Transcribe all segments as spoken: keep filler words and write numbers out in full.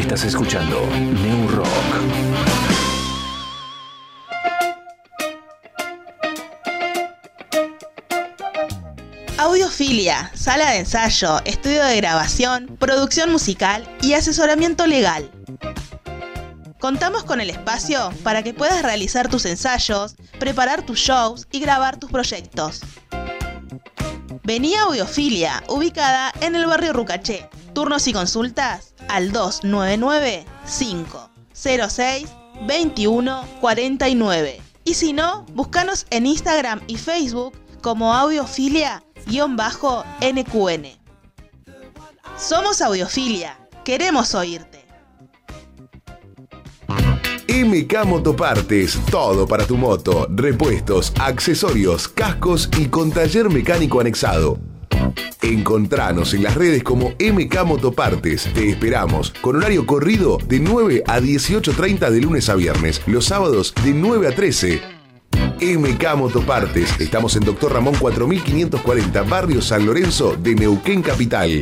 Estás escuchando New Rock. Audiofilia, sala de ensayo, estudio de grabación, producción musical y asesoramiento legal. Contamos con el espacio para que puedas realizar tus ensayos, preparar tus shows y grabar tus proyectos. Vení a Audiofilia, ubicada en el barrio Rucaché. Turnos y consultas al dos nueve nueve, cinco cero seis, dos uno cuatro nueve. Y si no, búscanos en Instagram y Facebook como Audiofilia-N Q N. Somos Audiofilia, queremos oírte. M K Motopartes, todo para tu moto, repuestos, accesorios, cascos y con taller mecánico anexado. Encontranos en las redes como M K Motopartes. Te esperamos con horario corrido de nueve a dieciocho treinta de lunes a viernes, los sábados de nueve a trece. M K Motopartes. Estamos en Doctor Ramón cuatro mil quinientos cuarenta, barrio San Lorenzo de Neuquén Capital.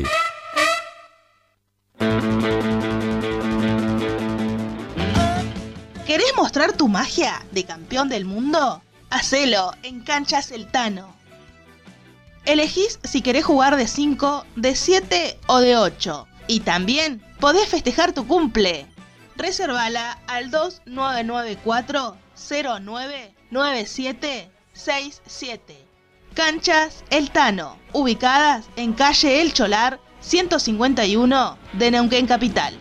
¿Querés mostrar tu magia de campeón del mundo? Hacelo en Canchas El Tano. Elegís si querés jugar de cinco, de siete o de ocho. Y también podés festejar tu cumple. Reservala al dos nueve nueve cuatro, cero nueve, nueve siete seis siete. Canchas El Tano, ubicadas en calle El Cholar, ciento cincuenta y uno de Neuquén Capital.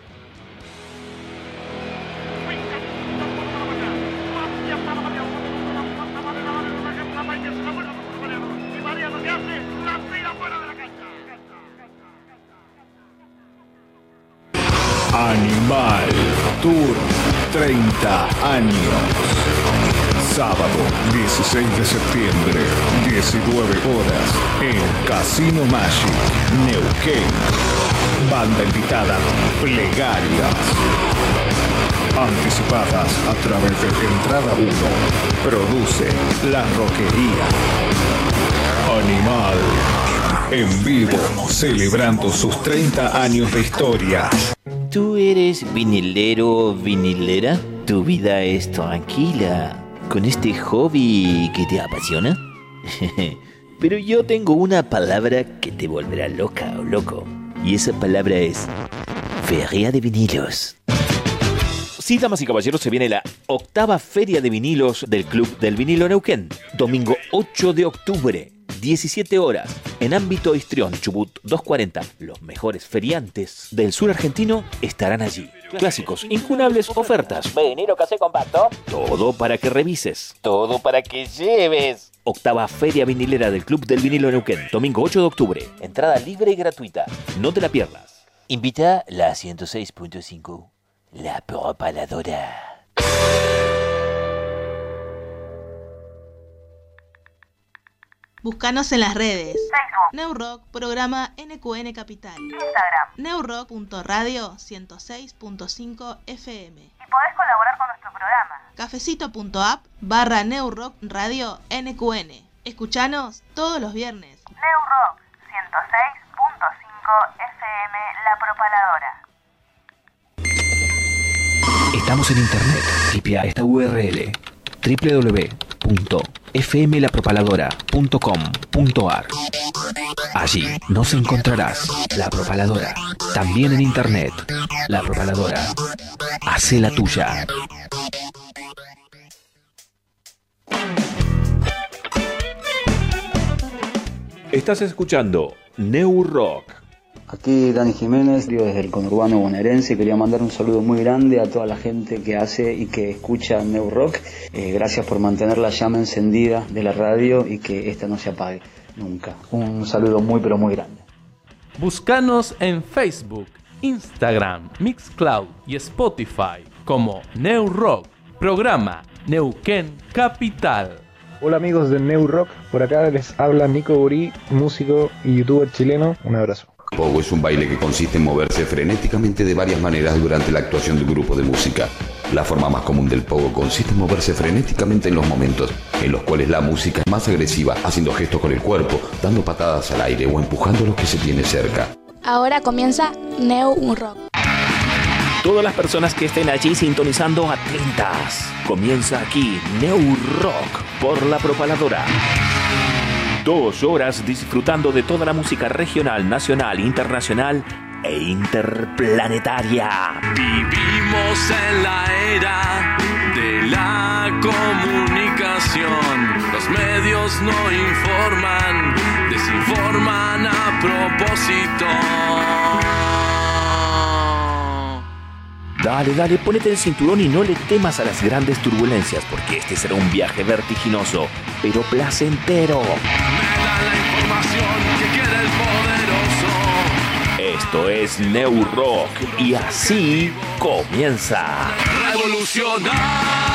Animal Tour treinta años. Sábado dieciséis de septiembre, diecinueve horas, en Casino Magic, Neuquén. Banda invitada, Plegarias. Anticipadas a través de Entrada uno. Produce La Roquería. Animal. En vivo, celebrando sus treinta años de historia. ¿Tú eres vinilero o vinilera? ¿Tu vida es tranquila con este hobby que te apasiona? Pero yo tengo una palabra que te volverá loca o loco. Y esa palabra es Feria de Vinilos. Sí, damas y caballeros, se viene la octava Feria de Vinilos del Club del Vinilo Neuquén. Domingo ocho de octubre, diecisiete horas, en Ámbito Histrión, Chubut doscientos cuarenta. Los mejores feriantes del sur argentino estarán allí. Clásicos, incunables ofertas. Vinilo casé compacto. Todo para que revises. Todo para que lleves. Octava Feria Vinilera del Club del Vinilo Neuquén, domingo ocho de octubre. Entrada libre y gratuita. No te la pierdas. Invita la ciento seis punto cinco. La Propaladora. Búscanos en las redes. Facebook. New Rock, programa N Q N Capital. Instagram. newrock punto radio ciento seis punto cinco F M. Y podés colaborar con nuestro programa. Cafecito punto app barra New Rock Radio N Q N. Escuchanos todos los viernes. New Rock ciento seis punto cinco F M, La Propaladora. Estamos en internet. Tipea esta U R L: doble u doble u doble u punto f m la propaladora punto com punto a r. Allí nos encontrarás. La Propaladora, también en internet. La Propaladora, hace la tuya. Estás escuchando New Rock. Aquí Dani Jiménez, digo desde el conurbano bonaerense. Quería mandar un saludo muy grande a toda la gente que hace y que escucha New Rock. Eh, gracias por mantener la llama encendida de la radio y que esta no se apague nunca. Un saludo muy pero muy grande. Búscanos en Facebook, Instagram, Mixcloud y Spotify como New Rock, programa Neuquén Capital. Hola amigos de New Rock, por acá les habla Nico Burí, músico y youtuber chileno. Un abrazo. Pogo es un baile que consiste en moverse frenéticamente de varias maneras durante la actuación de un grupo de música. La forma más común del pogo consiste en moverse frenéticamente en los momentos en los cuales la música es más agresiva, haciendo gestos con el cuerpo, dando patadas al aire o empujando a los que se tiene cerca. Ahora comienza New Rock. todas las personas que estén allí sintonizando atentas. Comienza aquí New Rock por La Propaladora. Dos horas disfrutando de toda la música regional, nacional, internacional e interplanetaria. Vivimos en la era de la comunicación. Los medios no informan, desinforman a propósito. Dale, dale, ponete el cinturón y no le temas a las grandes turbulencias, porque este será un viaje vertiginoso, pero placentero. Me da la información que quiere el poderoso. Esto es New Rock y así comienza. Revolucionar.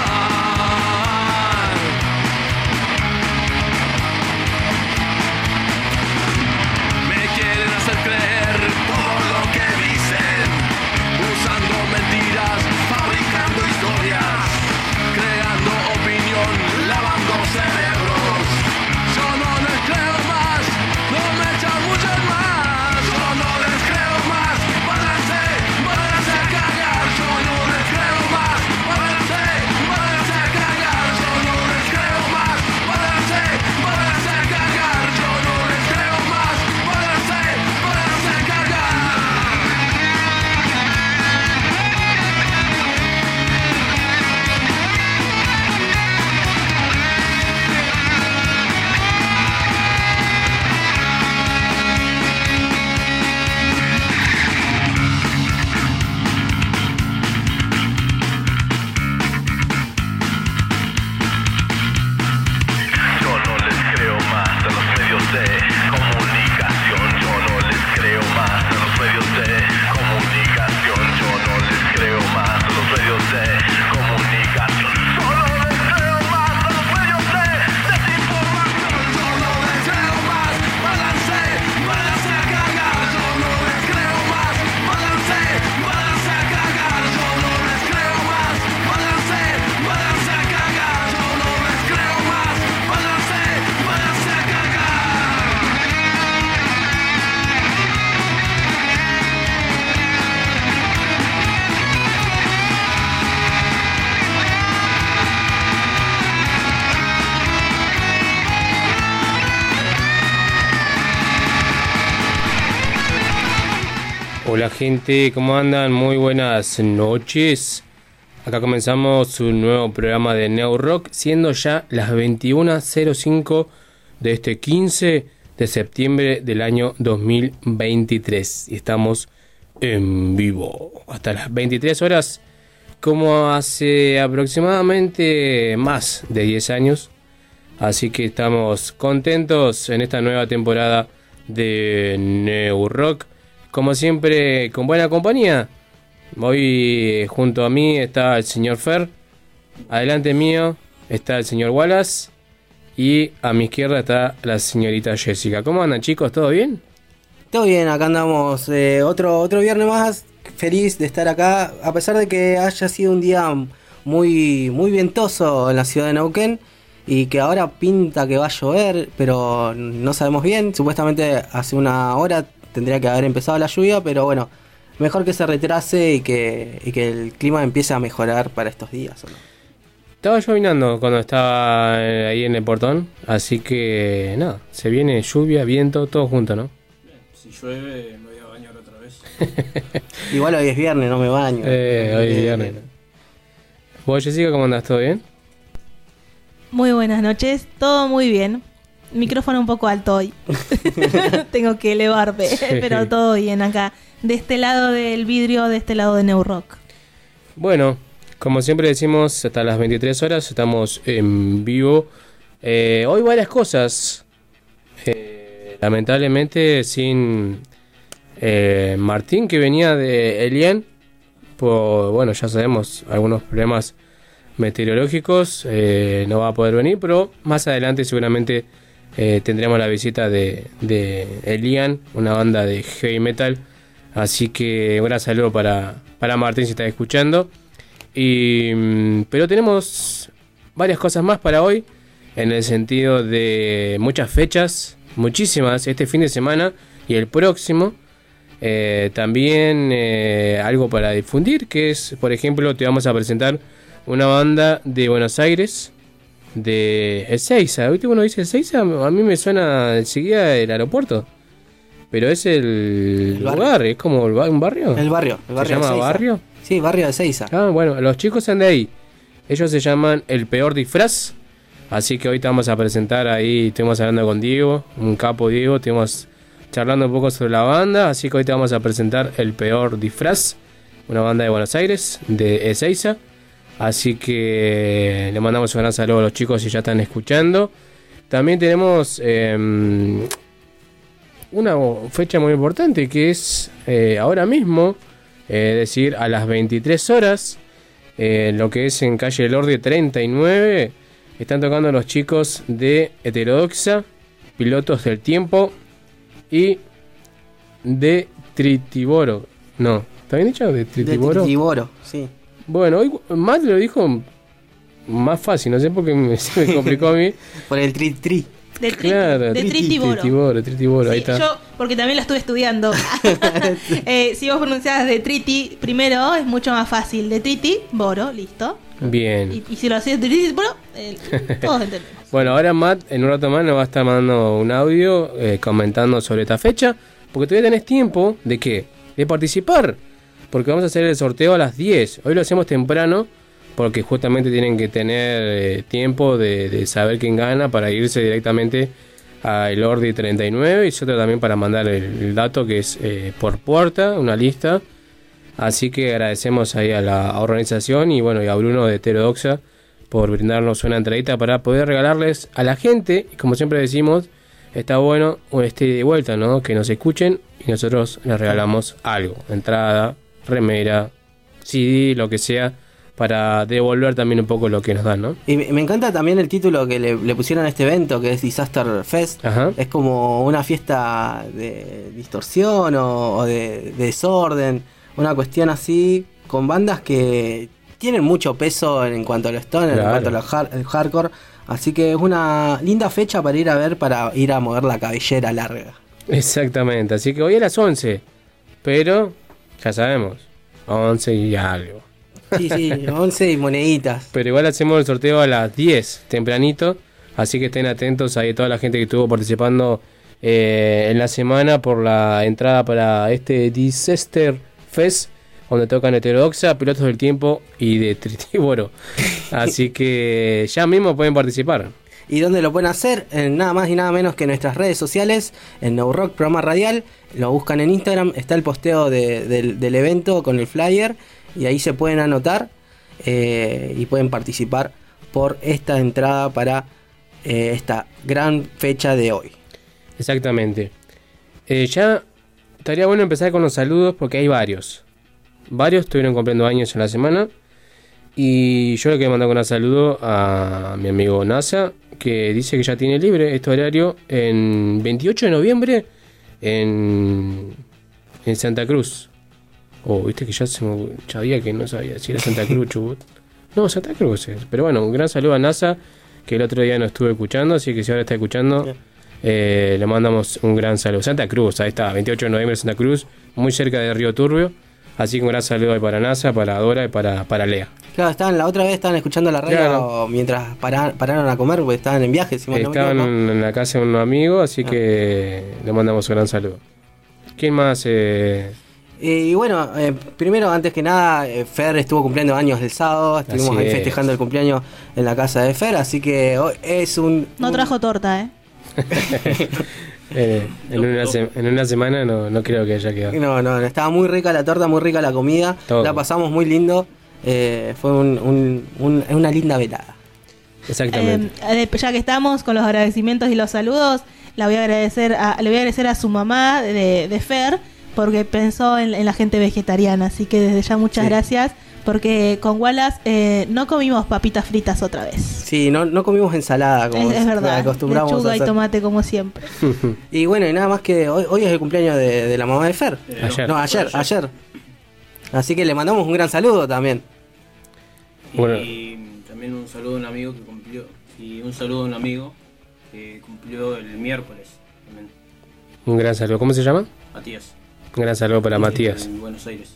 Hola gente, ¿cómo andan? Muy buenas noches. Acá comenzamos un nuevo programa de New Rock, siendo ya las veintiuna cero cinco de este quince de septiembre del año dos mil veintitrés. Y estamos en vivo hasta las veintitrés horas, como hace aproximadamente más de diez años. Así que estamos contentos en esta nueva temporada de New Rock. Como siempre, con buena compañía. Hoy junto a mí está el señor Fer. Adelante mío está el señor Wallace. Y a mi izquierda está la señorita Jessica. ¿Cómo andan, chicos? ¿Todo bien? Todo bien, acá andamos. Eh, otro, otro viernes más. Feliz de estar acá. A pesar de que haya sido un día muy, muy ventoso en la ciudad de Neuquén. Y que ahora pinta que va a llover, pero no sabemos bien. Supuestamente hace una hora tendría que haber empezado la lluvia, pero bueno, mejor que se retrase y que, y que el clima empiece a mejorar para estos días, ¿o no? Estaba llovinando cuando estaba ahí en el portón, así que nada, se viene lluvia, viento, todo junto, ¿no? Si llueve me voy a bañar otra vez. Igual hoy es viernes, no me baño. Eh, hoy es viernes. ¿Vos, Jessica, cómo andás? ¿Todo bien? Muy buenas noches, todo muy bien. Micrófono un poco alto hoy. Tengo que elevarme, sí. Pero todo bien acá. De este lado del vidrio, de este lado de New Rock. Bueno, como siempre decimos, hasta las veintitrés horas estamos en vivo. Eh, hoy varias cosas. Eh, lamentablemente sin eh, Martín, que venía de Elian. Por, bueno, ya sabemos, algunos problemas meteorológicos. Eh, no va a poder venir, pero más adelante seguramente Eh, tendremos la visita de, de Elian, una banda de heavy metal. Así que un gran saludo para, para Martín si está escuchando. Y, pero tenemos varias cosas más para hoy, en el sentido de muchas fechas, muchísimas, este fin de semana y el próximo. Eh, también eh, algo para difundir, que es, por ejemplo, te vamos a presentar una banda de Buenos Aires, de Ezeiza. ¿Viste cuando dice Ezeiza? A mí me suena enseguida el aeropuerto. Pero es el, El lugar, barrio. es como el ba- un barrio. El barrio, el barrio ¿Se llama de Ezeiza. barrio? Sí, barrio de Ezeiza. Ah, bueno, los chicos son de ahí. Ellos se llaman El Peor Disfraz. Así que hoy te vamos a presentar ahí. Estuvimos hablando con Diego, un capo Diego. Estuvimos charlando un poco sobre la banda. Así que hoy te vamos a presentar El Peor Disfraz, una banda de Buenos Aires, de Ezeiza. Así que le mandamos un gran saludo a los chicos si ya están escuchando. También tenemos eh, una fecha muy importante, que es eh, ahora mismo, eh, es decir, a las veintitrés horas, eh, lo que es en calle Elordi treinta y nueve, están tocando los chicos de Heterodoxa, Pilotos del Tiempo y de Tritiboro. No, ¿está bien dicho? De Tritiboro. De Tritiboro, sí. Bueno, hoy Matt lo dijo más fácil, no sé por qué me, se me complicó a mí. Por el tri tri. De, tri, Claro, de tri- Tritiboro. Tritiboro, Tritiboro, ahí Sí, está. yo, porque también la estuve estudiando. eh, si vos pronunciás de Triti primero, es mucho más fácil. De Triti, Boro, listo. Bien. Y, y si lo hacés de Triti, Boro, eh, todos entendemos. Bueno, ahora Matt en un rato más nos va a estar mandando un audio eh, comentando sobre esta fecha, porque todavía tenés tiempo de qué, de participar, porque vamos a hacer el sorteo a las diez. Hoy lo hacemos temprano, porque justamente tienen que tener eh, tiempo de, de saber quién gana para irse directamente a el Ordi treinta y nueve, y nosotros también para mandar el, el dato que es eh, por puerta, una lista. Así que agradecemos ahí a la organización y bueno, y a Bruno de Heterodoxa por brindarnos una entradita para poder regalarles a la gente. Y como siempre decimos, está bueno este de vuelta, ¿no? Que nos escuchen y nosotros les regalamos algo, entrada, remera, C D, lo que sea, para devolver también un poco lo que nos dan, ¿no? Y me me encanta también el título que le, le pusieron a este evento, que es Disaster Fest. Ajá. Es como una fiesta de distorsión o, o de, de desorden, una cuestión así, con bandas que tienen mucho peso en cuanto a lo stoner, Claro. en cuanto a lo hard- el hardcore. Así que es una linda fecha para ir a ver, para ir a mover la cabellera larga. Exactamente, así que hoy a las once, pero ya sabemos, once y algo. Sí, sí, once y moneditas. Pero igual hacemos el sorteo a las diez, tempranito. Así que estén atentos ahí toda la gente que estuvo participando eh, en la semana por la entrada para este Disaster Fest, donde tocan Heterodoxa, Pilotos del Tiempo y de Tritiboro. Así que ya mismo pueden participar. ¿Y dónde lo pueden hacer? En nada más y nada menos que en nuestras redes sociales, en No Rock Programa Radial. Lo buscan en Instagram, está el posteo de- del, del evento con el flyer. Y ahí se pueden anotar eh, y pueden participar por esta entrada para eh, esta gran fecha de hoy. Exactamente. Eh, ya estaría bueno empezar con los saludos porque hay varios. Varios estuvieron cumpliendo años en la semana. Y yo le quiero mandar un saludo a mi amigo NASA, que dice que ya tiene libre este horario en veintiocho de noviembre en, en Santa Cruz. Oh, viste que ya se me sabía que no sabía si era Santa Cruz, Chubut. No, Santa Cruz es. Pero bueno, un gran saludo a NASA, que el otro día no estuve escuchando, así que si ahora está escuchando, eh, le mandamos un gran saludo. Santa Cruz, ahí está, veintiocho de noviembre Santa Cruz, muy cerca de Río Turbio. Así que un gran saludo ahí para NASA, para Dora y para, para Lea. Claro, estaban, la otra vez estaban escuchando la radio Claro. mientras para- pararon a comer porque estaban en viaje. Si mal no me Estaban equivoco. en la casa de un amigo, así que le mandamos un gran saludo. ¿Quién más? Eh, Eh, y bueno, eh, primero, antes que nada, eh, Fer estuvo cumpliendo años el sábado. Estuvimos Así ahí es. festejando el cumpleaños en la casa de Fer. Así que hoy es un. No un- trajo torta, ¿eh? eh, en, una se- en una semana no, no creo que haya quedado. No, no, no, estaba muy rica la torta, muy rica la comida. Todo. La pasamos muy lindo. Eh, fue un, un- un- una linda velada. Exactamente. Eh, eh, ya que estamos con los agradecimientos y los saludos, la voy a agradecer a, le voy a agradecer a su mamá de, de Fer, porque pensó en, en la gente vegetariana. Así que desde ya muchas Sí. gracias, porque con Wallace eh, no comimos papitas fritas otra vez. Sí, no, no comimos ensalada como Es, es verdad, acostumbramos a lechuga y hacer. tomate como siempre. Y bueno, y nada más que hoy, hoy es el cumpleaños de, de la mamá de Fer. Ayer. No, ayer, ayer. Así que le mandamos un gran saludo también. Bueno. Y también un saludo a un amigo que cumplió. Y un saludo a un amigo que cumplió el miércoles también. Un gran saludo. ¿Cómo se llama? Matías. Un gran saludo para Matías. En Buenos Aires.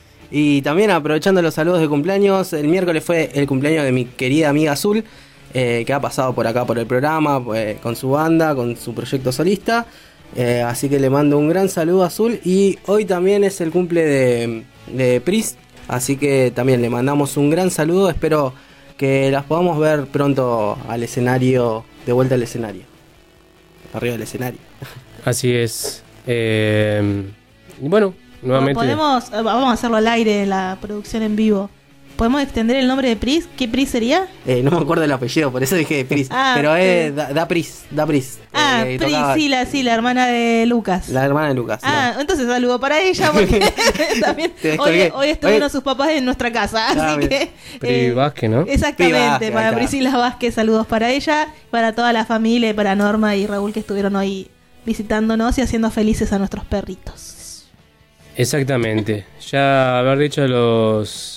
Y también aprovechando los saludos de cumpleaños, el miércoles fue el cumpleaños de mi querida amiga Azul, eh, que ha pasado por acá por el programa, pues, con su banda, con su proyecto solista. Eh, así que le mando un gran saludo a Azul. Y hoy también es el cumple de, de Pris, así que también le mandamos un gran saludo. Espero que las podamos ver pronto al escenario, de vuelta al escenario, arriba del escenario. Así es. Eh, y bueno, nuevamente. Podemos, vamos a hacerlo al aire en la producción en vivo. ¿Podemos extender el nombre de Pris? ¿Qué Pris sería? Eh, no me acuerdo el apellido, por eso dije Pris. Ah, pero es da, da Pris, da Pris. Ah, eh, Pris, tocaba... sí, la, sí, la hermana de Lucas. La hermana de Lucas. Ah, no. Entonces saludo para ella porque también hoy, hoy estuvieron hoy... sus papás en nuestra casa, ah, así que... Pris eh, Vázquez, ¿no? Exactamente, Vázquez, para Priscila Vázquez, saludos para ella, para toda la familia, para Norma y Raúl que estuvieron hoy visitándonos y haciendo felices a nuestros perritos. Exactamente, ya haber dicho los...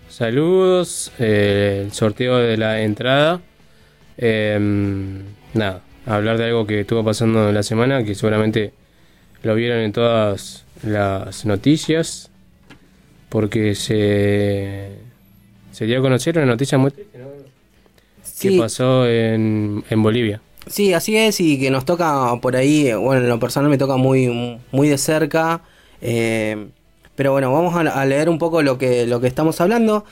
saludos, eh, el sorteo de la entrada, eh, nada, hablar de algo que estuvo pasando en la semana, que seguramente lo vieron en todas las noticias, porque se, se dio a conocer una noticia muy triste, ¿no? Sí. Que pasó en, en Bolivia. Sí, así es, y que nos toca por ahí, bueno, en lo personal me toca muy, muy de cerca, eh, pero bueno, vamos a, a leer un poco lo que, lo que estamos hablando.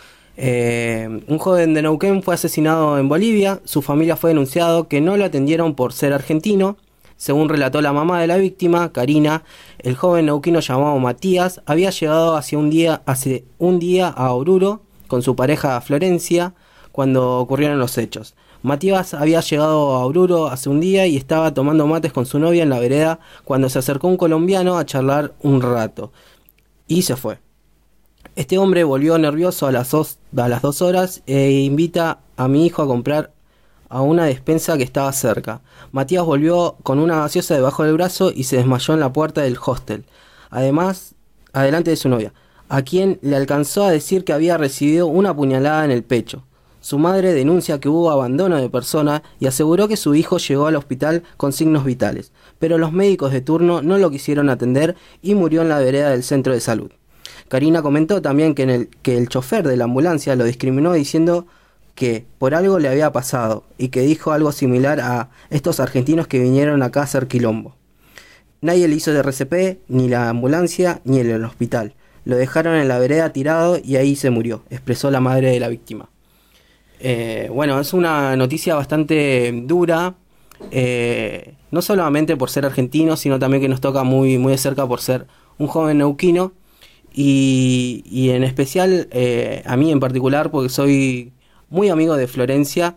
Eh, un joven de Neuquén fue asesinado en Bolivia. Su familia fue denunciado que no lo atendieron por ser argentino. Según relató la mamá de la víctima, Karina, el joven neuquino llamado Matías había llegado hace un día, hace un día a Oruro con su pareja Florencia cuando ocurrieron los hechos. Matías había llegado a Oruro hace un día y estaba tomando mates con su novia en la vereda cuando se acercó un colombiano a charlar un rato. Y se fue. Este hombre volvió nervioso a las dos, a las dos horas e invita a mi hijo a comprar a una despensa que estaba cerca. Matías volvió con una gaseosa debajo del brazo y se desmayó en la puerta del hostel. Además, adelante de su novia, a quien le alcanzó a decir que había recibido una puñalada en el pecho. Su madre denuncia que hubo abandono de persona y aseguró que su hijo llegó al hospital con signos vitales, pero los médicos de turno no lo quisieron atender y murió en la vereda del centro de salud. Karina comentó también que, en el, que el chofer de la ambulancia lo discriminó diciendo que por algo le había pasado y que dijo algo similar a estos argentinos que vinieron acá a hacer quilombo. Nadie le hizo de R C P, ni la ambulancia, ni el, el hospital. Lo dejaron en la vereda tirado y ahí se murió, expresó la madre de la víctima. Eh, bueno, es una noticia bastante dura, eh, no solamente por ser argentino, sino también que nos toca muy, muy de cerca por ser un joven neuquino y, y en especial eh, a mí en particular porque soy muy amigo de Florencia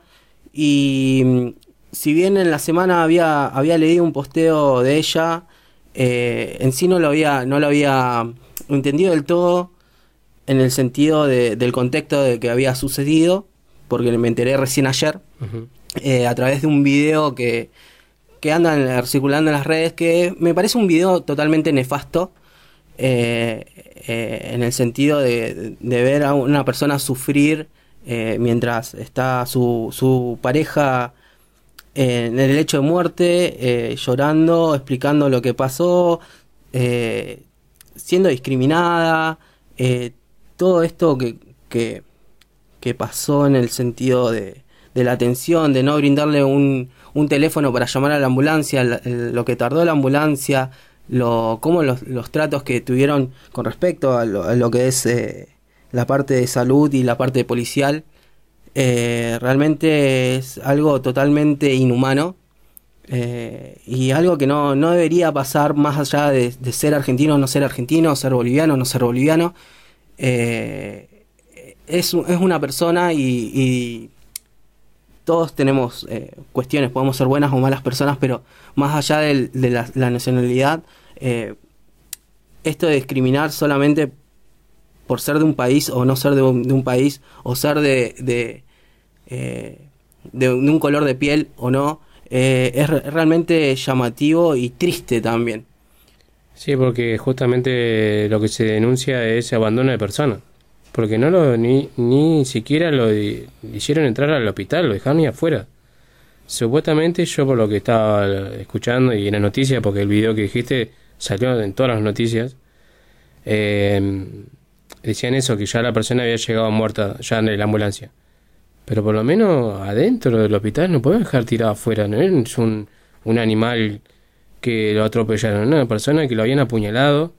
y si bien en la semana había, había leído un posteo de ella, eh, en sí no lo había, no lo había entendido del todo en el sentido de, del contexto de que había sucedido, porque me enteré recién ayer, uh-huh. eh, a través de un video que, que anda circulando en las redes, que me parece un video totalmente nefasto, eh, eh, en el sentido de, de ver a una persona sufrir eh, mientras está su, su pareja eh, en el lecho de muerte, eh, llorando, explicando lo que pasó, eh, siendo discriminada, eh, todo esto que... que que pasó en el sentido de, de la atención, de no brindarle un, un teléfono para llamar a la ambulancia, la, el, lo que tardó la ambulancia, lo cómo los, los tratos que tuvieron con respecto a lo, a lo que es eh, la parte de salud y la parte policial, eh, realmente es algo totalmente inhumano eh, y algo que no, no debería pasar más allá de, de ser argentino o no ser argentino, ser boliviano o no ser boliviano. Eh, Es, es una persona y, y todos tenemos eh, cuestiones, podemos ser buenas o malas personas, pero más allá de, de la, la nacionalidad, eh, esto de discriminar solamente por ser de un país o no ser de un, de un país, o ser de, de, eh, de, de un color de piel o no, eh, es re- realmente llamativo y triste también. Sí, porque justamente lo que se denuncia es abandono de personas. Porque no lo ni ni siquiera lo di, hicieron entrar al hospital, lo dejaron ahí afuera. Supuestamente, yo por lo que estaba escuchando y en la noticia, porque el video que dijiste salió en todas las noticias, eh, decían eso, que ya la persona había llegado muerta ya en la ambulancia. Pero por lo menos adentro del hospital no pueden dejar tirado afuera, no es un, un animal que lo atropellaron, una persona que lo habían apuñalado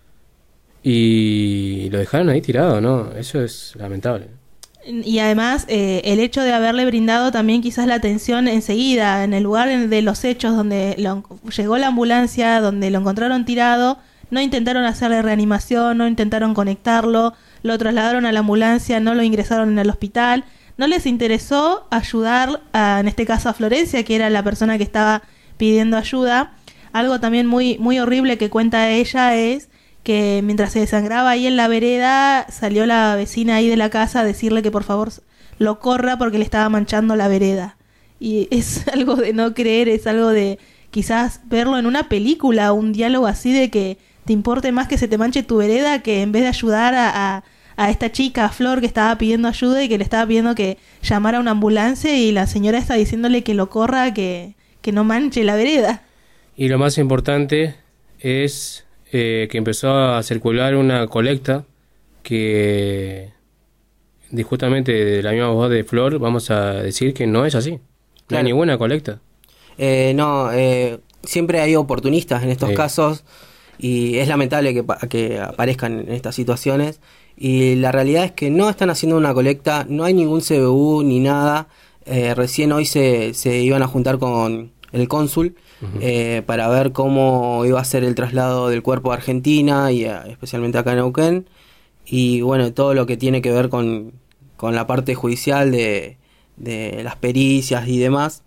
y lo dejaron ahí tirado, ¿no? Eso es lamentable. Y además eh, el hecho de haberle brindado también quizás la atención enseguida, en el lugar de los hechos donde lo, llegó la ambulancia, donde lo encontraron tirado, no intentaron hacerle reanimación, no intentaron conectarlo, lo trasladaron a la ambulancia, no lo ingresaron en el hospital, no les interesó ayudar, a, en este caso a Florencia, que era la persona que estaba pidiendo ayuda. Algo también muy, muy horrible que cuenta ella es que mientras se desangraba ahí en la vereda, salió la vecina ahí de la casa a decirle que por favor lo corra porque le estaba manchando la vereda. Y es algo de no creer, es algo de quizás verlo en una película, un diálogo así de que te importe más que se te manche tu vereda que en vez de ayudar a, a, a esta chica, a Flor, que estaba pidiendo ayuda y que le estaba pidiendo que llamara a una ambulancia y la señora está diciéndole que lo corra, que, que no manche la vereda. Y lo más importante es eh, que empezó a circular una colecta que, de justamente de la misma voz de Flor, vamos a decir que no es así. Claro. No hay ninguna colecta. Eh, no, eh, siempre hay oportunistas en estos Sí. casos y es lamentable que, que aparezcan en estas situaciones. Y la realidad es que no están haciendo una colecta, no hay ningún C B U ni nada. Eh, recién hoy se, se iban a juntar con el cónsul uh-huh. eh, para ver cómo iba a ser el traslado del cuerpo a Argentina y a, especialmente acá en Neuquén. Y bueno, todo lo que tiene que ver con, con la parte judicial de, de las pericias y demás.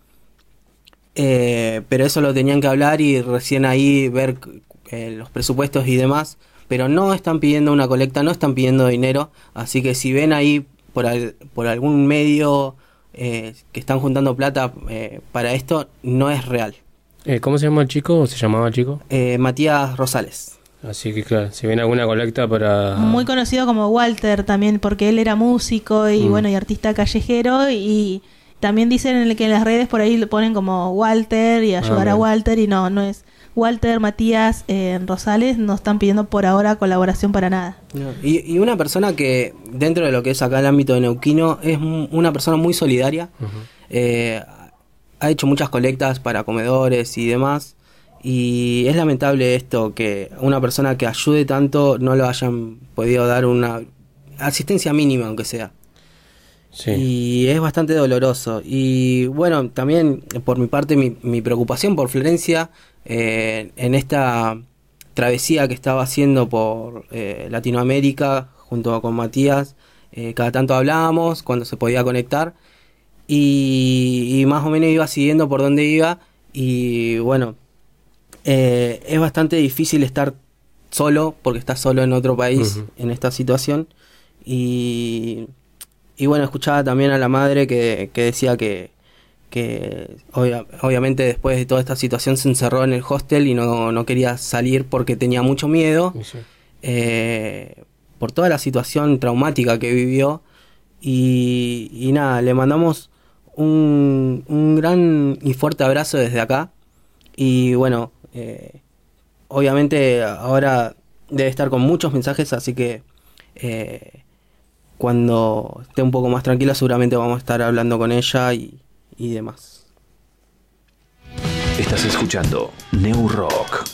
Eh, pero eso lo tenían que hablar y recién ahí ver eh, los presupuestos y demás. Pero no están pidiendo una colecta, no están pidiendo dinero. Así que si ven ahí por, al, por algún medio eh, que están juntando plata eh, para esto, no es real. Eh, ¿Cómo se llama el chico o se llamaba el chico? Eh, Matías Rosales. Así que claro, si ven alguna colecta para... Muy conocido como Walter también, porque él era músico y Mm. bueno, y artista callejero, y también dicen en el que en las redes por ahí le ponen como Walter y ayudar Ah, a bien. Walter, y no, no es Walter, Matías, eh, Rosales, no están pidiendo por ahora colaboración para nada. No, y, y una persona que dentro de lo que es acá el ámbito de neuquino es m- una persona muy solidaria. Uh-huh. eh, ha hecho muchas colectas para comedores y demás, y es lamentable esto, que una persona que ayude tanto no le hayan podido dar una asistencia mínima, aunque sea. Sí. Y es bastante doloroso. Y bueno, también por mi parte mi, mi preocupación por Florencia eh, en esta travesía que estaba haciendo por eh, Latinoamérica junto con Matías, eh, cada tanto hablábamos cuando se podía conectar y, y más o menos iba siguiendo por donde iba. Y bueno, eh, es bastante difícil estar solo porque estás solo en otro país Uh-huh. en esta situación. Y Y bueno, escuchaba también a la madre que, que decía que, que obvia, obviamente después de toda esta situación se encerró en el hostel y no, no quería salir porque tenía mucho miedo, Sí. eh, por toda la situación traumática que vivió. Y, y nada, le mandamos un, un gran y fuerte abrazo desde acá. Y bueno, eh, obviamente ahora debe estar con muchos mensajes, así que... Eh, cuando esté un poco más tranquila seguramente vamos a estar hablando con ella y, y demás. Estás escuchando New Rock.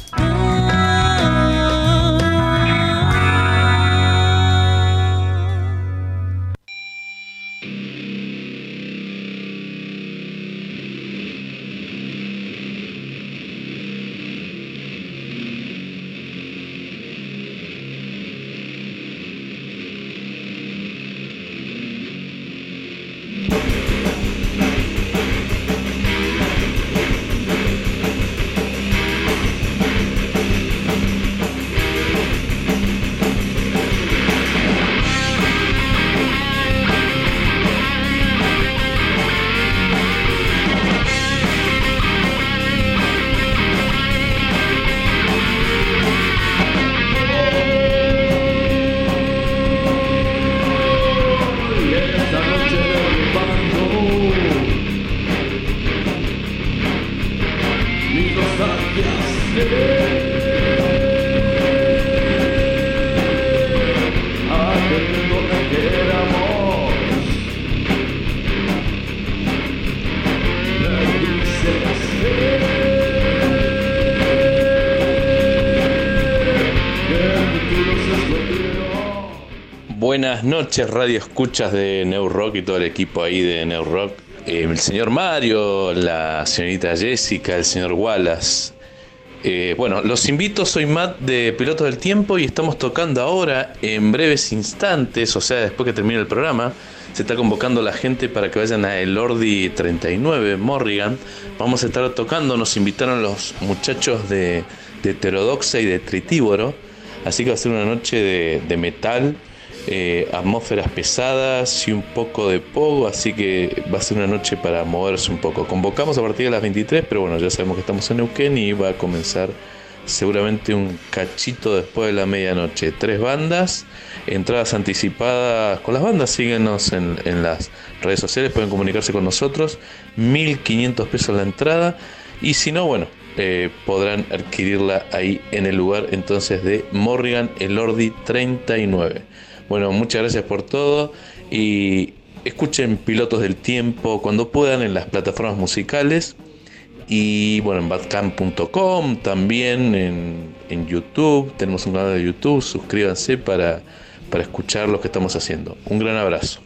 Buenas noches, radio escuchas de New Rock y todo el equipo ahí de New Rock. Eh, el señor Mario, la señorita Jessica, el señor Wallace. Eh, bueno, los invito, soy Matt de Pilotos del Tiempo y estamos tocando ahora en breves instantes, o sea, después que termine el programa. Se está convocando la gente para que vayan a El Ordi treinta y nueve, Morrigan. Vamos a estar tocando, nos invitaron los muchachos de, de Heterodoxa y de Tritívoro. Así que va a ser una noche de, de metal, eh, atmósferas pesadas y un poco de pogo. Así que va a ser una noche para moverse un poco. Convocamos a partir de las veintitrés, pero bueno, ya sabemos que estamos en Neuquén y va a comenzar seguramente un cachito después de la medianoche. Tres bandas, entradas anticipadas con las bandas. Síguenos en, en las redes sociales, pueden comunicarse con nosotros. mil quinientos pesos la entrada. Y si no, bueno, eh, podrán adquirirla ahí en el lugar entonces de Morrigan, El Ordi treinta y nueve. Bueno, muchas gracias por todo y escuchen Pilotos del Tiempo cuando puedan en las plataformas musicales. Y bueno, en badcamp punto com, también en, en YouTube, tenemos un canal de YouTube, suscríbanse para, para escuchar lo que estamos haciendo. Un gran abrazo.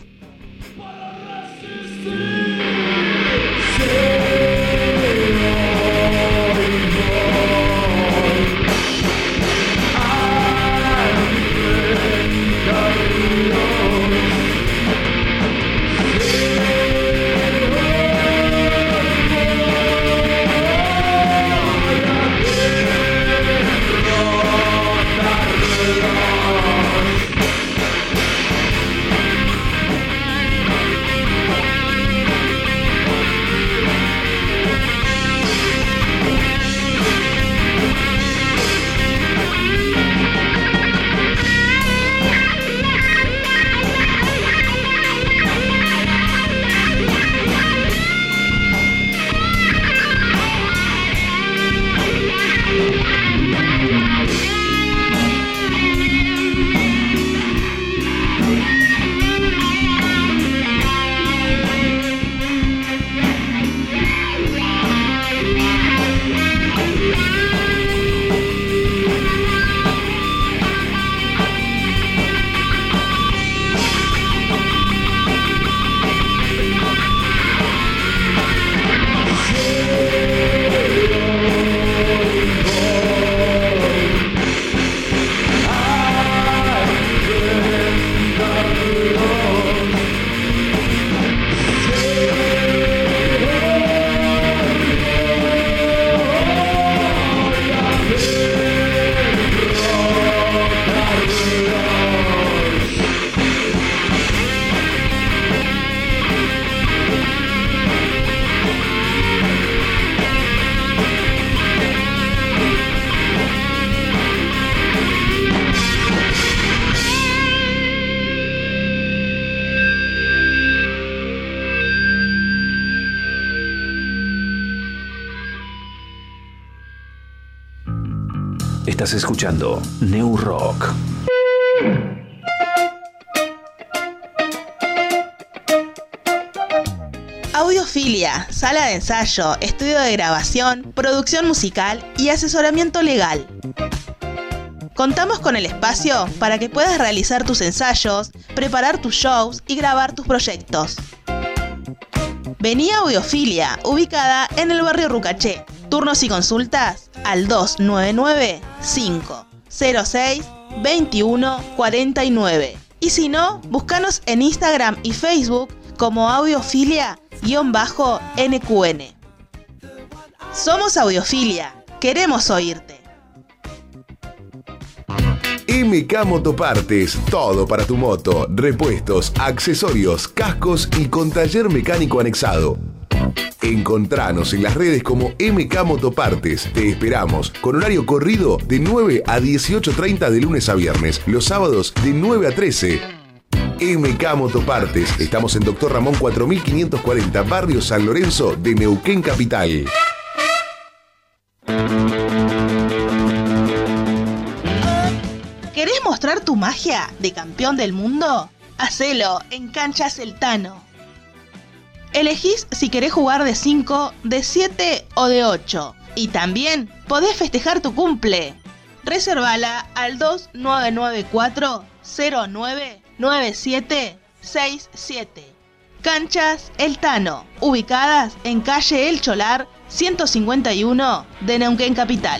Estás escuchando New Rock. Audiofilia, sala de ensayo, estudio de grabación, producción musical y asesoramiento legal. Contamos con el espacio para que puedas realizar tus ensayos, preparar tus shows y grabar tus proyectos. Vení a Audiofilia, ubicada en el barrio Rucaché. Turnos y consultas al dos nueve nueve, cinco cero seis, dos uno cuatro nueve. Y si no, búscanos en Instagram y Facebook como Audiofilia-N Q N. Somos Audiofilia, queremos oírte. M K Motopartes, todo para tu moto, repuestos, accesorios, cascos y con taller mecánico anexado. Encontranos en las redes como M K Motopartes. Te esperamos con horario corrido de nueve a dieciocho treinta de lunes a viernes, los sábados de nueve a trece. M K Motopartes. Estamos en Doctor Ramón cuatro mil quinientos cuarenta, barrio San Lorenzo de Neuquén Capital. ¿Querés mostrar tu magia de campeón del mundo? Hacelo en Cancha Celtano. Elegís si querés jugar de cinco, de siete o de ocho. Y también podés festejar tu cumple. Reservala al dos nueve nueve cuatro, cero nueve nueve siete seis siete. Canchas El Tano, ubicadas en calle El Cholar ciento cincuenta y uno de Neuquén Capital.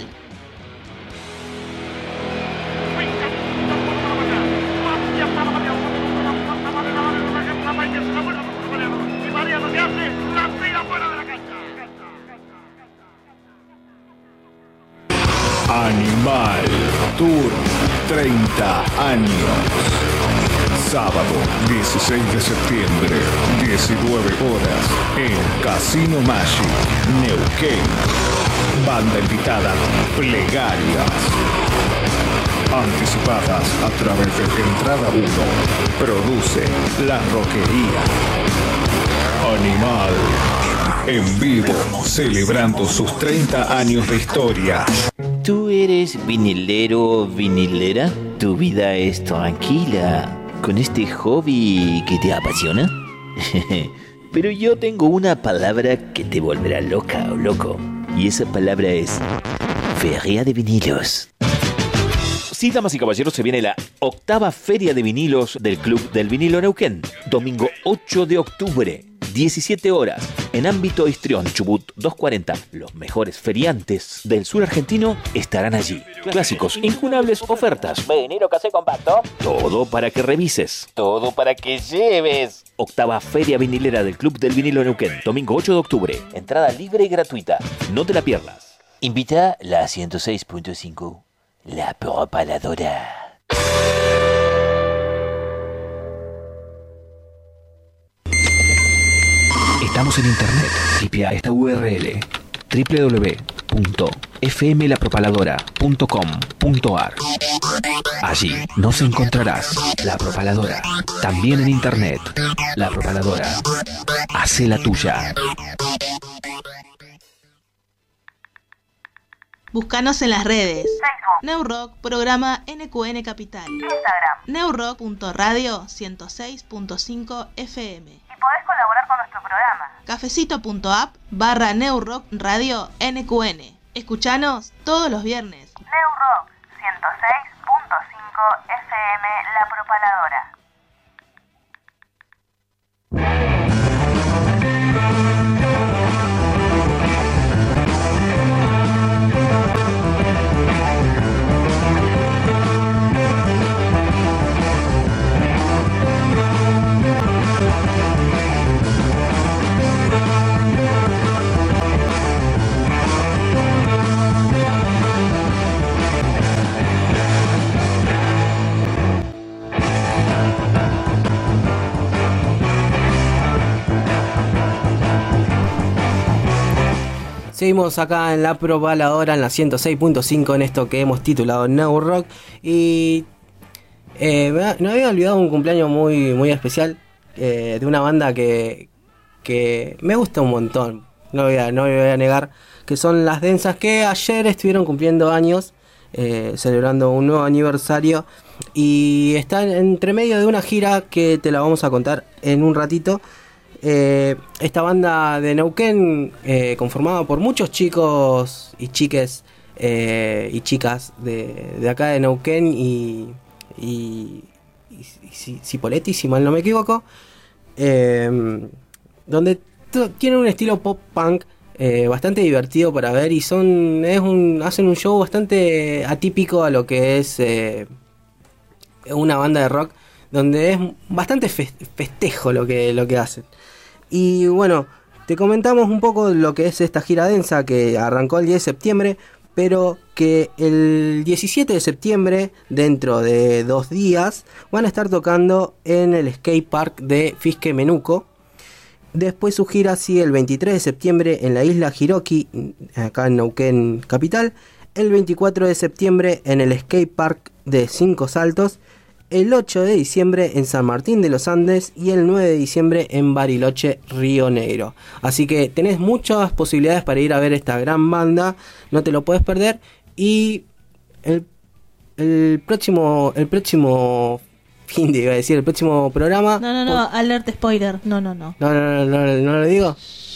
Animal Tour treinta años. Sábado dieciséis de septiembre, diecinueve horas, en Casino Magic, Neuquén. Banda invitada, Plegarias. Anticipadas a través de Entrada uno. Produce La Roquería. Animal. En vivo, celebrando sus treinta años de historia. ¿Tú eres vinilero, vinilera? ¿Tu vida es tranquila con este hobby que te apasiona? Pero yo tengo una palabra que te volverá loca o loco. Y esa palabra es Feria de Vinilos. Sí, damas y caballeros, se viene la octava Feria de Vinilos del Club del Vinilo Neuquén. Domingo ocho de octubre, diecisiete horas, en ámbito Histrión, Chubut doscientos cuarenta. Los mejores feriantes del sur argentino estarán allí. Clásicos, incunables ofertas. Vinilo casé compacto. Todo para que revises. Todo para que lleves. Octava Feria Vinilera del Club del Vinilo Neuquén. Domingo ocho de octubre. Entrada libre y gratuita. No te la pierdas. Invita la ciento seis punto cinco. La propaladora. Estamos en internet. Tipea esta U R L: doble u doble u doble u punto f m la propaladora punto com punto a r. Allí nos encontrarás. La Propaladora. También en internet. La Propaladora. Hace la tuya. Búscanos en las redes. Facebook. Neurock, programa N Q N Capital. Instagram. Neurock punto radio ciento seis punto cinco F M. Y podés colaborar con nuestro programa. Cafecito punto app barra Neurock Radio N Q N. Escuchanos todos los viernes. Neurock ciento seis punto cinco F M La Propaladora. Seguimos acá en la Propaladora, en la ciento seis punto cinco, en esto que hemos titulado Neurock. Y eh, me, me había olvidado un cumpleaños muy, muy especial eh, de una banda que, que me gusta un montón. No voy a, no voy a negar que son Las Densas, que ayer estuvieron cumpliendo años, eh, celebrando un nuevo aniversario. Y están entre medio de una gira que te la vamos a contar en un ratito. Eh, esta banda de Neuquén, eh, conformada por muchos chicos y chiques eh, y chicas de, de acá de Neuquén y, y, y, y Cipolletti, si mal no me equivoco, eh, donde t- tienen un estilo pop punk eh, bastante divertido para ver, y son es un hacen un show bastante atípico a lo que es eh, una banda de rock, donde es bastante festejo lo que, lo que hacen. Y bueno, te comentamos un poco lo que es esta gira densa que arrancó el diez de septiembre, pero que el diecisiete de septiembre, dentro de dos días, van a estar tocando en el skate park de Fisque Menuco. Después su gira sigue el veintitrés de septiembre en la isla Hiroki, acá en Neuquén Capital. El veinticuatro de septiembre en el skate park de Cinco Saltos. El ocho de diciembre en San Martín de los Andes y el nueve de diciembre en Bariloche, Río Negro. Así que tenés muchas posibilidades para ir a ver esta gran banda, no te lo puedes perder. Y el, el próximo el próximo fin de, iba a decir, el próximo programa... No, no, no, alert spoiler, no, no, no. No, no, no, no, no, no lo digo.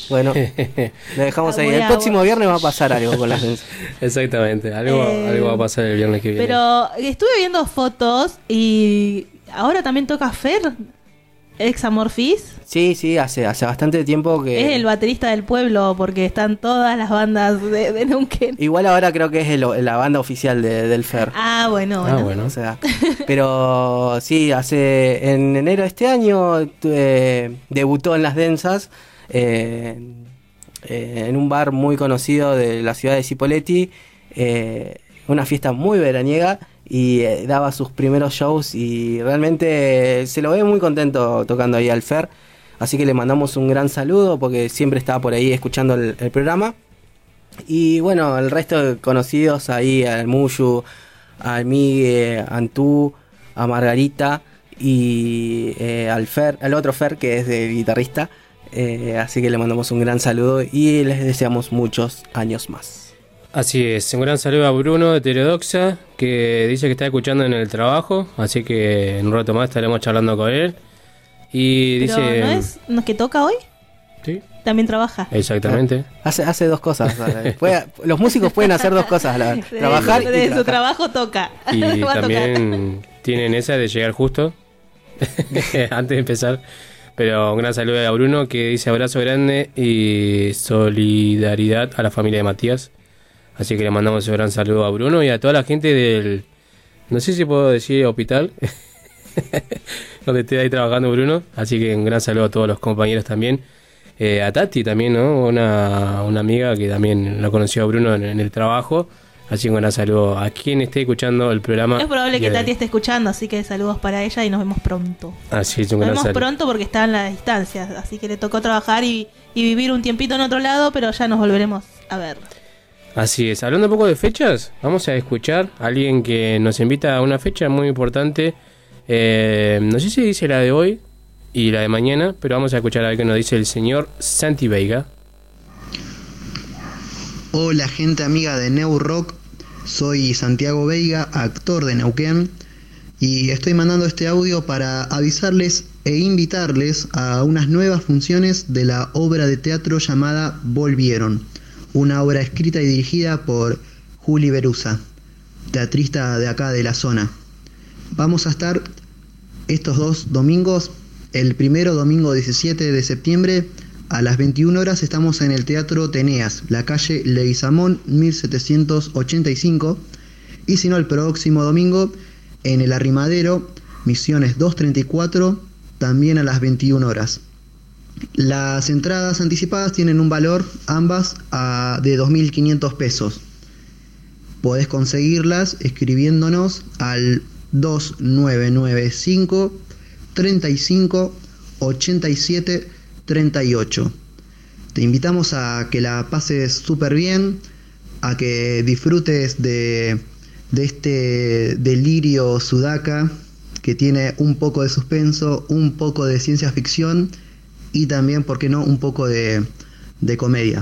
Bueno, lo dejamos ahí. El próximo viernes va a pasar algo con las densas. Exactamente, algo, Eh, algo va a pasar el viernes que viene. Pero estuve viendo fotos y ahora también toca Fer, ex Amorphis. Sí, sí, hace, hace bastante tiempo que... Es el baterista del pueblo porque están todas las bandas de, de Neuquén. Igual ahora creo que es el- la banda oficial de- del Fer. Ah, bueno, bueno. O sea, pero sí, hace en enero de este año eh, debutó en Las Densas, eh, eh, en un bar muy conocido de la ciudad de Cipolletti, eh, una fiesta muy veraniega, y eh, daba sus primeros shows y realmente se lo ve muy contento tocando ahí al Fer. Así que le mandamos un gran saludo porque siempre estaba por ahí escuchando el, el programa. Y bueno, el resto de conocidos ahí, al Muyu, al Migue, a Antú, a Margarita y eh, al Fer, al otro Fer que es de guitarrista. Eh, así que le mandamos un gran saludo y les deseamos muchos años más. Así es, un gran saludo a Bruno de Heterodoxa, que dice que está escuchando en el trabajo, así que en un rato más estaremos charlando con él. Y Pero dice... ¿no es no es que toca hoy? Sí. También trabaja. Exactamente. Hace, hace dos cosas. Puede- los músicos pueden hacer dos cosas, la- De- trabajar de, y su trabajar. trabajo toca. Y Va a tocar. también tienen esa de llegar justo antes de empezar. Pero un gran saludo a Bruno, que dice abrazo grande y solidaridad a la familia de Matías. Así que le mandamos un gran saludo a Bruno y a toda la gente del, no sé si puedo decir hospital, donde esté ahí trabajando Bruno. Así que un gran saludo a todos los compañeros también. Eh, a Tati también, ¿no? Una, una amiga que también lo conoció a Bruno en, en el trabajo. Así que un gran saludo a quien esté escuchando el programa. Es probable que Y a- Tati esté escuchando, así que saludos para ella y nos vemos pronto. Así es, un Nos gran vemos saludo. pronto porque está en la distancia, así que le tocó trabajar y, y vivir un tiempito en otro lado, pero ya nos volveremos a ver. Así es, hablando un poco de fechas, vamos a escuchar a alguien que nos invita a una fecha muy importante. Eh, no sé si dice la de hoy y la de mañana, pero vamos a escuchar a ver qué nos dice el señor Santi Veiga. Hola gente amiga de Neu Rock, soy Santiago Veiga, actor de Neuquén, y estoy mandando este audio para avisarles e invitarles a unas nuevas funciones de la obra de teatro llamada Volvieron, una obra escrita y dirigida por Juli Berusa, teatrista de acá de la zona. Vamos a estar estos dos domingos, el primero domingo diecisiete de septiembre, a las veintiuna horas estamos en el Teatro Teneas, la calle Leguizamón mil setecientos ochenta y cinco, y si no el próximo domingo en el Arrimadero, Misiones doscientos treinta y cuatro, también a las veintiuna horas. Las entradas anticipadas tienen un valor, ambas, a, de dos mil quinientos pesos. Podés conseguirlas escribiéndonos al dos nueve nueve cinco, treinta y cinco, ochenta y siete, treinta y ocho. Te invitamos a que la pases súper bien, a que disfrutes de, de este delirio sudaca que tiene un poco de suspenso, un poco de ciencia ficción y también, ¿por qué no?, un poco de, de comedia.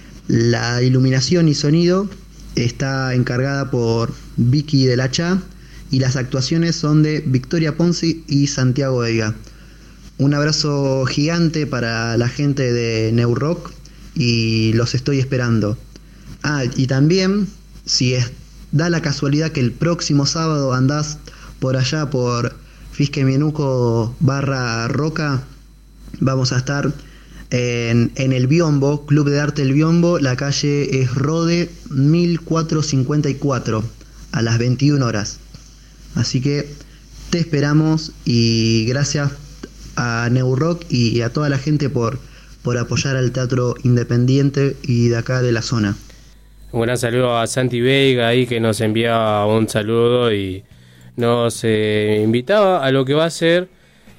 La iluminación y sonido está encargada por Vicky de la Cha y las actuaciones son de Victoria Ponzi y Santiago Veiga. Un abrazo gigante para la gente de Neu Rock y los estoy esperando. Ah, y también, si es, da la casualidad que el próximo sábado andás por allá por Fisque Minuco barra Roca, vamos a estar en, en el Biombo, Club de Arte El Biombo, la calle es Rode mil cuatrocientos cincuenta y cuatro, a las veintiuna horas. Así que te esperamos y gracias a Neu Rock y a toda la gente por, por apoyar al teatro independiente y de acá de la zona. Un gran saludo a Santi Veiga ahí, que nos envía un saludo y nos eh, invitaba a lo que va a ser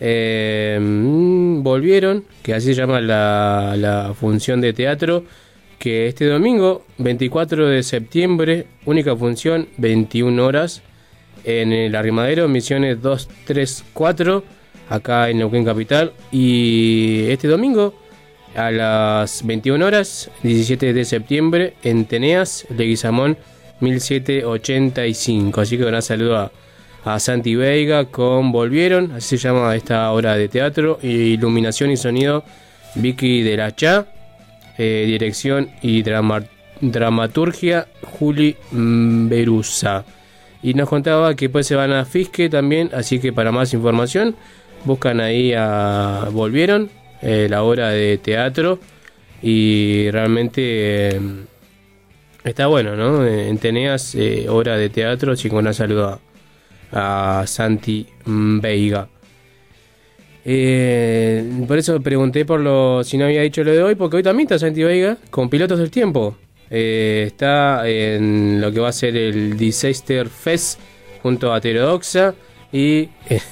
eh, Volvieron, que así se llama la, la función de teatro, que este domingo veinticuatro de septiembre, única función, veintiuna horas, en el Arrimadero, Misiones doscientos treinta y cuatro, acá en Neuquén Capital. Y este domingo a las veintiuna horas, diecisiete de septiembre, en Teneas, Leguizamón mil setecientos ochenta y cinco. Así que un gran saludo a, a Santi Veiga con Volvieron, así se llama esta obra de teatro. Iluminación y sonido, Vicky de la Cha. eh, dirección y drama, dramaturgia Juli Berusa. Y nos contaba que después se van a Fisque también, así que para más información buscan ahí a Volvieron, eh, la obra de teatro, y realmente eh, está bueno, ¿no? En Teneas, eh, obra de teatro, así que un saludo a, a Santi Veiga. Eh, por eso pregunté por lo si no había dicho lo de hoy, porque hoy también está Santi Veiga con Pilotos del Tiempo. Eh, está en lo que va a ser el Disaster Fest junto a Heterodoxa y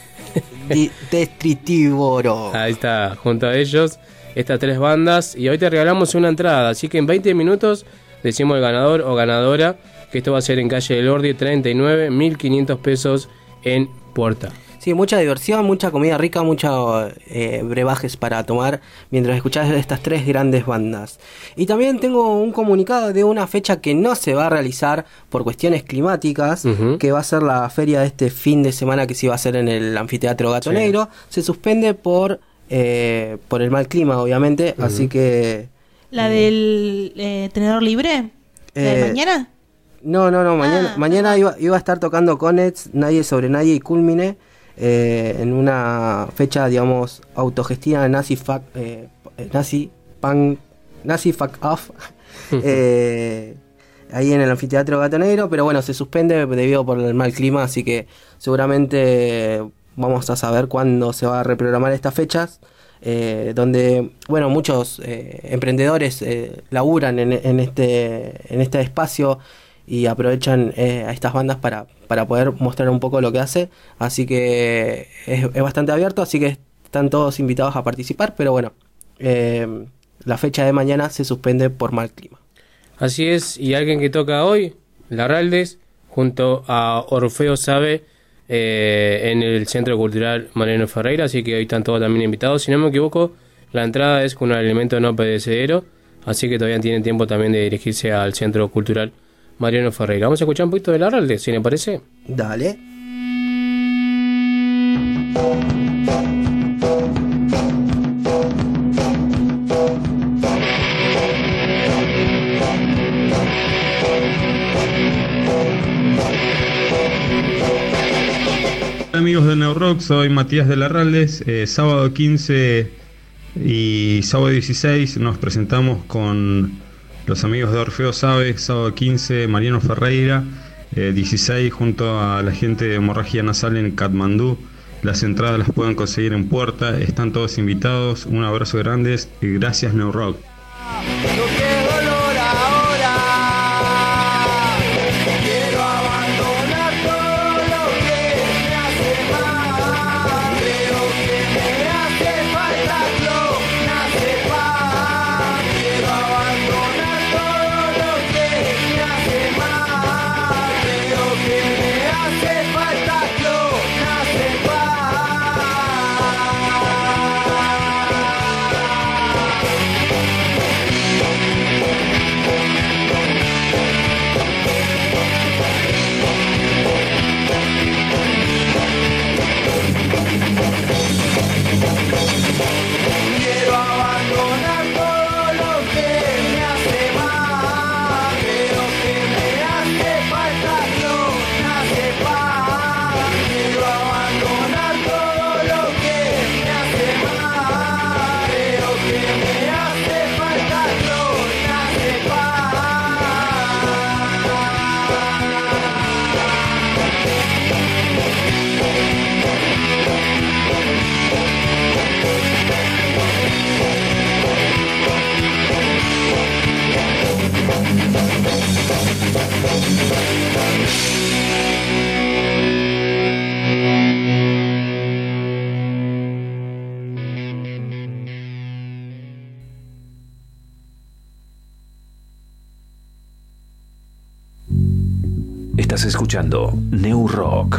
Destritívoro. Ahí está, junto a ellos, estas tres bandas. Y hoy te regalamos una entrada, así que en veinte minutos decimos el ganador o ganadora, que esto va a ser en calle del Ordi treinta y nueve, mil quinientos pesos en Puerta. Sí, mucha diversión, mucha comida rica, muchos eh, brebajes para tomar mientras escuchás estas tres grandes bandas. Y también tengo un comunicado de una fecha que no se va a realizar por cuestiones climáticas, uh-huh. que va a ser la feria de este fin de semana que se iba a hacer en el Anfiteatro Gato sí. Negro. Se suspende por, eh, por el mal clima, obviamente, uh-huh. así que... ¿La del eh, tenedor libre? ¿La de Eh, mañana? No, no, no, mañana, Ah, mañana iba, iba a estar tocando Conets, Nadie sobre Nadie y Culmine, eh, en una fecha, digamos, autogestiva Nazi Fuck, eh, Nazi Punk, Nazi Fuck Off, eh, ahí en el Anfiteatro Gato Negro, pero bueno, se suspende debido por el mal clima, así que seguramente vamos a saber cuándo se va a reprogramar estas fechas. Eh, donde bueno muchos eh, emprendedores eh, laburan en, en este en este espacio y aprovechan eh, a estas bandas para, para poder mostrar un poco lo que hace, así que es, es bastante abierto, así que están todos invitados a participar, pero bueno, eh, la fecha de mañana se suspende por mal clima. Así es, y alguien que toca hoy, Larraldes, junto a Orfeo Sabe, Eh, en el Centro Cultural Mariano Ferreira, así que hoy están todos también invitados. Si no me equivoco, la entrada es con un elemento no perecedero, así que todavía tienen tiempo también de dirigirse al Centro Cultural Mariano Ferreira. Vamos a escuchar un poquito de Larralde, si le parece. Dale. Amigos de Neurock, soy Matías de Larraldes. Eh, sábado quince y sábado dieciséis nos presentamos con los amigos de Orfeo Sabe. Sábado quince, Mariano Ferreira. eh, dieciséis junto a la gente de Hemorragia Nasal en Katmandú. Las entradas las pueden conseguir en Puerta. Están todos invitados. Un abrazo grande y gracias Neurock. Estás escuchando New Rock.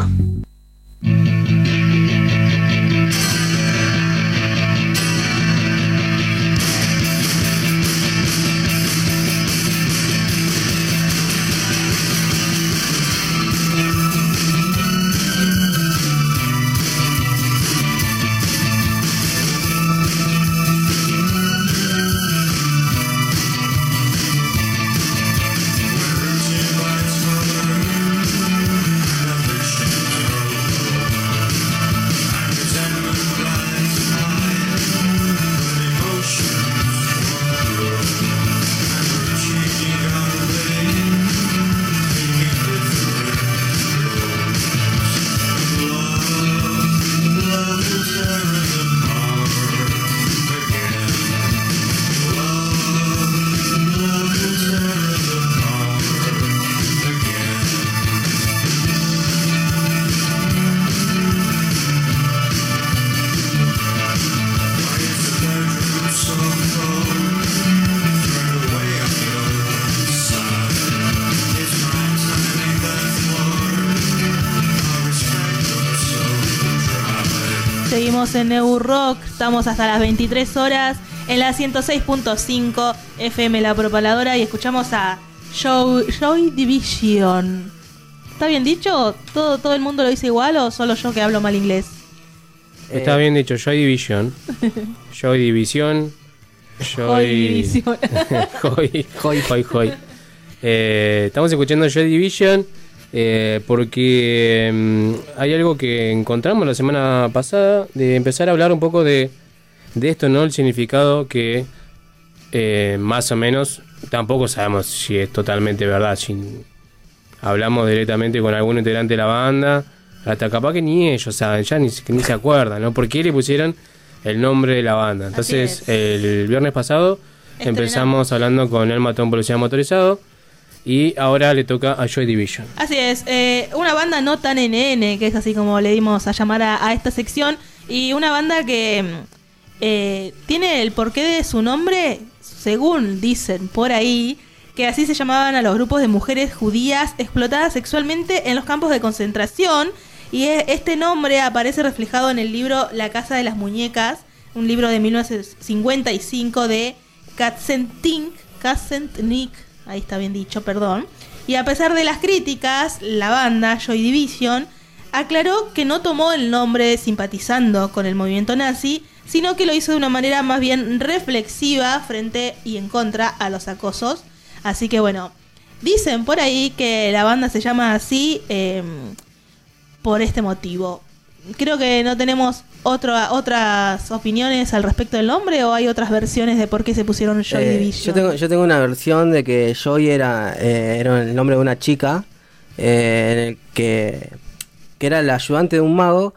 seguimos en New Rock, estamos hasta las veintitrés horas en la ciento seis punto cinco F M La Propaladora y escuchamos a Joy, Joy Division. ¿Está bien dicho? ¿Todo, ¿Todo el mundo lo dice igual o solo yo que hablo mal inglés? Está eh. bien dicho, Joy Division. Joy Division. Joy... Joy Division. Joy, Joy, Joy, Joy. Eh, estamos escuchando Joy Division eh, porque eh, hay algo que encontramos la semana pasada de empezar a hablar un poco de, de esto, ¿no? El significado que eh, más o menos tampoco sabemos si es totalmente verdad. Si hablamos directamente con algún integrante de la banda, hasta capaz que ni ellos saben, ya ni, ni se acuerdan, ¿no? ¿Por qué le pusieron el nombre de la banda? Entonces, el viernes pasado Estrenamos. empezamos hablando con El Matón Policía Motorizado y ahora le toca a Joy Division. Así es, eh, una banda no tan N N, que es así como le dimos a llamar a, a esta sección, y una banda que eh, tiene el porqué de su nombre, según dicen por ahí, que así se llamaban a los grupos de mujeres judías explotadas sexualmente en los campos de concentración, y este nombre aparece reflejado en el libro La Casa de las Muñecas, un libro de mil novecientos cincuenta y cinco de Katzentink, Katzentnik, ahí está bien dicho, perdón. Y a pesar de las críticas, la banda Joy Division aclaró que no tomó el nombre simpatizando con el movimiento nazi, sino que lo hizo de una manera más bien reflexiva frente y en contra a los acosos. Así que bueno, dicen por ahí que la banda se llama así eh, por este motivo. Creo que no tenemos otro, otras opiniones al respecto del nombre, o hay otras versiones de por qué se pusieron Joy eh, Division. Yo tengo, yo tengo una versión de que Joy era, eh, era el nombre de una chica eh, que, que era la ayudante de un mago.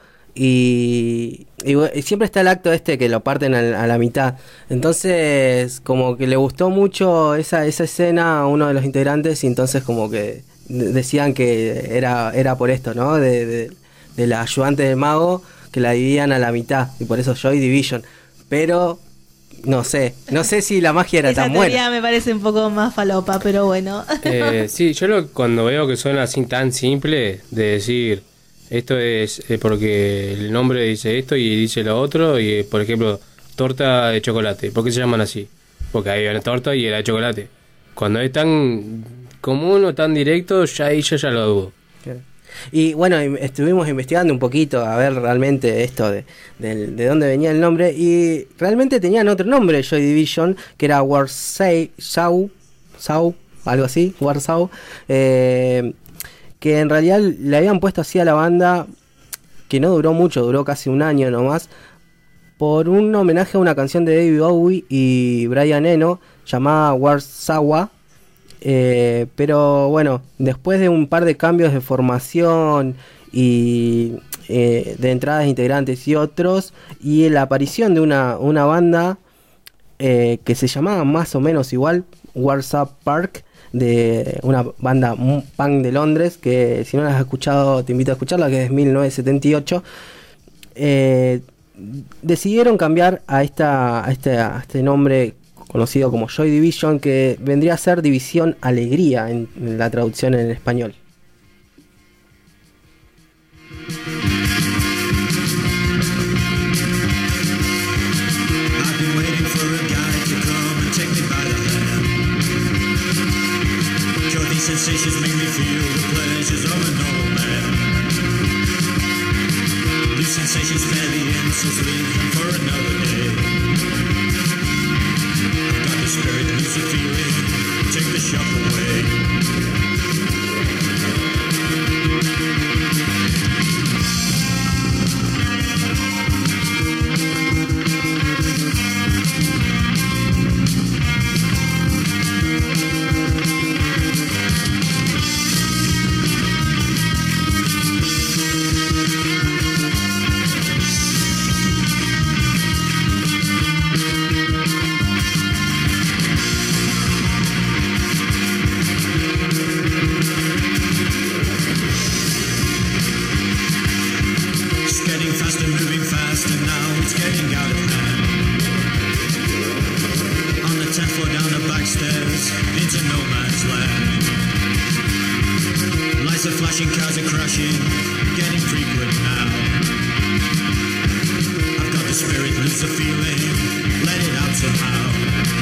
Y, y, y siempre está el acto este que lo parten a, a la mitad. Entonces como que le gustó mucho esa, esa escena a uno de los integrantes, y entonces como que decían que era, era por esto, ¿no? De, de, de la ayudante del mago, que la dividían a la mitad, y por eso Joy Division. Pero no sé, no sé si la magia era esa tan buena. Esa teoría me parece un poco más falopa, pero bueno. eh, Sí, yo lo, cuando veo que suena así tan simple, de decir esto es eh, porque el nombre dice esto y dice lo otro, y por ejemplo, torta de chocolate. ¿Por qué se llaman así? Porque hay una torta y era de chocolate. Cuando es tan común o tan directo, ya ahí yo ya lo dudo. Y bueno, estuvimos investigando un poquito a ver realmente esto de, de, de dónde venía el nombre, y realmente tenían otro nombre, Joy Division, que era Warsaw, Sau, algo así, Warsaw, eh, que en realidad le habían puesto así a la banda, que no duró mucho, duró casi un año nomás, por un homenaje a una canción de David Bowie y Brian Eno llamada Warsaw. Eh, pero bueno, después de un par de cambios de formación y eh, de entradas de integrantes y otros, y la aparición de una, una banda eh, que se llamaba más o menos igual, Warsaw Park, de una banda punk de Londres, que si no la has escuchado te invito a escucharla, que es mil novecientos setenta y ocho. eh, decidieron cambiar a, esta, a, este, a este nombre conocido como Joy Division, que vendría a ser División Alegría en, en la traducción en español. Sensations make me feel the pleasures of a normal man. These sensations spare the insults, leave them for another day. I've got the spirit, lose the feeling, take the shock away. spirit lose the feeling, let it out somehow.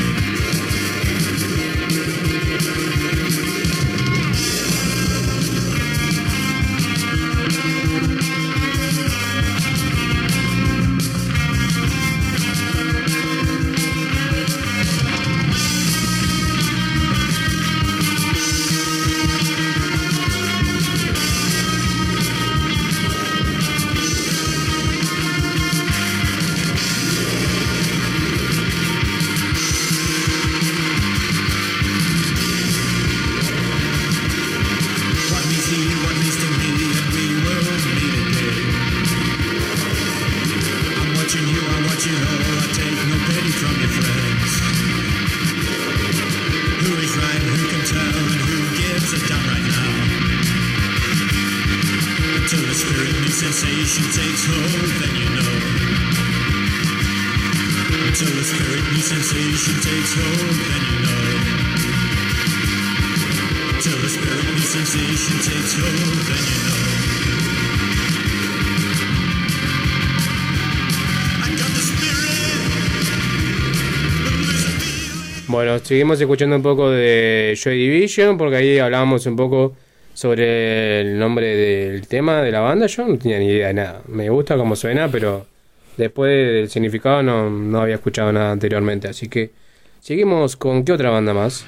Sensation takes hold, then you know. Until the spirit new sensation takes hold, then you know. Until the spirit new sensation takes hold, then you know. I got the spirit. Bueno, seguimos escuchando un poco de Joy Division, porque ahí hablábamos un poco sobre el nombre del tema de la banda. Yo no tenía ni idea de nada. Me gusta cómo suena, pero después del significado no, no había escuchado nada anteriormente. Así que seguimos con ¿qué otra banda más?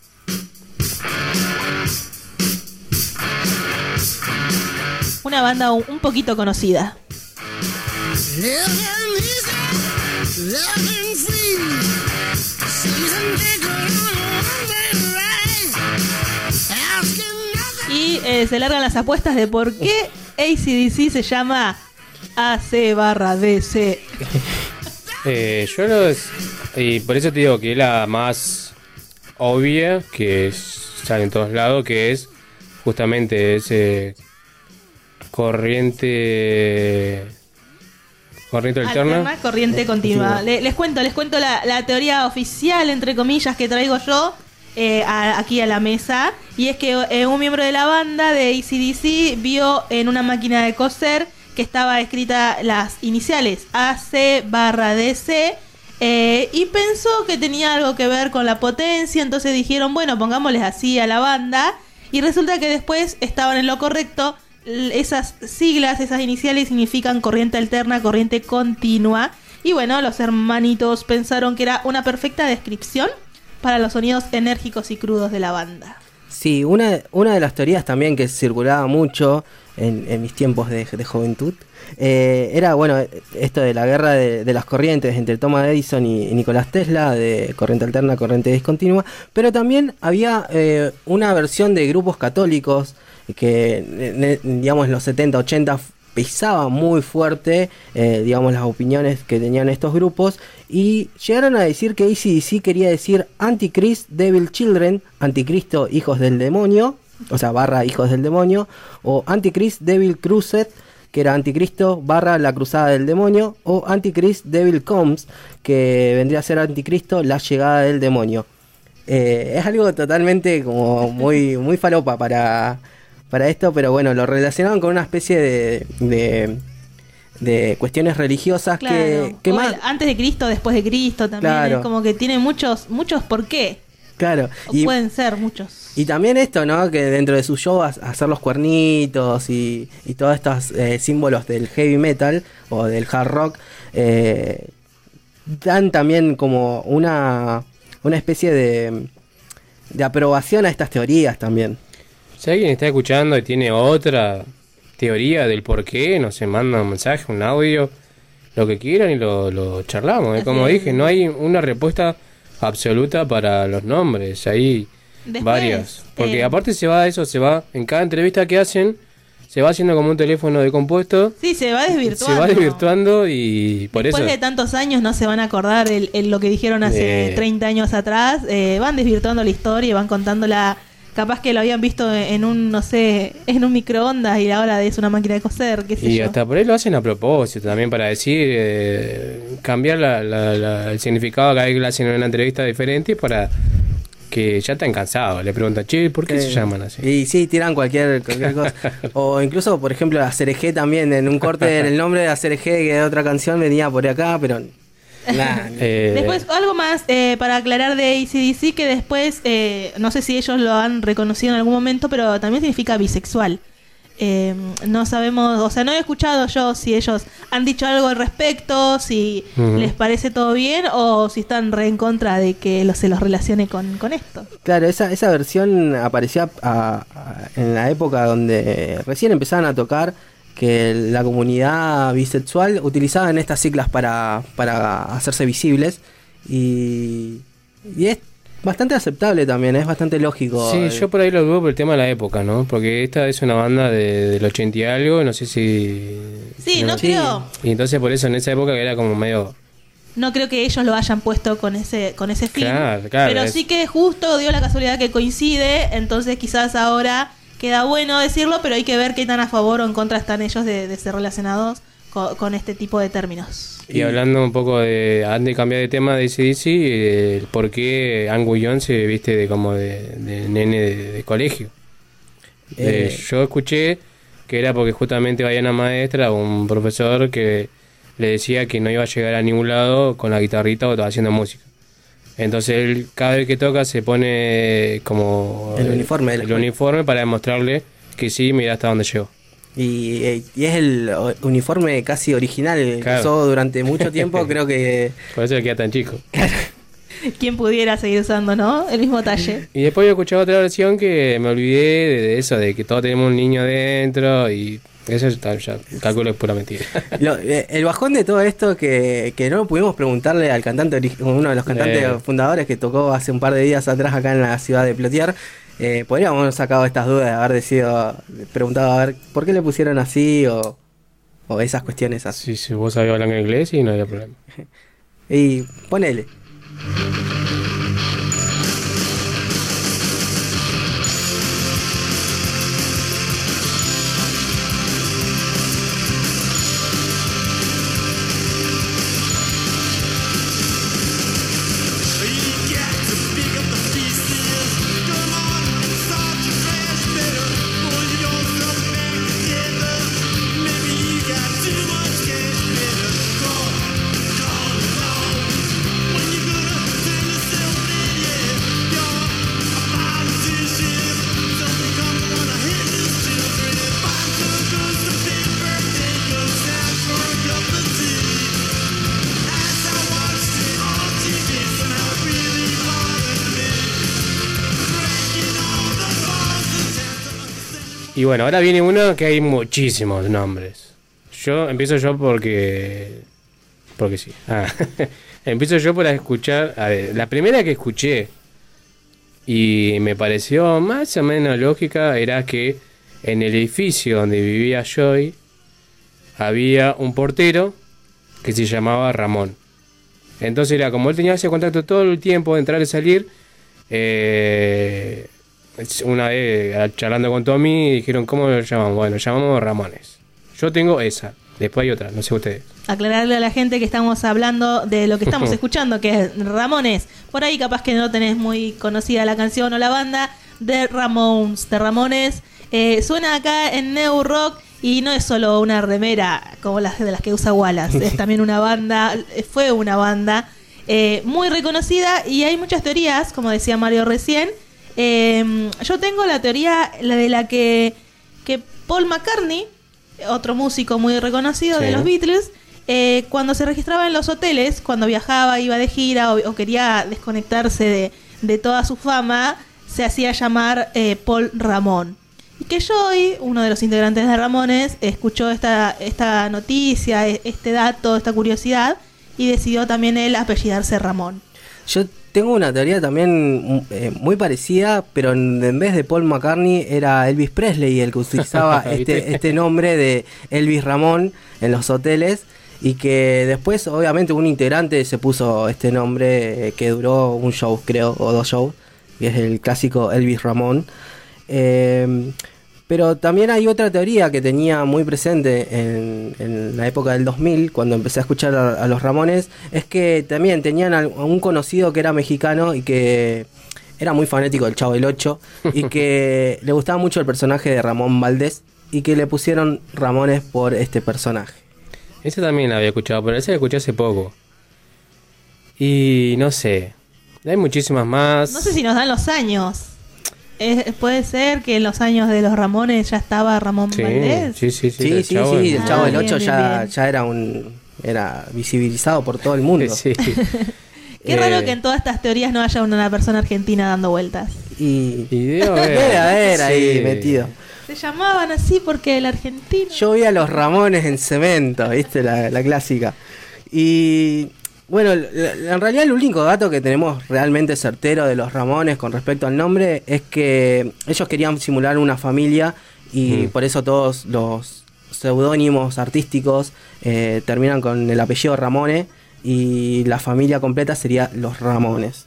Una banda un, un poquito conocida. Y eh, se largan las apuestas de por qué A C D C se llama A C barra D C. eh, yo los... Y por eso te digo que es la más obvia, que es, sale en todos lados, que es justamente ese corriente... Corriente alterna. Alterna, corriente continua. Le, les cuento, les cuento la, la teoría oficial, entre comillas, que traigo yo. Eh, a, aquí a la mesa, y es que eh, un miembro de la banda de A C D C vio en una máquina de coser que estaba escrita las iniciales A C barra D C eh, y pensó que tenía algo que ver con la potencia, entonces dijeron, bueno, pongámosles así a la banda, y resulta que después estaban en lo correcto. Esas siglas, esas iniciales significan corriente alterna, corriente continua, y bueno, los hermanitos pensaron que era una perfecta descripción para los sonidos enérgicos y crudos de la banda. Sí, una, una de las teorías también que circulaba mucho en, en mis tiempos de, de juventud eh, era, bueno, esto de la guerra de, de las corrientes entre Thomas Edison y, y Nicolás Tesla, de corriente alterna, corriente discontinua, pero también había eh, una versión de grupos católicos que, digamos, en los setenta, ochenta pisaba muy fuerte, eh, digamos, las opiniones que tenían estos grupos, y llegaron a decir que A C D C quería decir Antichrist, Devil Children, Anticristo, hijos del demonio, o sea, barra hijos del demonio, o Antichrist, Devil Crusade, que era Anticristo barra la cruzada del demonio, o Antichrist, Devil Comes, que vendría a ser Anticristo, la llegada del demonio. Eh, es algo totalmente como muy, muy falopa para... para esto, pero bueno, lo relacionaban con una especie de, de, de cuestiones religiosas. Claro. que, que más... antes de Cristo, después de Cristo también, claro. Es como que tiene muchos, muchos por qué. Claro. O y, pueden ser muchos. Y también esto, ¿no? Que dentro de su show hacer los cuernitos y, y todos estos eh, símbolos del heavy metal o del hard rock eh, dan también como una, una especie de, de aprobación a estas teorías también. Si alguien está escuchando y tiene otra teoría del por qué, no se manda un mensaje, un audio, lo que quieran y lo, lo charlamos. ¿eh? Como dije, no hay una respuesta absoluta para los nombres, hay Después, varios. Porque eh... aparte se va a eso, se va, en cada entrevista que hacen, se va haciendo como un teléfono de compuesto. Sí, se va desvirtuando. Se va desvirtuando y por Después eso... Después de tantos años no se van a acordar el, el lo que dijeron hace eh... treinta años atrás, eh, van desvirtuando la historia y van contándola. Capaz que lo habían visto en un, no sé, en un microondas y ahora es una máquina de coser, qué sé y yo. Y hasta por ahí lo hacen a propósito también para decir, eh, cambiar la, la, la, el significado cada vez que le hacen en una entrevista diferente para que ya están cansados. Le preguntan, che, ¿por qué Eh, se llaman así? Y sí, tiran cualquier, cualquier cosa. O incluso, por ejemplo, A C R G también, en un corte, el nombre de A C R G, que de otra canción, venía por acá, pero nada. Eh, Después, algo más eh, para aclarar de A C D C, que después, eh, no sé si ellos lo han reconocido en algún momento, pero también significa bisexual. Eh, no sabemos, o sea, no he escuchado yo si ellos han dicho algo al respecto, si Ujú. les parece todo bien o si están re en contra de que lo, se los relacione con, con esto. Claro, esa, esa versión aparecía a- a- en la época donde recién empezaban a tocar, que la comunidad bisexual utilizaban estas siglas para, para hacerse visibles, y, y es bastante aceptable también, es bastante lógico. Sí, yo por ahí lo dudo por el tema de la época, ¿no? Porque esta es una banda de, del ochenta y algo, no sé si... Sí, no creo, Y entonces por eso en esa época era como medio... no creo que ellos lo hayan puesto con ese, con ese fin. Claro, claro, pero es- sí que justo dio la casualidad que coincide, entonces quizás ahora queda bueno decirlo, pero hay que ver qué tan a favor o en contra están ellos de, de ser relacionados con, con este tipo de términos. Y hablando un poco de, antes de cambiar de tema de A C D C, eh, el por qué Angus Young se viste de como de, de nene de, de colegio. Eh, Eh. yo escuché que era porque justamente había una maestra o un profesor que le decía que no iba a llegar a ningún lado con la guitarrita o haciendo música. Entonces él cada vez que toca se pone como El uniforme de la el escuela. uniforme para demostrarle que sí, mira hasta dónde llegó. Y, eh, y es el o- uniforme casi original que Claro. usó durante mucho tiempo, creo que... Por eso le queda tan chico. ¿Quién pudiera seguir usando, no? El mismo talle. Y después yo escuché otra versión que me olvidé de, de eso, de que todos tenemos un niño dentro y eso ya, ya calculo que es pura mentira. Lo- eh, el bajón de todo esto que, que no pudimos preguntarle al cantante, ori- uno de los cantantes Eh. fundadores que tocó hace un par de días atrás acá en la ciudad de Plotier, eh, podríamos haber sacado estas dudas, de haber decidido, preguntado a ver por qué le pusieron así o, o esas cuestiones así. Sí, sí, vos sabías hablar en inglés y no había problema. Y ponele. Y bueno, ahora viene uno que hay muchísimos nombres. Yo empiezo yo porque... Porque sí. Ah, empiezo yo por escuchar... A ver, la primera que escuché y me pareció más o menos lógica era que en el edificio donde vivía Joy había un portero que se llamaba Ramón. Entonces era como él tenía ese contacto todo el tiempo de entrar y salir. Eh, una vez charlando con Tommy dijeron, ¿cómo lo llamamos? Bueno, llamamos Ramones. Yo tengo esa, después hay otra, no sé ustedes. Aclararle a la gente que estamos hablando de lo que estamos escuchando, que es Ramones. Por ahí capaz que no tenés muy conocida la canción o la banda de Ramones. De Ramones eh, suena acá en New Rock y no es solo una remera como las de las que usa Wallace. Es también una banda, fue una banda eh, muy reconocida y hay muchas teorías, como decía Mario recién. Eh, yo tengo la teoría la de la que, que Paul McCartney, otro músico muy reconocido Sí. de los Beatles, eh, cuando se registraba en los hoteles, cuando viajaba, iba de gira o, o quería desconectarse de, de toda su fama, se hacía llamar eh, Paul Ramón. Y que Joy, uno de los integrantes de Ramones, escuchó esta, esta noticia, e- este dato, esta curiosidad, y decidió también él apellidarse Ramón. Yo tengo una teoría también eh, muy parecida, pero en, en vez de Paul McCartney era Elvis Presley el que utilizaba ¿Viste? este, este nombre de Elvis Ramón en los hoteles, y que después obviamente un integrante se puso este nombre eh, que duró un show creo, o dos shows, que es el clásico Elvis Ramón. Eh, pero también hay otra teoría que tenía muy presente en, en la época del dos mil, cuando empecé a escuchar a, a los Ramones, es que también tenían a un conocido que era mexicano y que era muy fanático del Chavo del Ocho y que le gustaba mucho el personaje de Ramón Valdés y que le pusieron Ramones por este personaje. Ese también lo había escuchado, pero ese lo escuché hace poco. Y no sé, hay muchísimas más. No sé si nos dan los años. Eh, puede ser que en los años de los Ramones ya estaba Ramón Sí, Valdés. sí, sí, sí. Sí, del sí, Chavo. sí, el Chavo Ah, del bien, Ocho bien, ya, bien. ya era un era visibilizado por todo el mundo. Sí. Qué Eh, raro que en todas estas teorías no haya una persona argentina dando vueltas. Y, y debe haber, debe haber ahí sí. metido. Se llamaban así porque el argentino... Yo vi a los Ramones en cemento, ¿viste? La, la clásica. Y bueno, la- en realidad el único dato que tenemos realmente certero de los Ramones con respecto al nombre es que ellos querían simular una familia y Mm. por eso todos los seudónimos artísticos eh, terminan con el apellido Ramone y la familia completa sería los Ramones.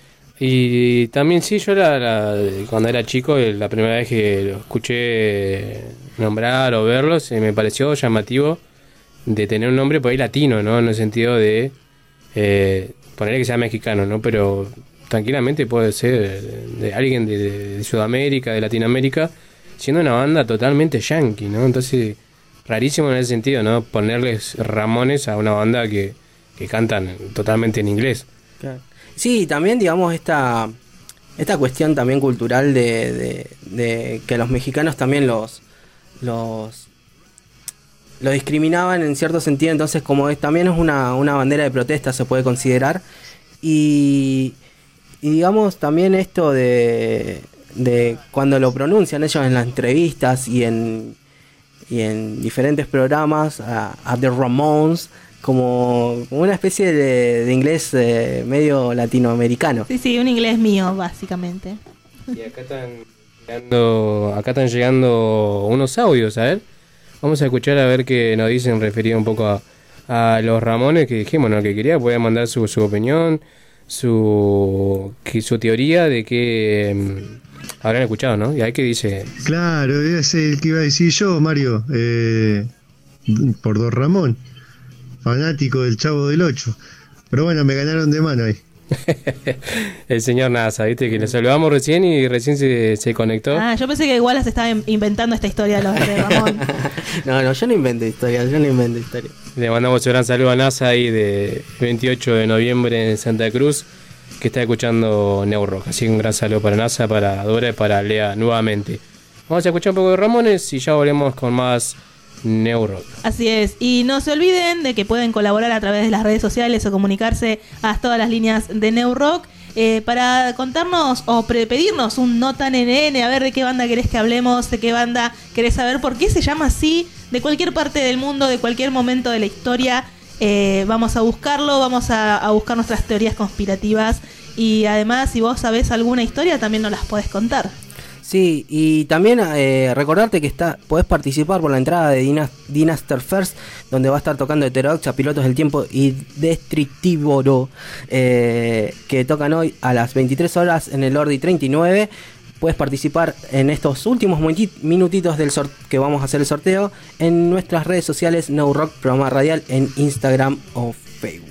Y también sí, yo era, la- cuando era chico, la primera vez que lo escuché nombrar o verlos, eh, me pareció llamativo de tener un nombre por ahí latino, ¿no? En el sentido de eh, ponerle que sea mexicano, ¿no? Pero tranquilamente puede ser de alguien de, de Sudamérica, de Latinoamérica, siendo una banda totalmente yankee, ¿no? Entonces, rarísimo en ese sentido, ¿no? Ponerles Ramones a una banda que, que cantan totalmente en inglés. Claro. Sí, también digamos esta esta cuestión también cultural de, de, de que los mexicanos también los los lo discriminaban en cierto sentido, entonces como es, también es una, una bandera de protesta se puede considerar y, y digamos también esto de, de cuando lo pronuncian ellos en las entrevistas y en y en diferentes programas a, a The Ramones como una especie de, de inglés eh, medio latinoamericano. Sí, sí, un inglés mío, básicamente. Y acá están llegando, acá están llegando unos audios, a ver. Vamos a escuchar a ver qué nos dicen referido un poco a, a los Ramones, que dijimos, ¿no? Que quería poder mandar su, su opinión, su, que, su teoría de que mm, habrán escuchado, ¿no? Y ahí que dice... Claro, es el que iba a decir yo, Mario, eh, por Don Ramón, fanático del Chavo del Ocho. Pero bueno, me ganaron de mano ahí. El señor NASA, ¿viste? Que le saludamos recién y recién se, se conectó. Ah, yo pensé que Wallace estaba in- inventando esta historia de los de Ramón. No, no, yo no invento historias, yo no invento historias. Le mandamos un gran saludo a NASA ahí de veintiocho de noviembre en Santa Cruz, que está escuchando Neo Rock. Así que un gran saludo para NASA, para Dora y para Lea nuevamente. Vamos a escuchar un poco de Ramones y ya volvemos con más Neo Rock. Así es, y no se olviden de que pueden colaborar a través de las redes sociales o comunicarse a todas las líneas de Neo Rock eh, para contarnos o pre- pedirnos un no tan N N, a ver de qué banda querés que hablemos, de qué banda querés saber, por qué se llama así, de cualquier parte del mundo, de cualquier momento de la historia. Eh, vamos a buscarlo, vamos a, a buscar nuestras teorías conspirativas y además si vos sabés alguna historia también nos las podés contar. Sí, y también eh, recordarte que está, podés participar por la entrada de Dinas, Dinaster First, donde va a estar tocando Heterodoxa, Pilotos del Tiempo y Destrictívoro, eh, que tocan hoy a las veintitrés horas en el Ordi treinta y nueve. Puedes participar en estos últimos minuti- minutitos del sor- que vamos a hacer el sorteo en nuestras redes sociales Neo Rock Programa Radial en Instagram o Facebook.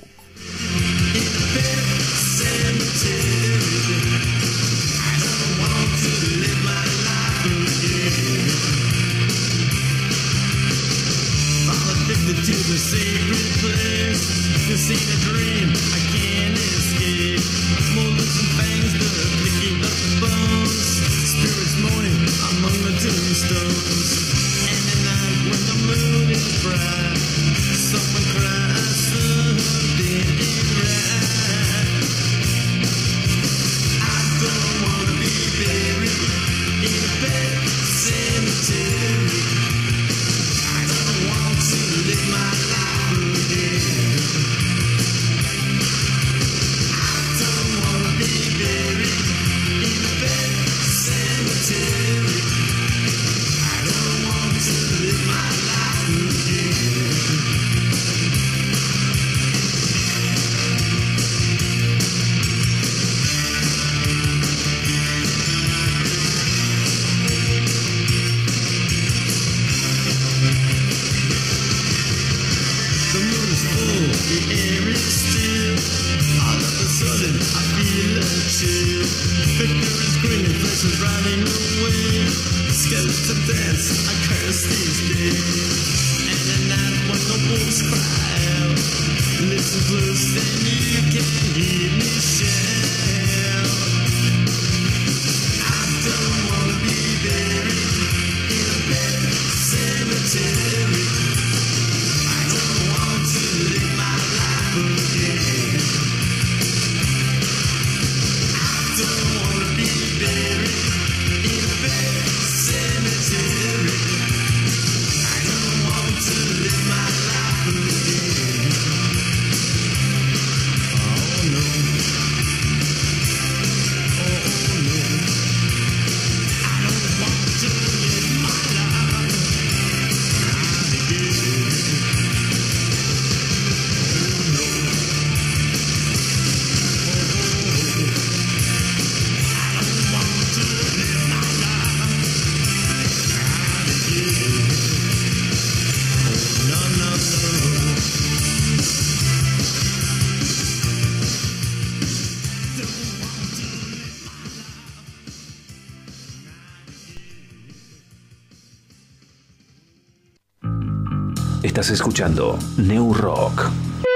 To the sacred place, this ain't a dream, I can't escape. Molars and fangs that are picking up bones, spirits moaning among the tombstones. And at night when the moon is bright, someone cries something ain't right. I don't wanna be buried in a pet cemetery. I don't want to live my life again. Estás escuchando New Rock.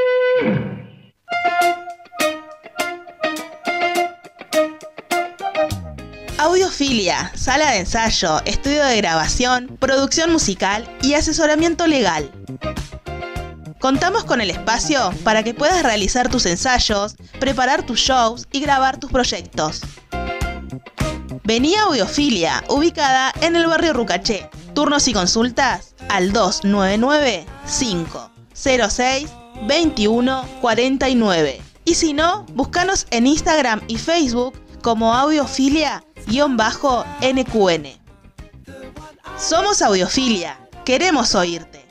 Audiofilia, sala de ensayo, estudio de grabación, producción musical y asesoramiento legal. Contamos con el espacio para que puedas realizar tus ensayos, preparar tus shows y grabar tus proyectos. Vení a Audiofilia, ubicada en el barrio Rucaché. Turnos y consultas al dos nueve nueve, cinco cero seis, dos uno cuatro nueve. Y si no, búscanos en Instagram y Facebook como Audiofilia-N Q N. Somos Audiofilia, queremos oírte.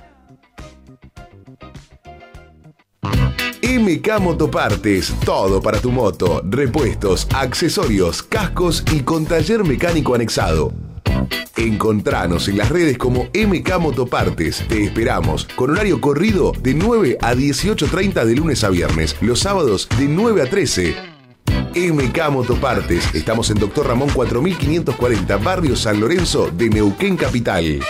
M K Motopartes, todo para tu moto, repuestos, accesorios, cascos y con taller mecánico anexado. Encontranos en las redes como M K Motopartes. Te esperamos con horario corrido de nueve a dieciocho treinta de lunes a viernes, los sábados de nueve a trece. M K Motopartes. Estamos en Doctor Ramón cuatro mil quinientos cuarenta, Barrio San Lorenzo de Neuquén Capital.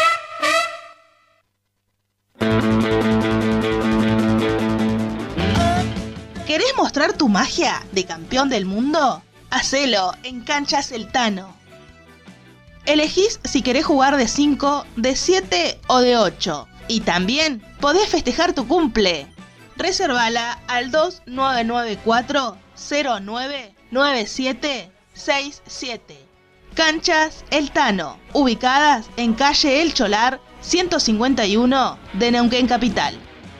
¿Querés mostrar tu magia de campeón del mundo? Hacelo en Canchas El Tano. Elegís si querés jugar de cinco, de siete o de ocho. Y también podés festejar tu cumple. Reservala al dos nueve nueve cuatro, cero nueve, nueve siete seis siete. Canchas El Tano, ubicadas en calle El Cholar, ciento cincuenta y uno de Neuquén Capital.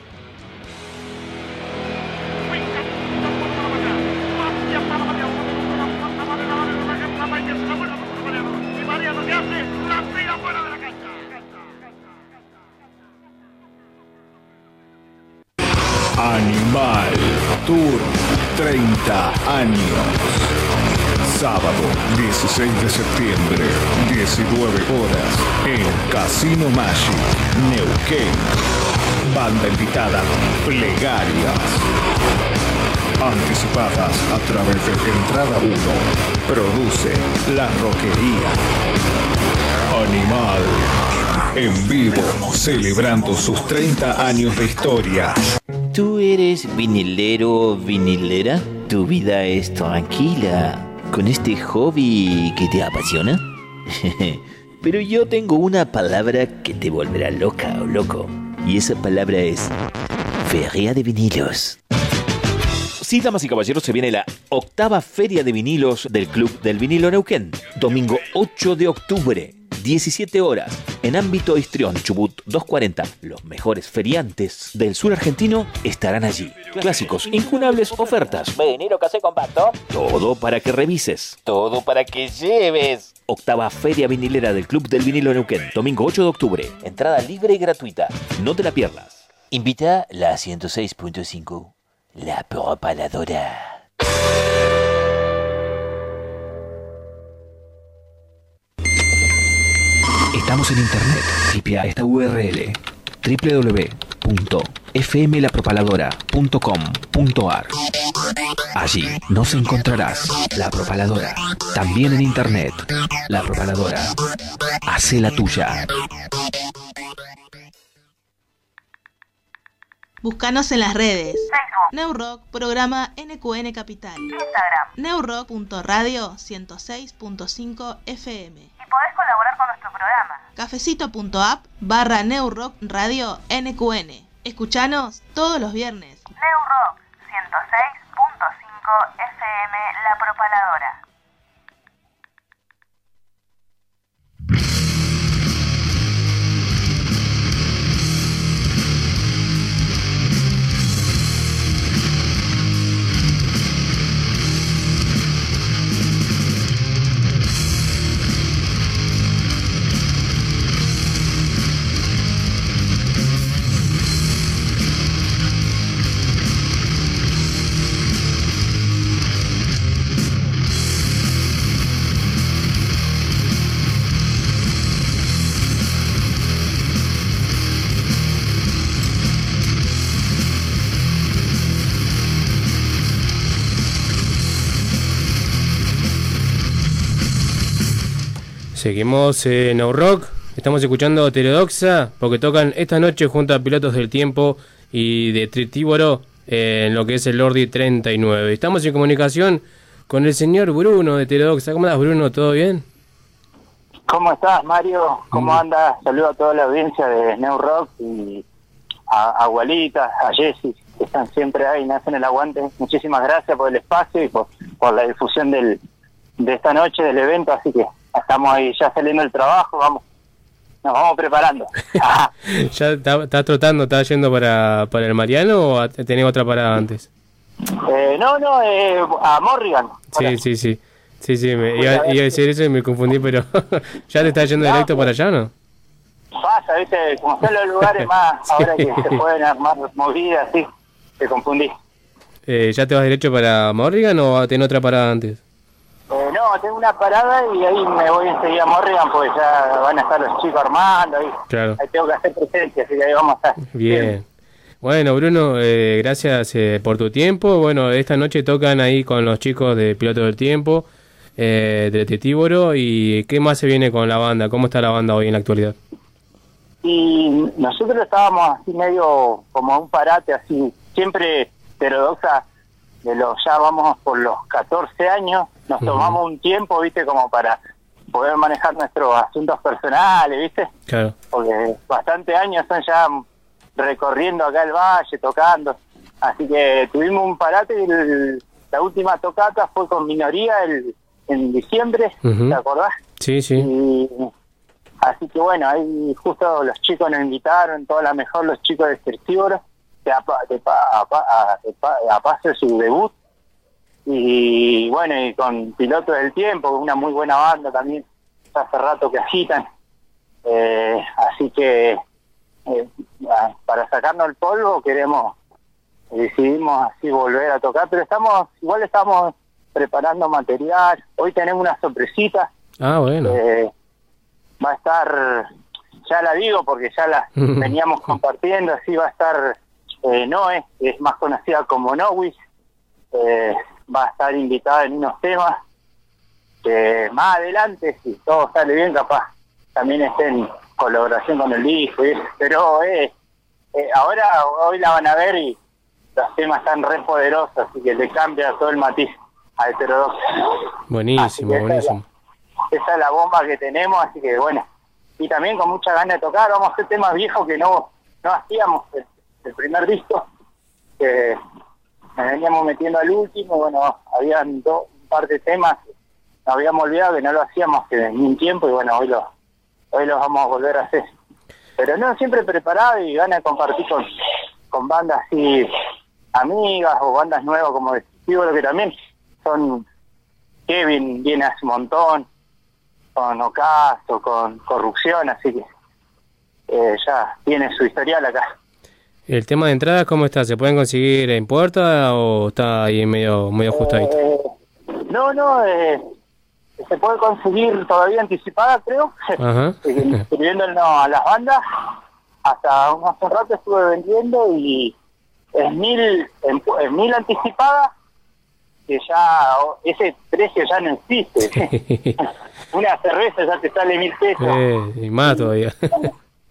Animal Tour treinta años. Sábado dieciséis de septiembre, diecinueve horas, en Casino Magic, Neuquén. Banda invitada, Plegarias. Anticipadas a través de Entrada uno. Produce La Roquería. Animal. En vivo, celebrando sus treinta años de historia. ¿Tú eres vinilero o vinilera? ¿Tu vida es tranquila con este hobby que te apasiona? Pero yo tengo una palabra que te volverá loca o loco. Y esa palabra es Feria de Vinilos. Sí, damas y caballeros, se viene la octava Feria de Vinilos del Club del Vinilo Neuquén. Domingo ocho de octubre. diecisiete horas, en ámbito Histrión, Chubut doscientos cuarenta. Los mejores feriantes del sur argentino estarán allí. Clásicos, incunables ofertas. Vinilo casé compacto. Todo para que revises. Todo para que lleves. Octava Feria Vinilera del Club del Vinilo Neuquén. Domingo ocho de octubre. Entrada libre y gratuita. No te la pierdas. Invita la ciento seis punto cinco. La propaladora. Estamos en internet. Tipea esta U R L: doble u doble u doble u punto f m la propaladora punto com punto a r. Allí nos encontrarás. La Propaladora. También en internet. La Propaladora. Hacé la tuya. Búscanos en las redes. Facebook, Neurock, programa N Q N Capital. Instagram. Neurock punto radio ciento seis punto cinco F M. Y podés colaborar con nuestro programa. Cafecito punto app barra Neurock Radio N Q N. Escuchanos todos los viernes. Neurock ciento seis punto cinco F M La Propaladora. Seguimos en Neurock, estamos escuchando Heterodoxa porque tocan esta noche junto a Pilotos del Tiempo y de Tritívoro eh, en lo que es el Lordi treinta y nueve. Estamos en comunicación con el señor Bruno de Heterodoxa. ¿Cómo estás, Bruno? ¿Todo bien? ¿Cómo estás, Mario? ¿Cómo Mm. andas? Saludo a toda la audiencia de Neurock y a, a Gualita, a Jessy, que están siempre ahí, me hacen el aguante. Muchísimas gracias por el espacio y por, por la difusión del, de esta noche, del evento, así que estamos ahí ya saliendo del trabajo, vamos, nos vamos preparando. ¿Ya estás está trotando, estás yendo para, para el Mariano o tenés otra parada antes? Eh, no, no, eh, a Morrigan. Sí, sí, sí. Sí, sí, me, iba, iba a decir eso y me confundí, pero ¿ya te estás yendo directo para allá, no? Pasa, viste, como están los lugares más, Sí. ahora que se pueden armar movidas, sí, te confundí. Eh, ¿Ya te vas derecho para Morrigan o tenés otra parada antes? Eh, no, tengo una parada y ahí me voy enseguida a Morrigan porque ya van a estar los chicos armando ahí. Claro. Ahí tengo que hacer presencia, así que ahí vamos a estar. Bien. Bueno, Bruno, eh, gracias eh, por tu tiempo. Bueno, esta noche tocan ahí con los chicos de Piloto del Tiempo, eh, de Tritívoro. ¿Y qué más se viene con la banda? ¿Cómo está la banda hoy en la actualidad? Y nosotros estábamos así medio como un parate, así, siempre heterodoxa, de los ya vamos por los catorce años, nos tomamos un tiempo, viste, como para poder manejar nuestros asuntos personales, viste, Claro. porque bastante años son ya recorriendo acá el valle, tocando, así que tuvimos un parate y el- la última tocata fue con Minoría el, en diciembre, Ujú. ¿te acordás? Sí, sí. Y así que bueno, ahí justo los chicos nos invitaron, toda la mejor los chicos de Cercívoro, de, a, pa- de, pa- a, pa- a- de pa- a paso de su debut. Y bueno, y con Pilotos del Tiempo, una muy buena banda también, ya hace rato que agitan. Eh, así que eh, a- para sacarnos el polvo queremos, decidimos así volver a tocar, pero estamos, igual estamos preparando material. Hoy tenemos una sorpresita. Ah, bueno. Eh, va a estar, ya la digo porque ya la veníamos compartiendo, así va a estar eh, Noé, que es más conocida como Nowis, eh, va a estar invitada en unos temas que más adelante, si todo sale bien, capaz también esté en colaboración con el disco, y eso. Pero eh, eh, ahora, hoy la van a ver y los temas están re poderosos, así que le cambia todo el matiz a Heterodoxa. Buenísimo, Así que buenísimo. Esa es la bomba que tenemos, así que bueno, y también con mucha ganas de tocar, vamos a hacer temas viejos que no no hacíamos, el, el primer disco, que nos veníamos metiendo al último, bueno, habían do, un par de temas, nos habíamos olvidado que no lo hacíamos que en un tiempo, y bueno, hoy lo, hoy los vamos a volver a hacer. Pero no, siempre preparado y ganas de compartir con, con bandas así, amigas o bandas nuevas como de Tibolo, que también son, Kevin viene hace un montón, con Ocaso, con Corrupción, así que eh, ya tiene su historial acá. ¿El tema de entradas cómo está? ¿Se pueden conseguir en puerta o está ahí medio, medio ajustadito? Eh, no, no, eh, se puede conseguir todavía anticipada, creo, Ajá. escribiéndonos a las bandas. Hasta un- hace un rato estuve vendiendo y es mil, en, pu- en mil anticipada, que ya o- ese precio ya no existe. Una cerveza ya te sale mil pesos. Eh, y más todavía.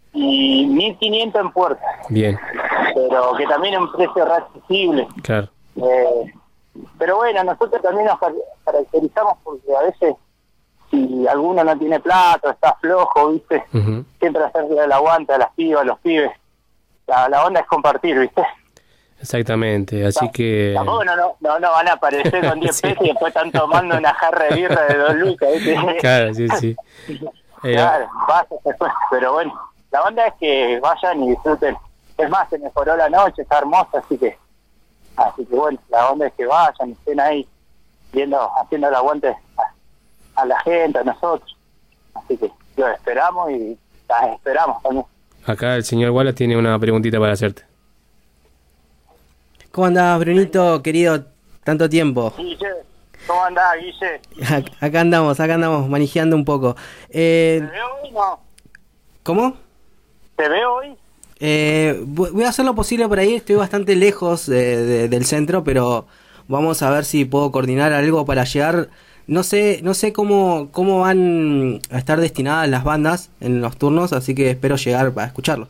y mil quinientos en puerta. Bien, Pero que también es un precio reaccesible. claro. Eh, pero bueno, nosotros también nos car- caracterizamos porque a veces si alguno no tiene plata, está flojo, ¿viste? Ujú. Siempre hacerle el aguante a las pibas, a los pibes. La, la onda es compartir, ¿viste? Exactamente, así que... Tampoco no, no, no, no van a aparecer con diez Sí. pesos y después están tomando una jarra de birra de dos lucas, ¿viste? Claro, sí, sí. Eh, Claro, pasa después. Pero bueno, la onda es que vayan y disfruten. Es más, se mejoró la noche, está hermosa, así que... Así que bueno, la onda es que vayan, estén ahí viendo, haciendo el aguante a, a la gente, a nosotros. Así que lo esperamos y las esperamos también. Acá el señor Wallace tiene una preguntita para hacerte. ¿Cómo andás, Brunito, querido? Tanto tiempo. Guille, ¿cómo andás, Guille? Ac- Acá andamos, acá andamos, manejando un poco. Eh, ¿Te veo hoy no? ¿Cómo? ¿Te veo hoy? Eh, vo- voy a hacer lo posible por ahí, estoy bastante lejos de- de- del centro, pero vamos a ver si puedo coordinar algo para llegar. No sé, no sé cómo, cómo van a estar destinadas las bandas en los turnos, así que espero llegar para escucharlos.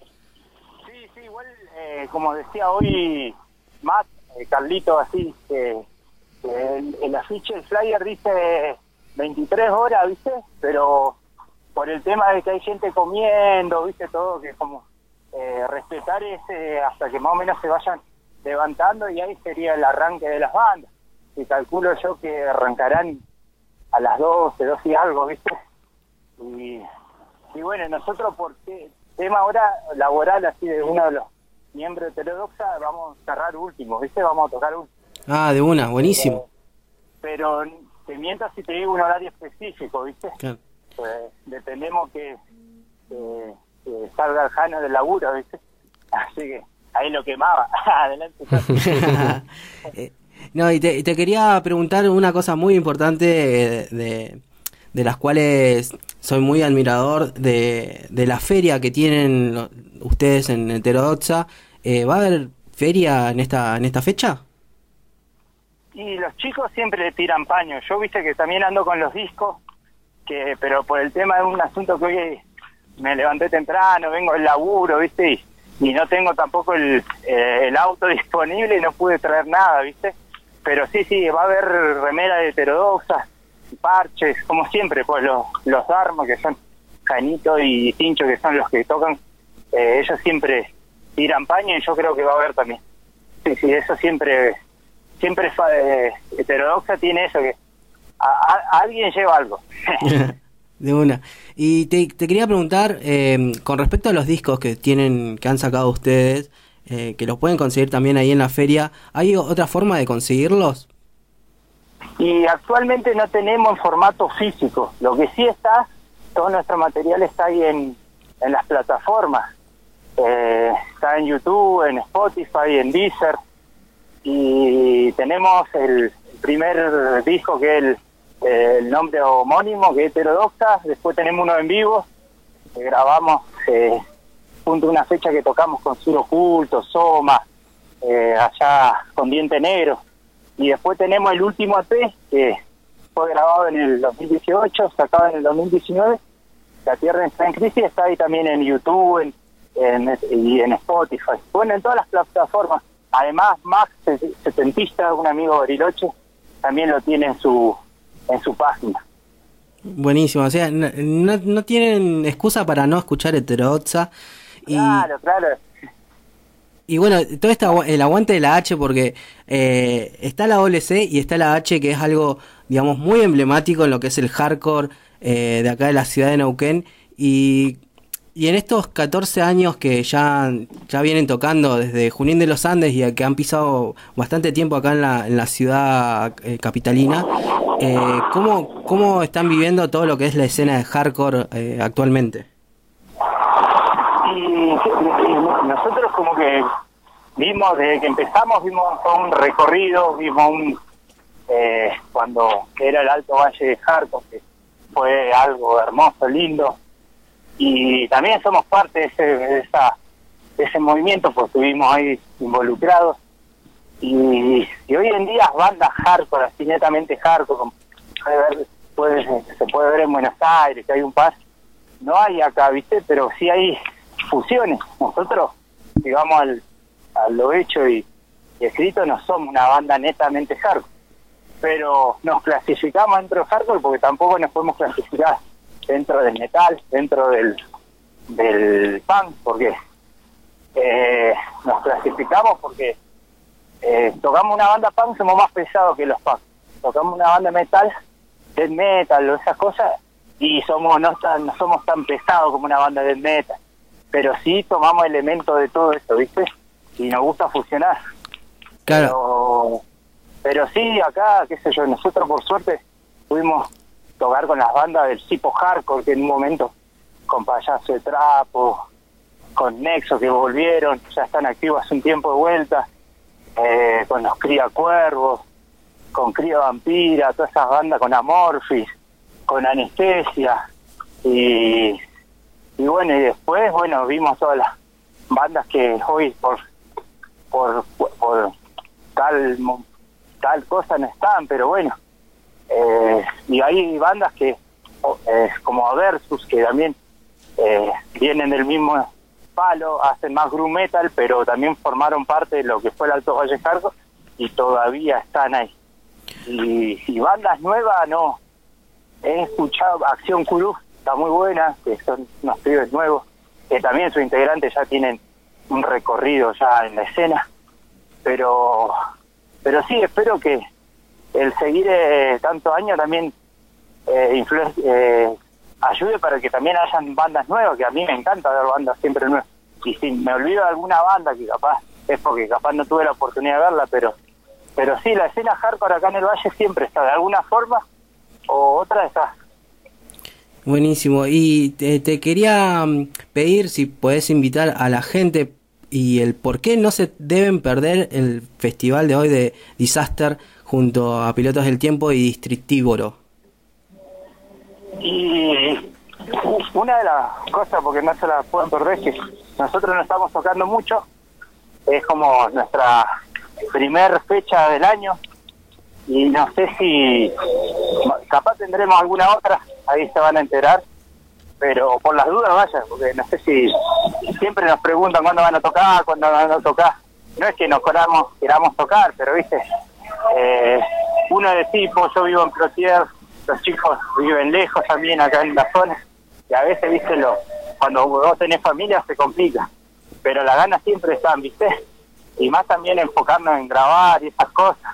Eh, como decía hoy Matt, eh, Carlito, así, que, que el, el afiche, el flyer dice veintitrés horas, ¿viste? Pero por el tema de que hay gente comiendo, ¿viste? Todo, que como eh, respetar ese hasta que más o menos se vayan levantando y ahí sería el arranque de las bandas. Y calculo yo que arrancarán a las doce, doce y algo, ¿viste? Y, y bueno, nosotros por qué tema ahora laboral así de uno de los miembros de Heterodoxa vamos a cerrar último, ¿viste? Vamos a tocar último. Ah, de una, buenísimo. Pero te miento si te digo un horario específico, ¿viste? Claro. Pues dependemos que, que, que salga el Jano del laburo, ¿viste? Así que ahí lo quemaba. Adelante. Eh, No, y te, te quería preguntar una cosa muy importante de, de, de las cuales soy muy admirador de, de la feria que tienen lo- ustedes en Heterodoxa. Eh, ¿Va a haber feria en esta en esta fecha? Y los chicos siempre le tiran paño. Yo, viste, que también ando con los discos, que pero por el tema de un asunto que hoy me levanté temprano, vengo del laburo, viste, y, y no tengo tampoco el, eh, el auto disponible y no pude traer nada, viste. Pero sí, sí, va a haber remera de Heterodoxa, parches, como siempre, pues los, los Dharma, que son Janito y Tincho, que son los que tocan, eh, ellos siempre tiran paño y yo creo que va a haber también. Sí, sí, eso siempre... Siempre fa- eh, Heterodoxa tiene eso, que a, a- alguien lleva algo. De una. Y te, te quería preguntar, eh, con respecto a los discos que tienen, que han sacado ustedes, eh, que los pueden conseguir también ahí en la feria, ¿hay otra forma de conseguirlos? Y actualmente no tenemos en formato físico. Lo que sí está, todo nuestro material está ahí en, en las plataformas. Eh, está en YouTube, en Spotify, en Deezer. Y tenemos el, el primer disco, que es el, eh, el nombre homónimo, que es Heterodoxa. Después tenemos uno en vivo, que grabamos eh, junto a una fecha que tocamos con Sur Oculto, Soma, eh, allá con Diente Negro. Y después tenemos el último E P, que fue grabado en el dos mil dieciocho, sacado en el dos mil diecinueve. La Tierra está en crisis, está ahí también en YouTube en, en, y en Spotify. Bueno, en todas las plataformas. Además, Max Setentista, un amigo Bariloche, también lo tiene en su en su página. Buenísimo, o sea, no, no, no tienen excusa para no escuchar Heterodoxa. Y, Claro, claro. y bueno, todo este agu- el aguante de la H, porque eh, está la doble C y está la H, que es algo, digamos, muy emblemático en lo que es el hardcore eh, de acá de la ciudad de Neuquén. Y, y en estos catorce años que ya, ya vienen tocando desde Junín de los Andes y que han pisado bastante tiempo acá en la, en la ciudad eh, capitalina, eh, ¿cómo, ¿cómo están viviendo todo lo que es la escena de hardcore eh, actualmente? Y, y nosotros como que vimos, desde que empezamos, vimos todo un recorrido, vimos un eh, cuando era el Alto Valle de Hardcore, que fue algo hermoso, lindo. Y también somos parte de ese, de esa, de ese movimiento, pues estuvimos ahí involucrados. Y, y hoy en día bandas hardcore, así netamente hardcore, como puede ver, puede- se puede ver en Buenos Aires, que hay un par, no hay acá, ¿viste? Pero sí hay fusiones. Nosotros, digamos, al, a lo hecho y, y escrito, no somos una banda netamente hardcore, pero nos clasificamos dentro de hardcore porque tampoco nos podemos clasificar dentro del metal, dentro del, del punk, porque eh, nos clasificamos porque eh, tocamos una banda punk, somos más pesados que los punk. Tocamos una banda metal, death metal o esas cosas, y somos no tan, no somos tan pesados como una banda death metal, pero sí tomamos elementos de todo esto, ¿viste? Y nos gusta fusionar. Claro. Pero, pero sí, acá, qué sé yo, nosotros por suerte pudimos tocar con las bandas del tipo hardcore, que en un momento, con Payaso de Trapo, con Nexo, que volvieron, ya están activos hace un tiempo de vuelta, eh, con los Cría Cuervos, con Cría Vampira, todas esas bandas, con Amorphis, con Anestesia, y, y bueno, y después, bueno, vimos todas las bandas que hoy por por, por tal tal cosa no están, pero bueno, eh, y hay bandas que eh, como Versus, que también eh, vienen del mismo palo, hacen más groove metal, pero también formaron parte de lo que fue el Alto Valle Hardcore y todavía están ahí. Y, y bandas nuevas no he escuchado. Acción Curú está muy buena, que son unos pibes nuevos que también sus integrantes ya tienen un recorrido ya en la escena, pero pero sí, espero que el seguir eh, tantos años también eh, influ- eh, ayude para que también hayan bandas nuevas, que a mí me encanta ver bandas siempre nuevas, y si me olvido de alguna banda que capaz es porque capaz no tuve la oportunidad de verla, pero pero sí, la escena hardcore acá en el Valle siempre está, de alguna forma o otra está. Buenísimo. Y te, te quería pedir si podés invitar a la gente y el por qué no se deben perder el festival de hoy de Disaster junto a Pilotos del Tiempo y Districtívoro. Y una de las cosas, porque no se la pueden perder, es que nosotros no estamos tocando mucho, es como nuestra primer fecha del año, y no sé si capaz tendremos alguna otra, ahí se van a enterar, pero por las dudas vaya, porque no sé si siempre nos preguntan cuándo van a tocar, cuándo van a tocar, no es que nos queramos, queramos tocar, pero viste, eh, uno de tipo, yo vivo en Plotier, los chicos viven lejos también acá en la zona, y a veces viste, lo, cuando vos tenés familia se complica, pero las ganas siempre están, viste, y más también enfocarnos en grabar y esas cosas.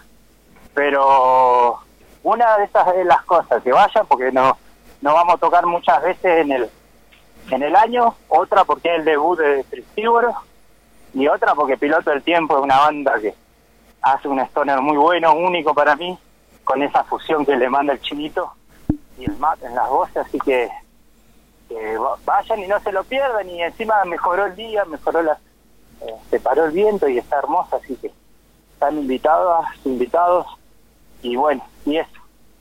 Pero una de esas de las cosas, que vayan porque no no vamos a tocar muchas veces en el en el año, otra porque es el debut de Districtívoro, y otra porque Piloto del Tiempo es una banda que hace un stoner muy bueno, único para mí, con esa fusión que le manda el Chinito y el Matt en las voces, así que, que vayan y no se lo pierdan, y encima mejoró el día, mejoró la Eh, se paró el viento y está hermosa, así que están invitados, invitados, y bueno, y eso.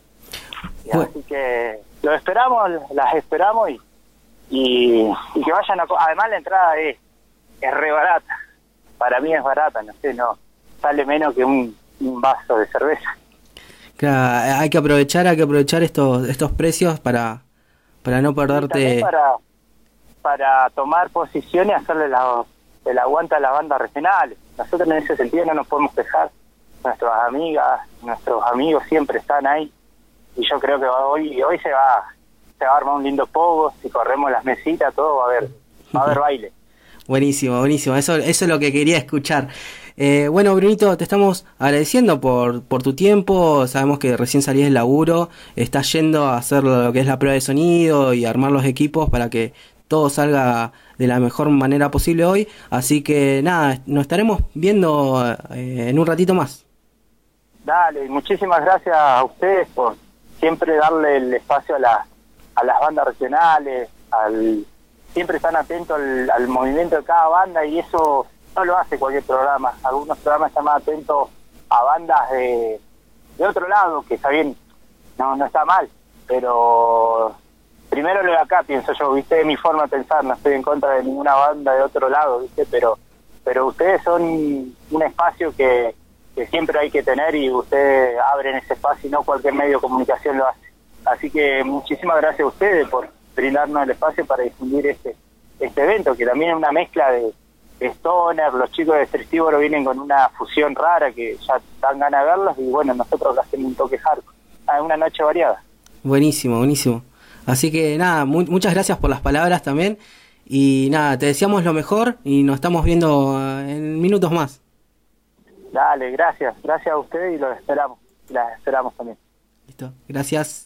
Y bueno. Así que lo esperamos, las esperamos, y y, y que vayan a... Además la entrada es, es re barata, para mí es barata, no sé, no sale menos que un, un vaso de cerveza. Claro, hay que aprovechar, hay que aprovechar estos estos precios para para no perderte. Para, para tomar posición y hacerle la... el aguanta a las bandas regionales. Nosotros en ese sentido no nos podemos quejar, nuestras amigas, nuestros amigos siempre están ahí, y yo creo que hoy hoy se va se va a armar un lindo pogo, si corremos las mesitas, todo va a haber va a haber baile. Buenísimo, buenísimo, eso eso es lo que quería escuchar. Eh, bueno, Brunito, te estamos agradeciendo por por tu tiempo, sabemos que recién salís del laburo, estás yendo a hacer lo que es la prueba de sonido y armar los equipos para que todo salga de la mejor manera posible hoy, así que nada, nos estaremos viendo eh, en un ratito más. Dale, muchísimas gracias a ustedes por siempre darle el espacio a, la, a las bandas regionales, al siempre están atentos al, al movimiento de cada banda, y eso no lo hace cualquier programa. Algunos programas están más atentos a bandas de, de otro lado, que está bien, no, no está mal, pero... primero lo de acá, pienso yo, viste, es mi forma de pensar, no estoy en contra de ninguna banda de otro lado, viste, pero pero ustedes son un espacio que, que siempre hay que tener, y ustedes abren ese espacio y no cualquier medio de comunicación lo hace. Así que muchísimas gracias a ustedes por brindarnos el espacio para difundir este este evento, que también es una mezcla de, de stoner. Los chicos de Strictívoro vienen con una fusión rara que ya dan ganas de verlos, y bueno, nosotros hacemos un toque hardcore. Ah, una noche variada. Buenísimo, buenísimo. Así que nada, mu- muchas gracias por las palabras también. Y nada, te deseamos lo mejor y nos estamos viendo eh, en minutos más. Dale, gracias. Gracias a ustedes y los esperamos. Las esperamos también. Listo, gracias.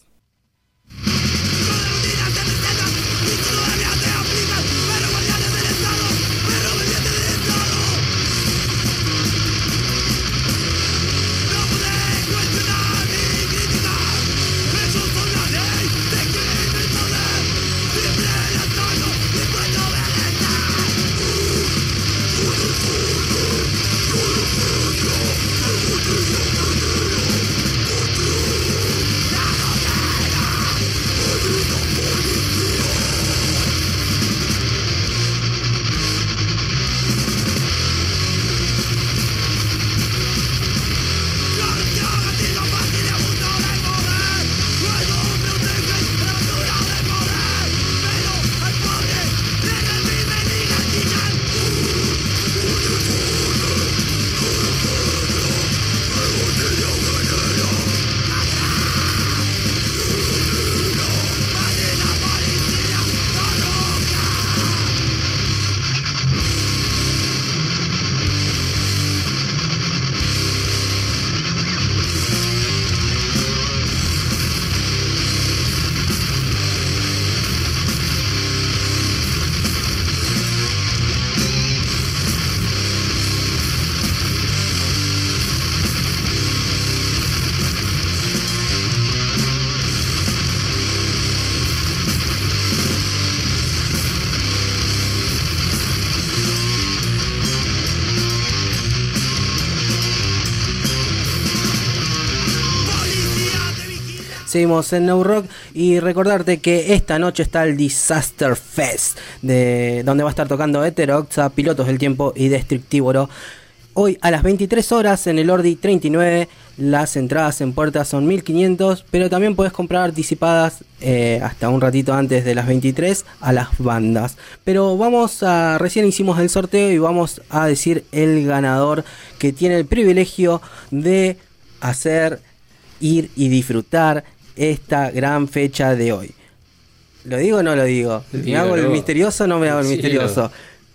Seguimos en New Rock y recordarte que esta noche está el Disaster Fest, de, donde va a estar tocando Heterodoxa, Pilotos del Tiempo y Destructívoro. Hoy a las veintitrés horas en el Ordi treinta y nueve, las entradas en puerta son mil quinientos, pero también puedes comprar anticipadas eh, hasta un ratito antes de las veintitrés a las bandas. Pero vamos a, recién hicimos el sorteo y vamos a decir el ganador que tiene el privilegio de hacer, ir y disfrutar esta gran fecha de hoy. ¿Lo digo o no lo digo? ¿Me hago el misterioso o no me hago el misterioso?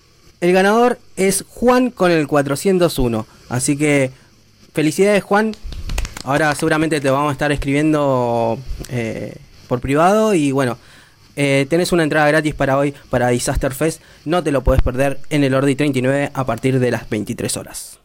El ganador es Juan con el cuatrocientos uno. Así que felicidades, Juan. Ahora seguramente te vamos a estar escribiendo eh, por privado. Y bueno, eh, tenés una entrada gratis para hoy para Disaster Fest. No te lo podés perder en el Ordi treinta y nueve a partir de las veintitrés horas.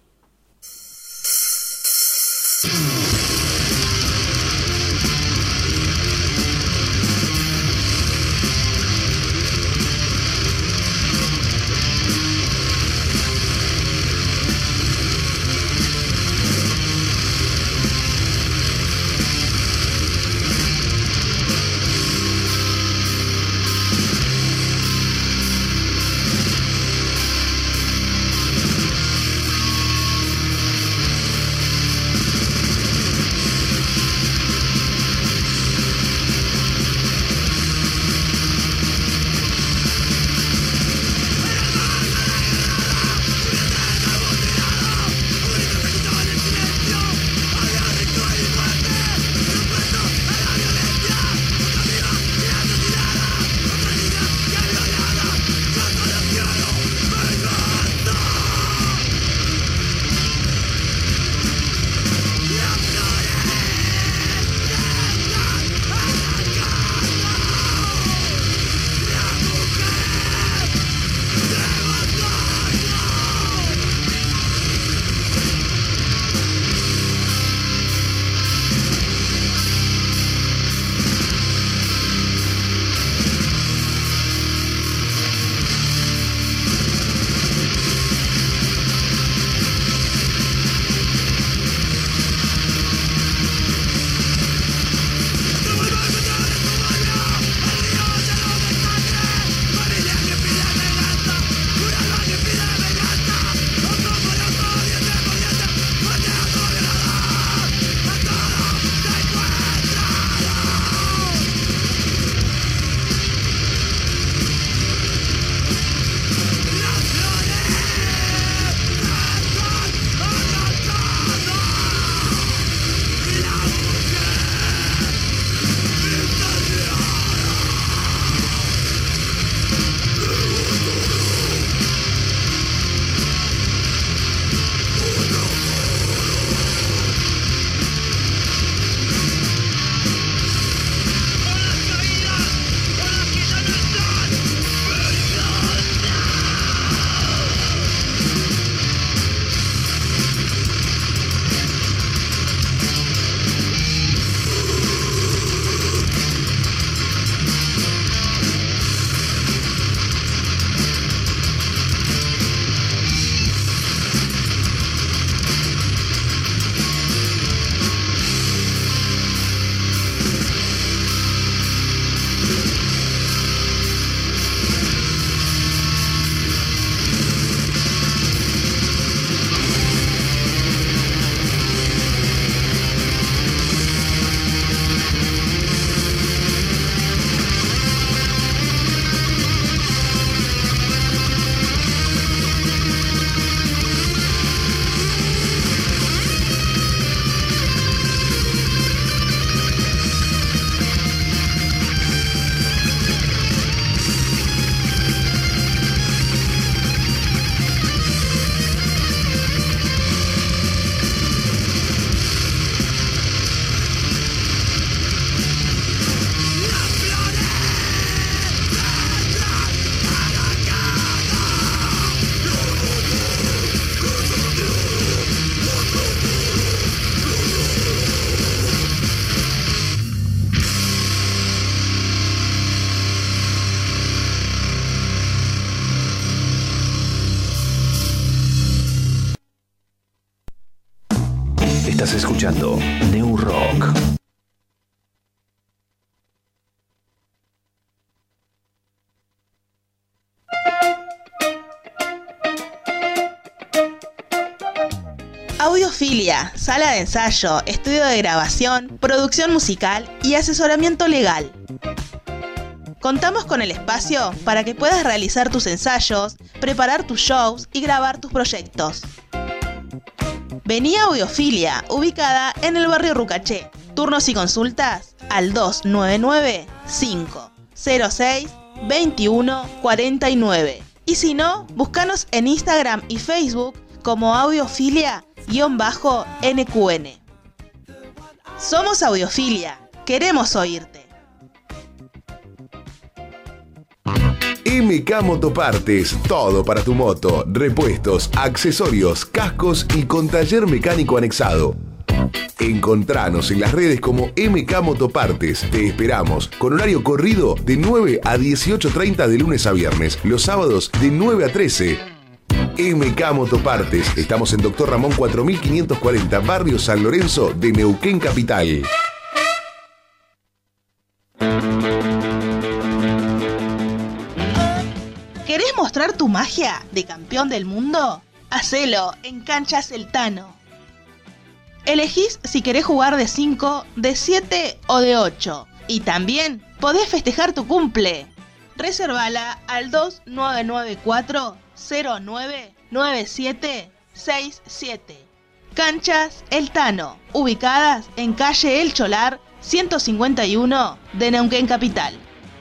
escuchando New Rock. Audiofilia, sala de ensayo, estudio de grabación, producción musical y asesoramiento legal. Contamos con el espacio para que puedas realizar tus ensayos, preparar tus shows y grabar tus proyectos. Vení a Audiofilia, ubicada en el barrio Rucaché. Turnos y consultas al dos nueve nueve, cinco cero seis, dos uno cuatro nueve. Y si no, búscanos en Instagram y Facebook como Audiofilia-N Q N. Somos Audiofilia, queremos oírte. M K Motopartes, todo para tu moto, repuestos, accesorios, cascos y con taller mecánico anexado. Encontranos en las redes como M K Motopartes. Te esperamos con horario corrido de nueve a dieciocho treinta de lunes a viernes, los sábados de nueve a trece. M K Motopartes. Estamos en Doctor Ramón cuatro mil quinientos cuarenta, barrio San Lorenzo de Neuquén Capital. ¿Querés mostrar tu magia de campeón del mundo? Hacelo en Canchas El Tano. Elegís si querés jugar de cinco, de siete o de ocho. Y también podés festejar tu cumple. Reservala al dos nueve nueve cuatro, cero nueve, nueve siete seis siete. Canchas El Tano, ubicadas en calle El Cholar, ciento cincuenta y uno de Neuquén Capital.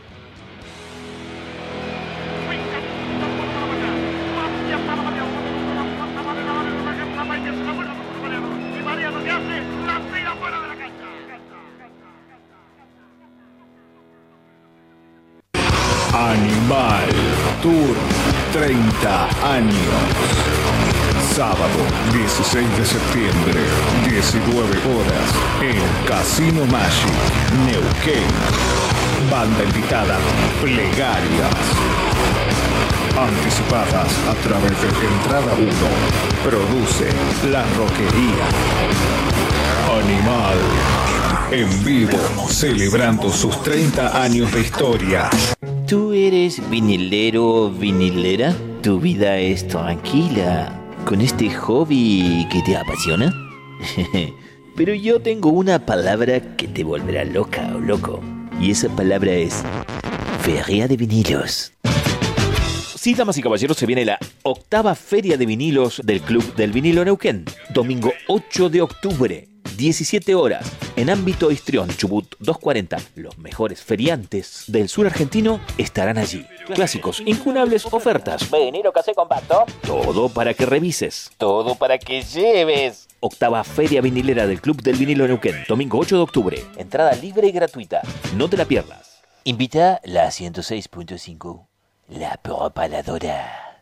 Animal Tour treinta años. Sábado dieciséis de septiembre, diecinueve horas, en Casino Magic, Neuquén. Banda invitada, Plegarias. Anticipadas a través de Entrada uno. Produce La Roquería. Animal. En vivo, celebrando sus treinta años de historia. ¿Tú eres vinilero, vinilera? ¿Tu vida es tranquila con este hobby que te apasiona? Pero yo tengo una palabra que te volverá loca o loco. Y esa palabra es Feria de Vinilos. Sí, damas y caballeros, se viene la octava Feria de Vinilos del Club del Vinilo Neuquén. Domingo ocho de octubre, diecisiete horas, en ámbito Histrión, Chubut doscientos cuarenta. Los mejores feriantes del sur argentino estarán allí. Clásicos, incunables, ofertas. Vinilo casé compacto. Todo para que revises. Todo para que lleves. Octava Feria Vinilera del Club del Vinilo Neuquén. Domingo ocho de octubre. Entrada libre y gratuita. No te la pierdas. Invita la ciento seis punto cinco. La propaladora.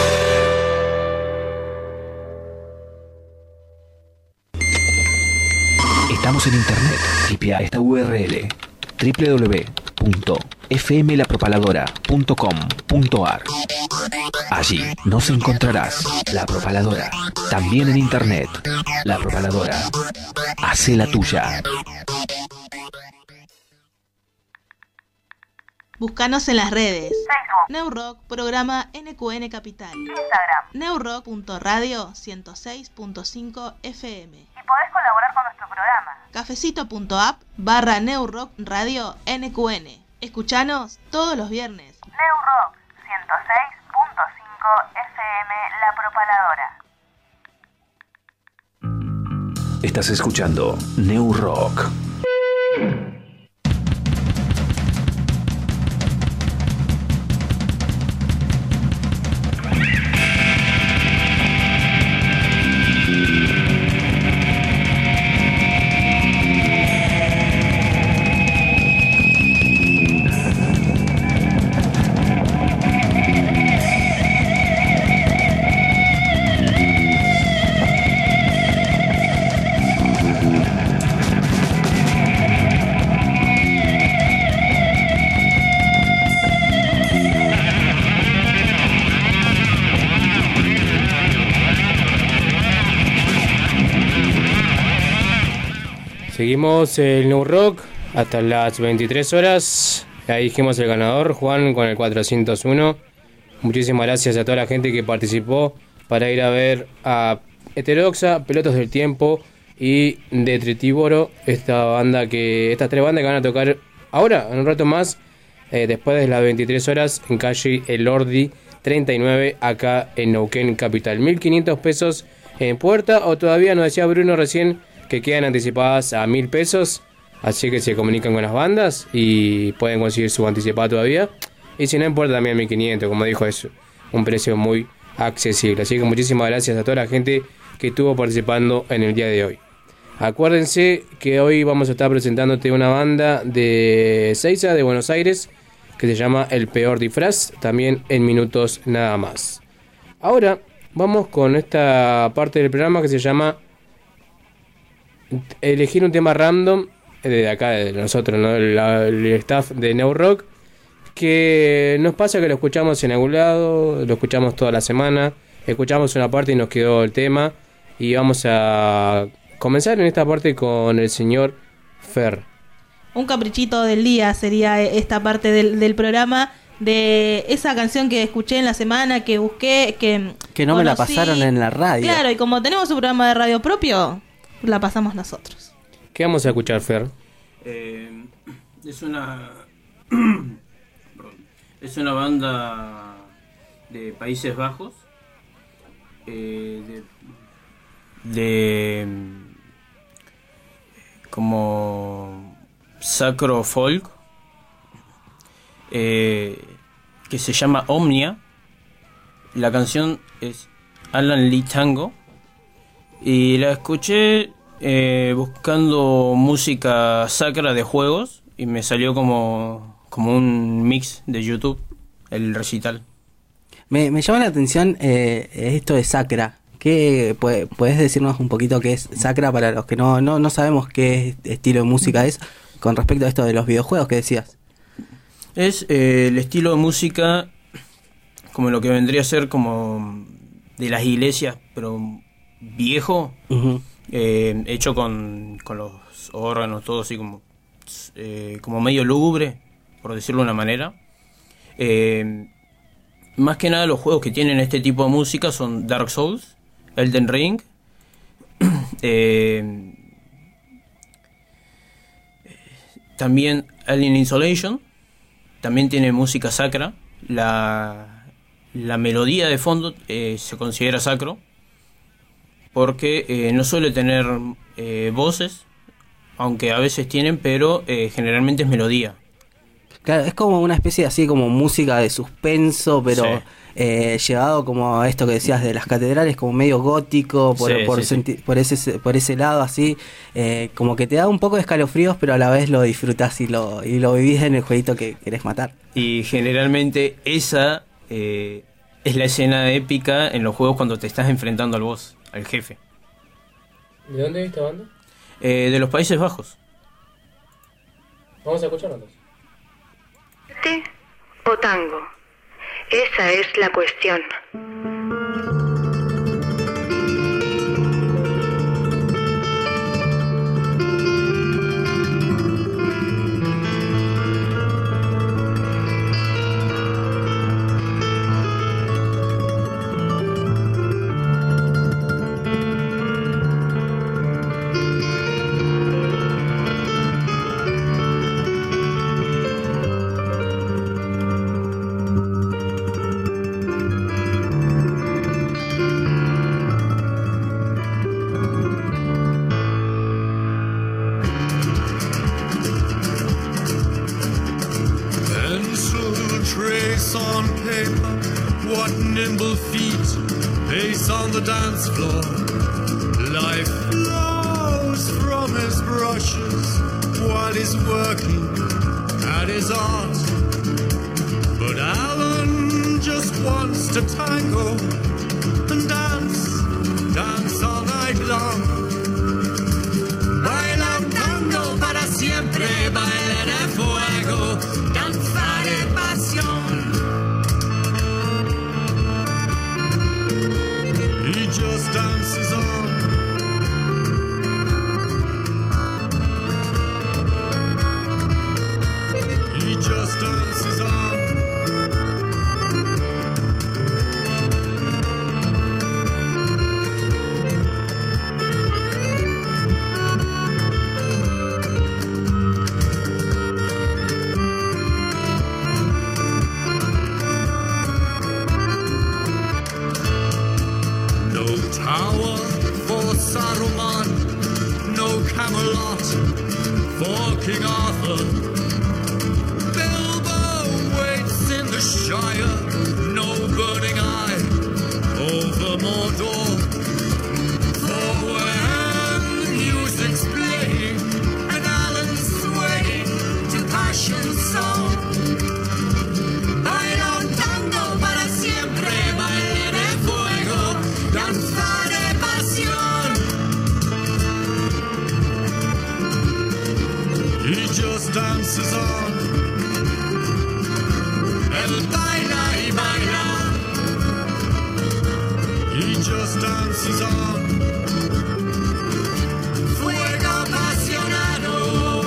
Estamos en internet. Tipea esta U R L: doble u doble u doble u punto f m la propaladora punto com punto a r. Allí nos encontrarás La Propaladora. También en internet. La Propaladora. Hacé la tuya. Búscanos en las redes. Facebook. Neurock, programa N Q N Capital. Instagram. Neurock punto radio ciento seis punto cinco F M. Y podés colaborar con nuestro programa. Cafecito punto app barra Neurock Radio N Q N. Escuchanos todos los viernes. Neurock ciento seis punto cinco F M, La Propaladora. Estás escuchando New Rock. Seguimos el New Rock hasta las veintitrés horas. Ahí dijimos el ganador, Juan, con el cuatrocientos uno. Muchísimas gracias a toda la gente que participó para ir a ver a Heterodoxa, Pelotas del Tiempo y Detritívoro, esta banda que, estas tres bandas que van a tocar ahora, en un rato más, eh, después de las veintitrés horas, en calle Elordi treinta y nueve, acá en Neuquén Capital. mil quinientos pesos en puerta, o todavía nos decía Bruno recién que quedan anticipadas a mil pesos, así que se comunican con las bandas y pueden conseguir su anticipada todavía. Y si no en puerta también mil quinientos, como dijo, es un precio muy accesible. Así que muchísimas gracias a toda la gente que estuvo participando en el día de hoy. Acuérdense que hoy vamos a estar presentándote una banda de Seiza, de Buenos Aires, que se llama El Peor Disfraz, también en minutos nada más. Ahora vamos con esta parte del programa que se llama elegir un tema random, de acá de nosotros, ¿no? el, el staff de New Rock, que nos pasa que lo escuchamos en algún lado, lo escuchamos toda la semana, escuchamos una parte y nos quedó el tema, y vamos a comenzar en esta parte con el señor Fer. Un caprichito del día sería esta parte del, del programa, de esa canción que escuché en la semana, que busqué, que Que no conocí. me la pasaron en la radio. Claro, y como tenemos un programa de radio propio, la pasamos nosotros. ¿Qué vamos a escuchar, Fer? Eh, es una... Perdón. Es una banda de Países Bajos, eh, de... de como sacro folk, eh, que se llama Omnia. La canción es Alan Lee Tango y la escuché eh, buscando música sacra de juegos y me salió como, como un mix de YouTube, el recital. Me, me llama la atención eh, esto de sacra. ¿Qué, ¿Puedes decirnos un poquito qué es sacra para los que no, no, no sabemos qué estilo de música es con respecto a esto de los videojuegos que decías? Es eh, el estilo de música como lo que vendría a ser como de las iglesias, pero viejo, uh-huh. eh, hecho con, con los órganos, todo así como, eh, como medio lúgubre, por decirlo de una manera. Eh, más que nada los juegos que tienen este tipo de música son Dark Souls, Elden Ring, eh, también Alien Isolation, también tiene música sacra, la, la melodía de fondo eh, se considera sacro, porque eh, no suele tener eh, voces, aunque a veces tienen, pero eh, generalmente es melodía. Claro, es como una especie así como música de suspenso, pero Sí. eh, llevado como a esto que decías de las catedrales, como medio gótico, por, Sí, por, sí, senti- por ese por ese lado así, eh, como que te da un poco de escalofríos, pero a la vez lo disfrutás y lo, y lo vivís en el jueguito que querés matar. Y generalmente esa eh, es la escena épica en los juegos cuando te estás enfrentando al boss, al jefe. ¿De dónde es esta banda? Eh, de los Países Bajos. Vamos a escucharla entonces. ¿O tango? Esa es la cuestión. trace on paper, what nimble feet pace on the dance floor. Life flows from his brushes while he's working at his art. But Alan just wants to tango and dance, dance all night long. Baila un tango para siempre, bailaré fuego, danzaré pasión. He just dances on. just dances on. No tower for Saruman, no Camelot for King Arthur. Bilbo waits in the Shire, no burning eye over Mordor. For when music's playing and Alan's swaying to passion song, baila un tango para siempre, baile de fuego, danza de pasión. He just dances on. Él baila y baila. He just dances on. Fuego apasionado.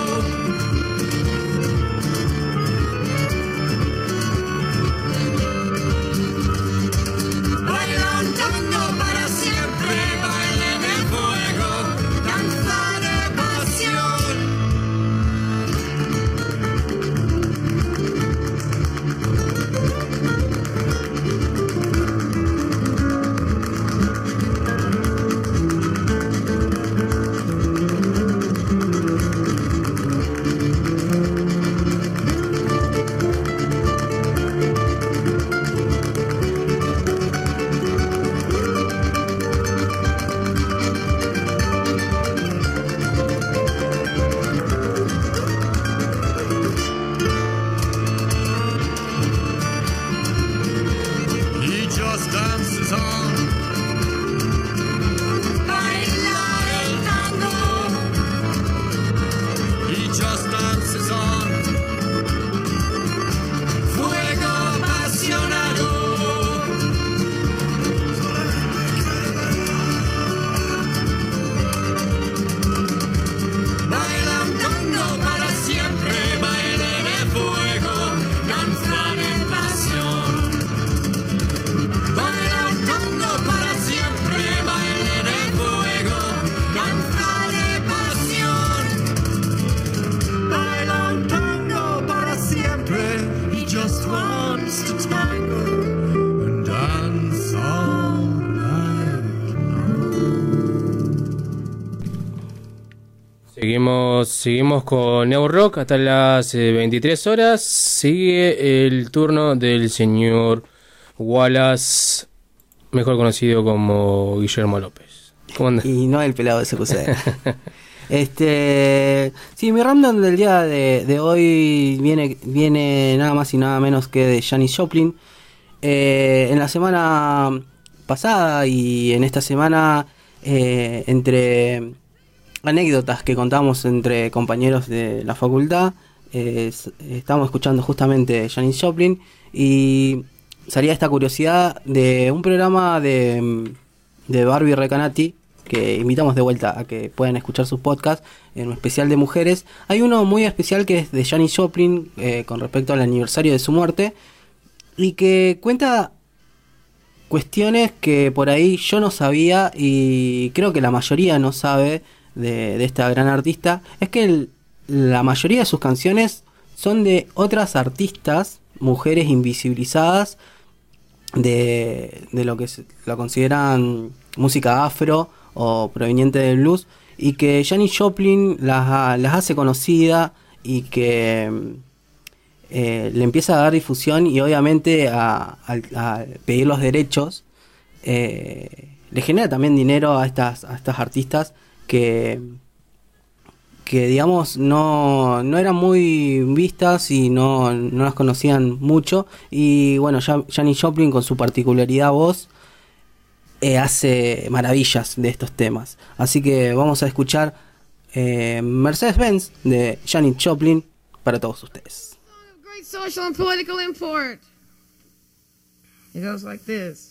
Baila un tango para siempre, baile de fuego, danza de pasión. He just dances on. Baila el tango. He just dances on. Fuego apasionado. Baila un tango para siempre, baile de fuego, danza de pasión. Baila un tango para siempre, baile de fuego, danza de pasión. Baila un tango para siempre, he just wants to tango and dance all night. Seguimos, seguimos con Neo Rock hasta las eh, veintitrés horas. Sigue el turno del señor Wallace, mejor conocido como Guillermo López. ¿Cómo anda? Y no el pelado de C Q C. Este, sí, mi random del día de, de hoy viene, viene nada más y nada menos que de Janis Joplin. Eh, en la semana pasada y en esta semana, eh, entre anécdotas que contamos entre compañeros de la facultad, eh, estábamos escuchando justamente Janis Joplin y salía esta curiosidad de un programa de, de Barbie Recanati, que invitamos de vuelta a que puedan escuchar sus podcasts, en un especial de mujeres. Hay uno muy especial que es de Janis Joplin, eh, con respecto al aniversario de su muerte, y que cuenta cuestiones que por ahí yo no sabía, y creo que la mayoría no sabe de, de esta gran artista. Es que el, la mayoría de sus canciones son de otras artistas, mujeres invisibilizadas, de, de lo que se, lo consideran música afro o proveniente del blues, y que Janis Joplin las, las hace conocida y que eh, le empieza a dar difusión, y obviamente a, a, a pedir los derechos, eh, le genera también dinero a estas, a estas artistas que, que digamos no, no eran muy vistas y no, no las conocían mucho. Y bueno, ya Janis Joplin, con su particularidad voz, eh, hace maravillas de estos temas. Así que vamos a escuchar eh, Mercedes-Benz de Janis Joplin para todos ustedes. Great social and political import. It goes like this.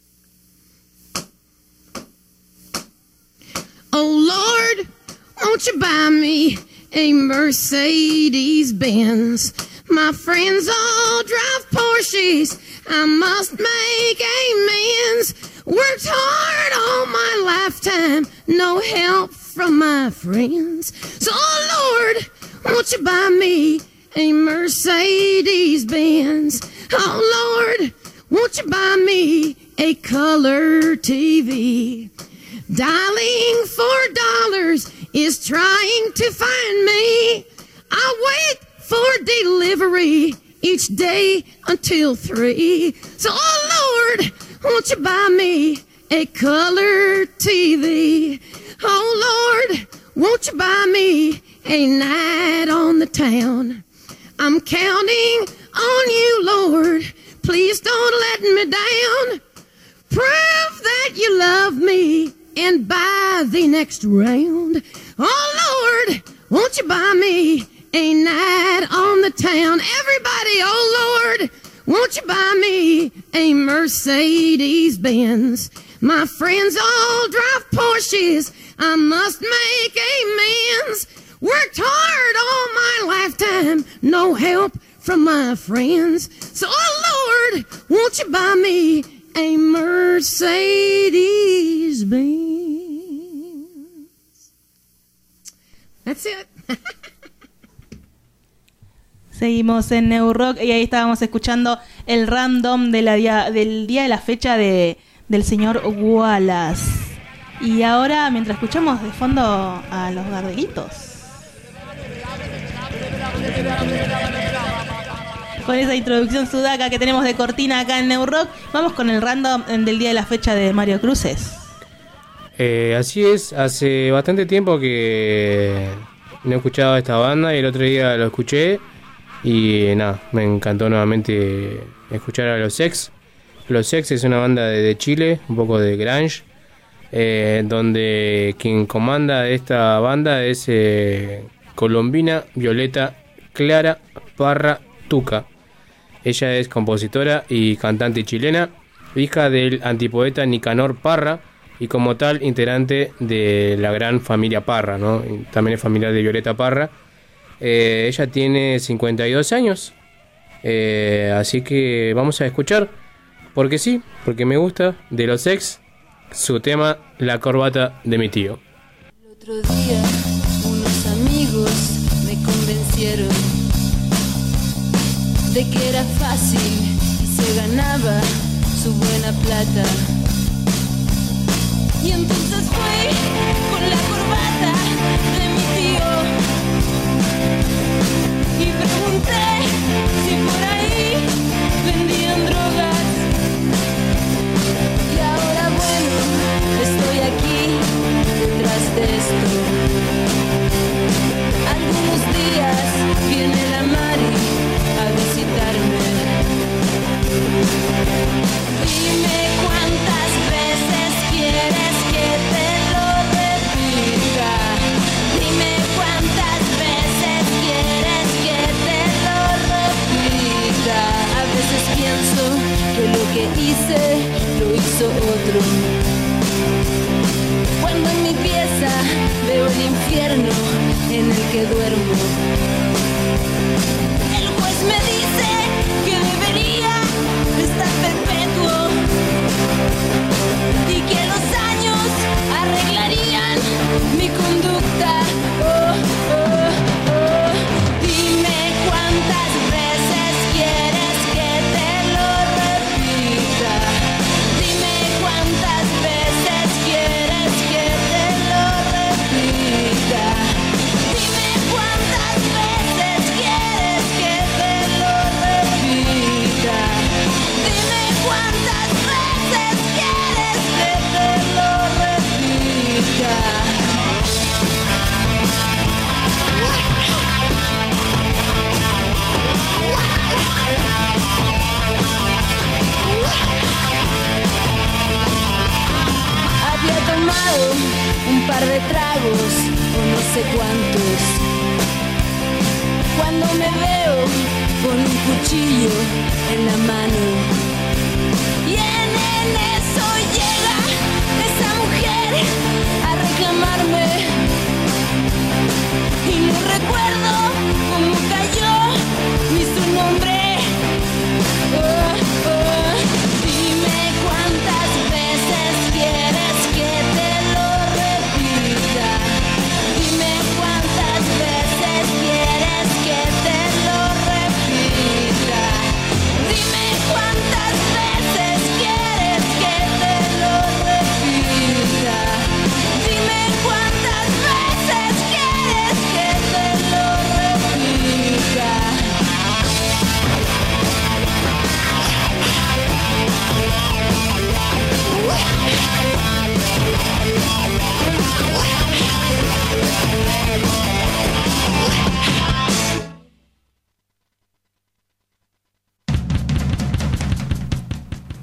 Oh Lord, won't you buy me a Mercedes-Benz? My friends all drive Porsches. I must make amends. Worked hard all my lifetime. No help from my friends. So, oh Lord, won't you buy me a Mercedes Benz? Oh Lord, won't you buy me a color T V? Dialing for dollars is trying to find me. I wait for delivery each day until three. So, oh Lord, won't you buy me a color T V? Oh Lord, won't you buy me a night on the town? I'm counting on you, Lord. Please don't let me down. Prove that you love me and buy the next round. Oh Lord, won't you buy me a night on the town? Everybody, oh Lord, won't you buy me a Mercedes Benz? My friends all drive Porsches. I must make amends. Worked hard all my lifetime. No help from my friends. So, oh Lord, won't you buy me a Mercedes Benz? That's it. Seguimos en New Rock y ahí estábamos escuchando el random de la día, del día de la fecha de, del señor Wallace. Y ahora, mientras escuchamos de fondo a los Gardelitos, con esa introducción sudaca que tenemos de cortina acá en New Rock, vamos con el random del día de la fecha de Mario Cruces. Eh, así es, hace bastante tiempo que no he escuchado a esta banda y el otro día lo escuché y nada, me encantó nuevamente escuchar a Los Sex. Los Sex es una banda de, de Chile, un poco de grunge, eh, donde quien comanda esta banda es eh, colombina Violeta Clara Parra Tuca. Ella es compositora y cantante chilena, hija del antipoeta Nicanor Parra y como tal integrante de la gran familia Parra, ¿no? También es familiar de Violeta Parra. Eh, ella tiene cincuenta y dos años, eh, así que vamos a escuchar, porque sí, porque me gusta, de Los Sex, su tema La corbata de mi tío. El otro día unos amigos me convencieron de que era fácil y se ganaba su buena plata. Y entonces fui con la corbata de mi tío y pregunté si por ahí vendían drogas. Y ahora bueno, estoy aquí detrás de esto. Algunos días viene la Mari a visitarme. Dime cuántas veces quieres que te lo repita. Dime cuántas veces quieres que te lo repita. A veces pienso que lo que hice lo hizo otro. Cuando en mi pieza veo el infierno en el que duermo. El juez me dice que debería estar perpetuo y que los años arreglarían mi conducta. Oh, oh, oh. Dime cuántas veces quieres que te lo repita. Dime cuántas veces quieres que te lo repita. Dime cuántas veces quieres que te lo repita. Dime cuántas veces quieres que te lo repita. Había tomado un par de tragos o no sé cuántos, cuando me veo con un cuchillo en la mano. Y en, en eso llega esa mujer a reclamarme. Y no recuerdo cómo cayó mi sonrisa.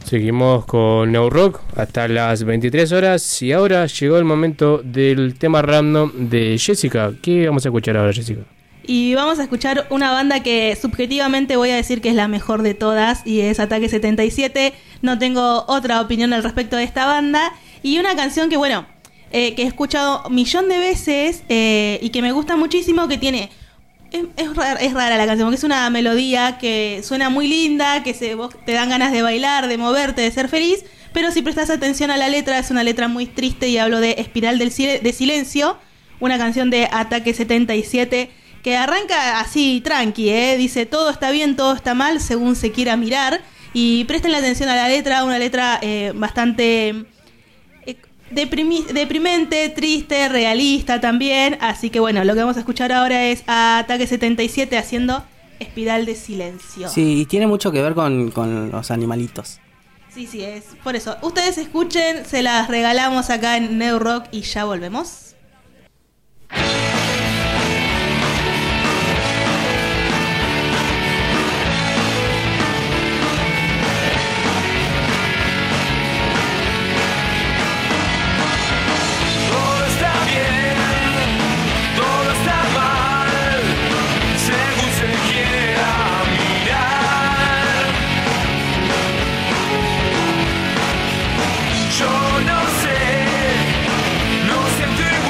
Seguimos con New Rock hasta las veintitrés horas y ahora llegó el momento del tema random de Jessica. ¿Qué vamos a escuchar ahora, Jessica? Y vamos a escuchar una banda que subjetivamente voy a decir que es la mejor de todas y es Ataque setenta y siete. No tengo otra opinión al respecto de esta banda. Y una canción que, bueno, eh, que he escuchado un millón de veces eh, y que me gusta muchísimo, que tiene... Es, es, rara, es rara la canción, porque es una melodía que suena muy linda, que se, vos te dan ganas de bailar, de moverte, de ser feliz, pero si prestas atención a la letra, es una letra muy triste y hablo de Espiral del Sil- de Silencio, una canción de Ataque setenta y siete que arranca así tranqui, ¿eh? Dice todo está bien, todo está mal, según se quiera mirar, y presten la atención a la letra, una letra eh, bastante... Deprimi- deprimente, triste, realista también. Así que bueno, lo que vamos a escuchar ahora es a Ataque setenta y siete haciendo Espiral de Silencio. Sí, y tiene mucho que ver con, con los animalitos. Sí, sí, es por eso. Ustedes escuchen, se las regalamos acá en New Rock y ya volvemos. Yo no sé, no siento igual.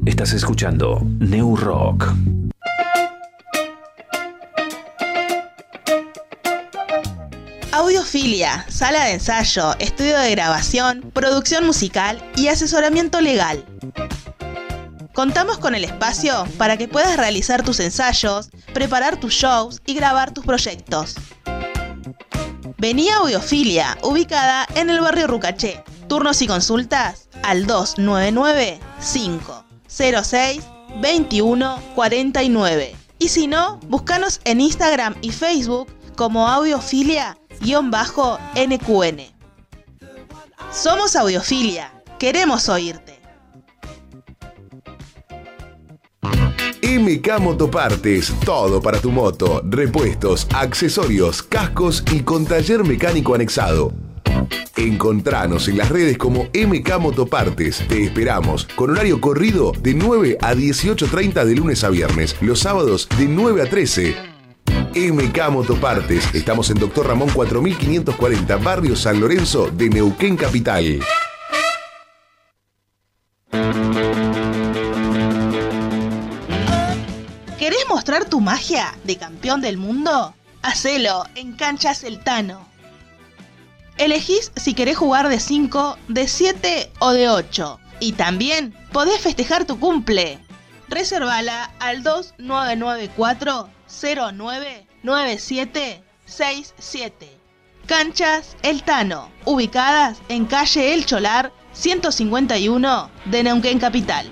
Estás escuchando New Rock. Audiofilia, sala de ensayo, estudio de grabación, producción musical y asesoramiento legal. Contamos con el espacio para que puedas realizar tus ensayos, preparar tus shows y grabar tus proyectos. Vení a Audiofilia, ubicada en el barrio Rucaché. Turnos y consultas al dos nueve nueve, cinco cero seis, dos uno cuatro nueve. Y si no, búscanos en Instagram y Facebook como Audiofilia-N Q N. Somos Audiofilia, queremos oírte. M K Motopartes, todo para tu moto, repuestos, accesorios, cascos y con taller mecánico anexado. Encontranos en las redes como M K Motopartes. Te esperamos con horario corrido de nueve a dieciocho treinta de lunes a viernes, los sábados de nueve a trece. M K Motopartes. Estamos en Doctor Ramón cuatro mil quinientos cuarenta, barrio San Lorenzo de Neuquén Capital. ¿Querés mostrar tu magia de campeón del mundo? Hacelo en Canchas El Tano. Elegís si querés jugar de cinco, de siete o de ocho. Y también podés festejar tu cumple. Reservala al dos nueve nueve cuatro, cero nueve, nueve siete seis siete. Canchas El Tano, ubicadas en calle El Cholar, ciento cincuenta y uno de Neuquén Capital.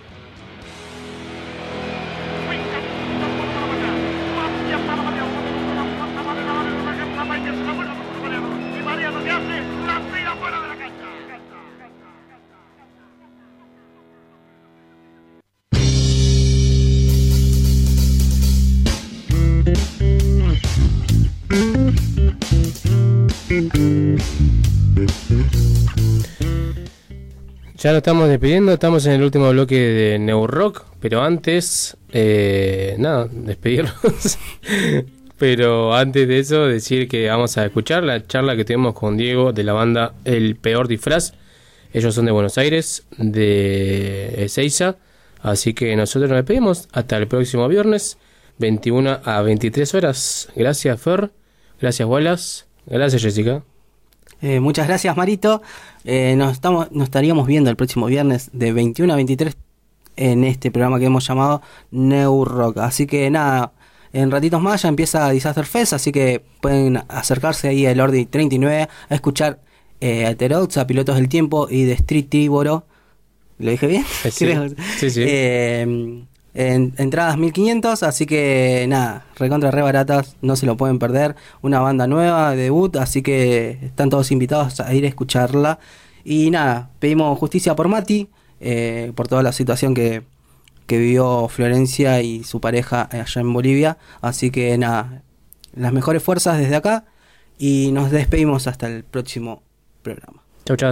Ya nos estamos despidiendo, estamos en el último bloque de New Rock, pero antes, eh, nada, despedirnos. Pero antes de eso, decir que vamos a escuchar la charla que tuvimos con Diego de la banda El Peor Disfraz. Ellos son de Buenos Aires, de Ezeiza, así que nosotros nos despedimos hasta el próximo viernes, veintiuna a veintitrés horas. Gracias, Fer, gracias, Wallace, gracias, Jessica. Eh, muchas gracias, Marito. Eh, nos, estamos, nos estaríamos viendo el próximo viernes de veintiuno a veintitrés en este programa que hemos llamado New Rock. Así que nada, en ratitos más ya empieza Disaster Fest, así que pueden acercarse ahí al Ordi treinta y nueve a escuchar eh, a Heterodox, a Pilotos del Tiempo y de Street Triboro. ¿Lo dije bien? Sí, sí, sí. Eh, en, entradas mil quinientos, así que nada, recontra re baratas, no se lo pueden perder. Una banda nueva, debut, así que están todos invitados a ir a escucharla. Y nada, pedimos justicia por Mati, eh, por toda la situación que, que vivió Florencia y su pareja allá en Bolivia. Así que nada, las mejores fuerzas desde acá y nos despedimos hasta el próximo programa. Chau, chau.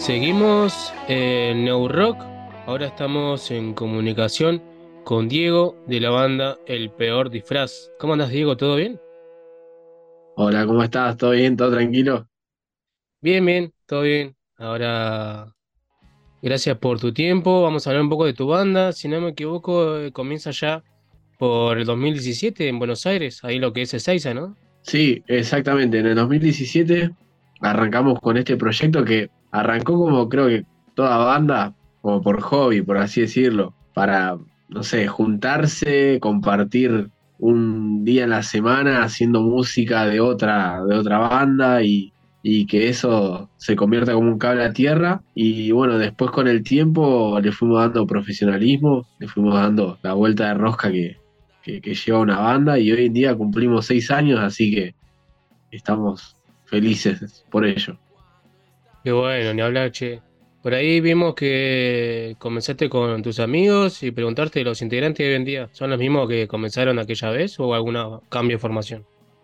Seguimos en New Rock. Ahora estamos en comunicación con Diego de la banda El Peor Disfraz. ¿Cómo andas, Diego? ¿Todo bien? Hola, ¿cómo estás? ¿Todo bien? ¿Todo tranquilo? Bien, bien, todo bien. Ahora, gracias por tu tiempo. Vamos a hablar un poco de tu banda. Si no me equivoco, eh, comienza ya por el dos mil diecisiete en Buenos Aires, ahí lo que es Ezeiza, ¿no? Sí, exactamente. En el dos mil diecisiete arrancamos con este proyecto que arrancó como creo que toda banda, como por hobby, por así decirlo, para, no sé, juntarse, compartir un día en la semana haciendo música de otra, de otra banda y, y que eso se convierta como un cable a tierra. Y bueno, después con el tiempo le fuimos dando profesionalismo, le fuimos dando la vuelta de rosca que, que, que lleva una banda y hoy en día cumplimos seis años, así que estamos felices por ello. Qué bueno, ni hablar, che. Por ahí vimos que comenzaste con tus amigos y preguntarte, ¿los integrantes de hoy en día son los mismos que comenzaron aquella vez o algún cambio de formación?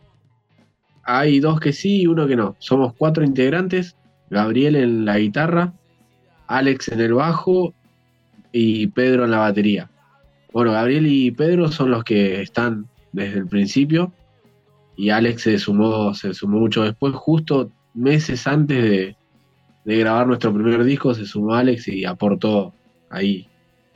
Hay dos que sí y uno que no. Somos cuatro integrantes, Gabriel en la guitarra, Alex en el bajo y Pedro en la batería. Bueno, Gabriel y Pedro son los que están desde el principio y Alex se sumó, se sumó mucho después, justo meses antes de, de grabar nuestro primer disco, se sumó Alex y aportó ahí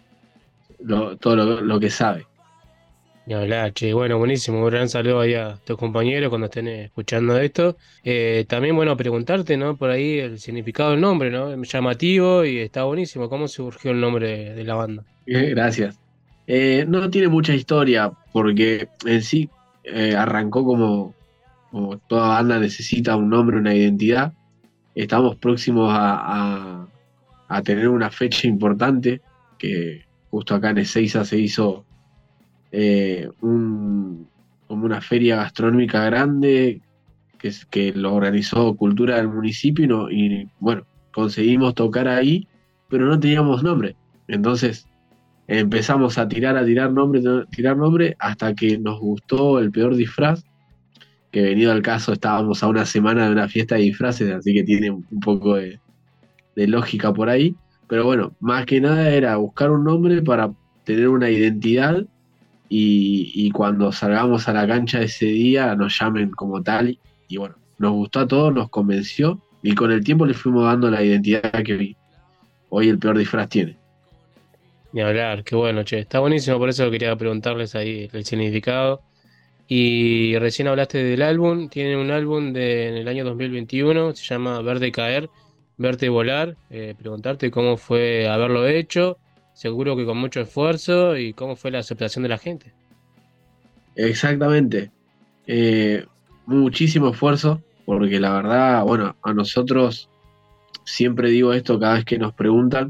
lo- todo lo, lo que sabe. Ni hablar, che. Bueno, buenísimo. Un gran saludo ahí a tus compañeros cuando estén escuchando esto. Eh, también, bueno, preguntarte, ¿no? Por ahí el significado del nombre, ¿no? Llamativo y está buenísimo. ¿Cómo surgió el nombre de, de la banda? Eh, Gracias. Eh, no tiene mucha historia porque en sí eh, arrancó como, como toda banda necesita un nombre, una identidad. Estamos próximos a, a- a tener una fecha importante que justo acá en Ezeiza se hizo eh, un- como una feria gastronómica grande que, es- que lo organizó Cultura del municipio y, no- y, bueno, conseguimos tocar ahí, pero no teníamos nombre. Entonces empezamos a tirar, a tirar nombre, tirar nombre, hasta que nos gustó El Peor Disfraz, que venido al caso estábamos a una semana de una fiesta de disfraces, así que tiene un poco de, de lógica por ahí. Pero bueno, más que nada era buscar un nombre para tener una identidad y, y cuando salgamos a la cancha ese día nos llamen como tal. Y bueno, nos gustó a todos, nos convenció y con el tiempo le fuimos dando la identidad que hoy, hoy El Peor Disfraz tiene. Ni hablar, qué bueno, che. Está buenísimo, por eso quería preguntarles ahí el significado. Y recién hablaste del álbum. Tienen un álbum de, en el año dos mil veintiuno, se llama Verte Caer, Verte Volar. Eh, preguntarte cómo fue haberlo hecho, seguro que con mucho esfuerzo, y cómo fue la aceptación de la gente. Exactamente. Eh, Muchísimo esfuerzo, porque la verdad, bueno, a nosotros siempre digo esto cada vez que nos preguntan,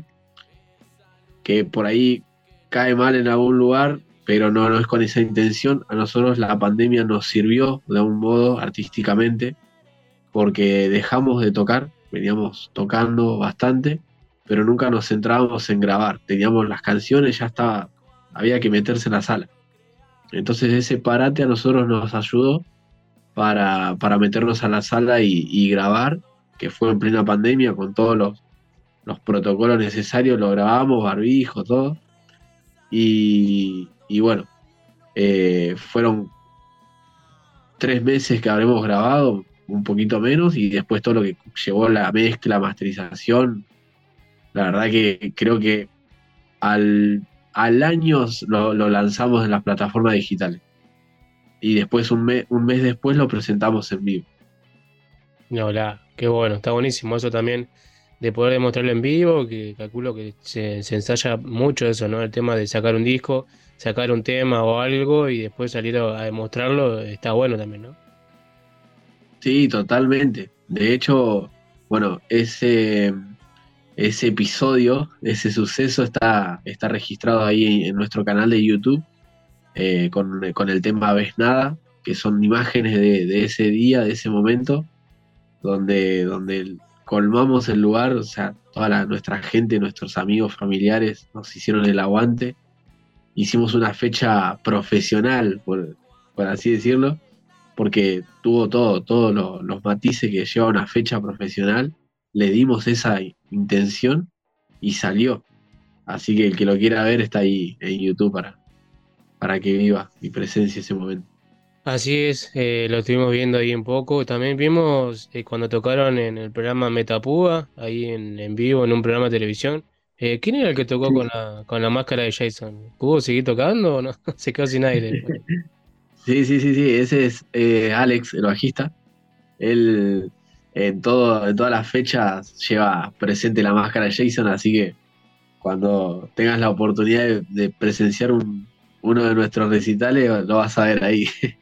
que por ahí cae mal en algún lugar, pero no, no es con esa intención. A nosotros la pandemia nos sirvió de algún modo artísticamente, porque dejamos de tocar, veníamos tocando bastante, pero nunca nos centrábamos en grabar. Teníamos las canciones, ya estaba, había que meterse en la sala. Entonces ese parate a nosotros nos ayudó para, para meternos a la sala y, y grabar, que fue en plena pandemia con todos los, los protocolos necesarios, lo grabamos, barbijo, todo. Y, y bueno, eh, fueron tres meses que habremos grabado, un poquito menos, y después todo lo que llevó la mezcla, masterización. La verdad que creo que al, al año lo, lo lanzamos en las plataformas digitales. Y después, un, me- un mes después, lo presentamos en vivo. Ni hablar, qué bueno, está buenísimo eso también, de poder demostrarlo en vivo, que calculo que se, se ensaya mucho eso, ¿no? El tema de sacar un disco, sacar un tema o algo y después salir a, a demostrarlo, está bueno también, ¿no? Sí, totalmente. De hecho, bueno, ese, ese episodio, ese suceso está, está registrado ahí en nuestro canal de YouTube, eh, con, con el tema Ves Nada, que son imágenes de, de ese día, de ese momento, donde, donde colmamos el lugar, o sea, toda la- nuestra gente, nuestros amigos, familiares, nos hicieron el aguante. Hicimos una fecha profesional, por, por así decirlo, porque tuvo todo, todos lo- los matices que lleva una fecha profesional. Le dimos esa, intención y salió. Así que el que lo quiera ver está ahí en YouTube para, para que viva mi presencia ese momento. Así es, eh, lo estuvimos viendo ahí un poco. También vimos eh, cuando tocaron en el programa Metapúa, ahí en, en vivo, en un programa de televisión. Eh, ¿quién era el que tocó Sí. con la, con la máscara de Jason? ¿Pudo seguir tocando o no? Se quedó sin aire después. Sí, sí, sí, sí, ese es eh, Alex, el bajista. Él en, todo, en todas las fechas lleva presente la máscara de Jason, así que cuando tengas la oportunidad de, de presenciar un, uno de nuestros recitales, lo vas a ver ahí.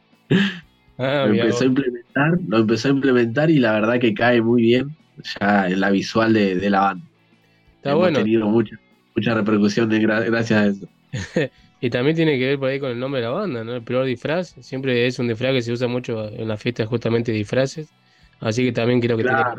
Ah, lo mirá empezó vos. a implementar, lo empezó a implementar y la verdad que cae muy bien ya en la visual de, de la banda. Está Hemos bueno. tenido mucha, mucha repercusión de gra- gracias a eso. Y también tiene que ver por ahí con el nombre de la banda, ¿no? El peor disfraz. Siempre es un disfraz que se usa mucho en las fiestas justamente de disfraces. Así que también creo que tiene Claro,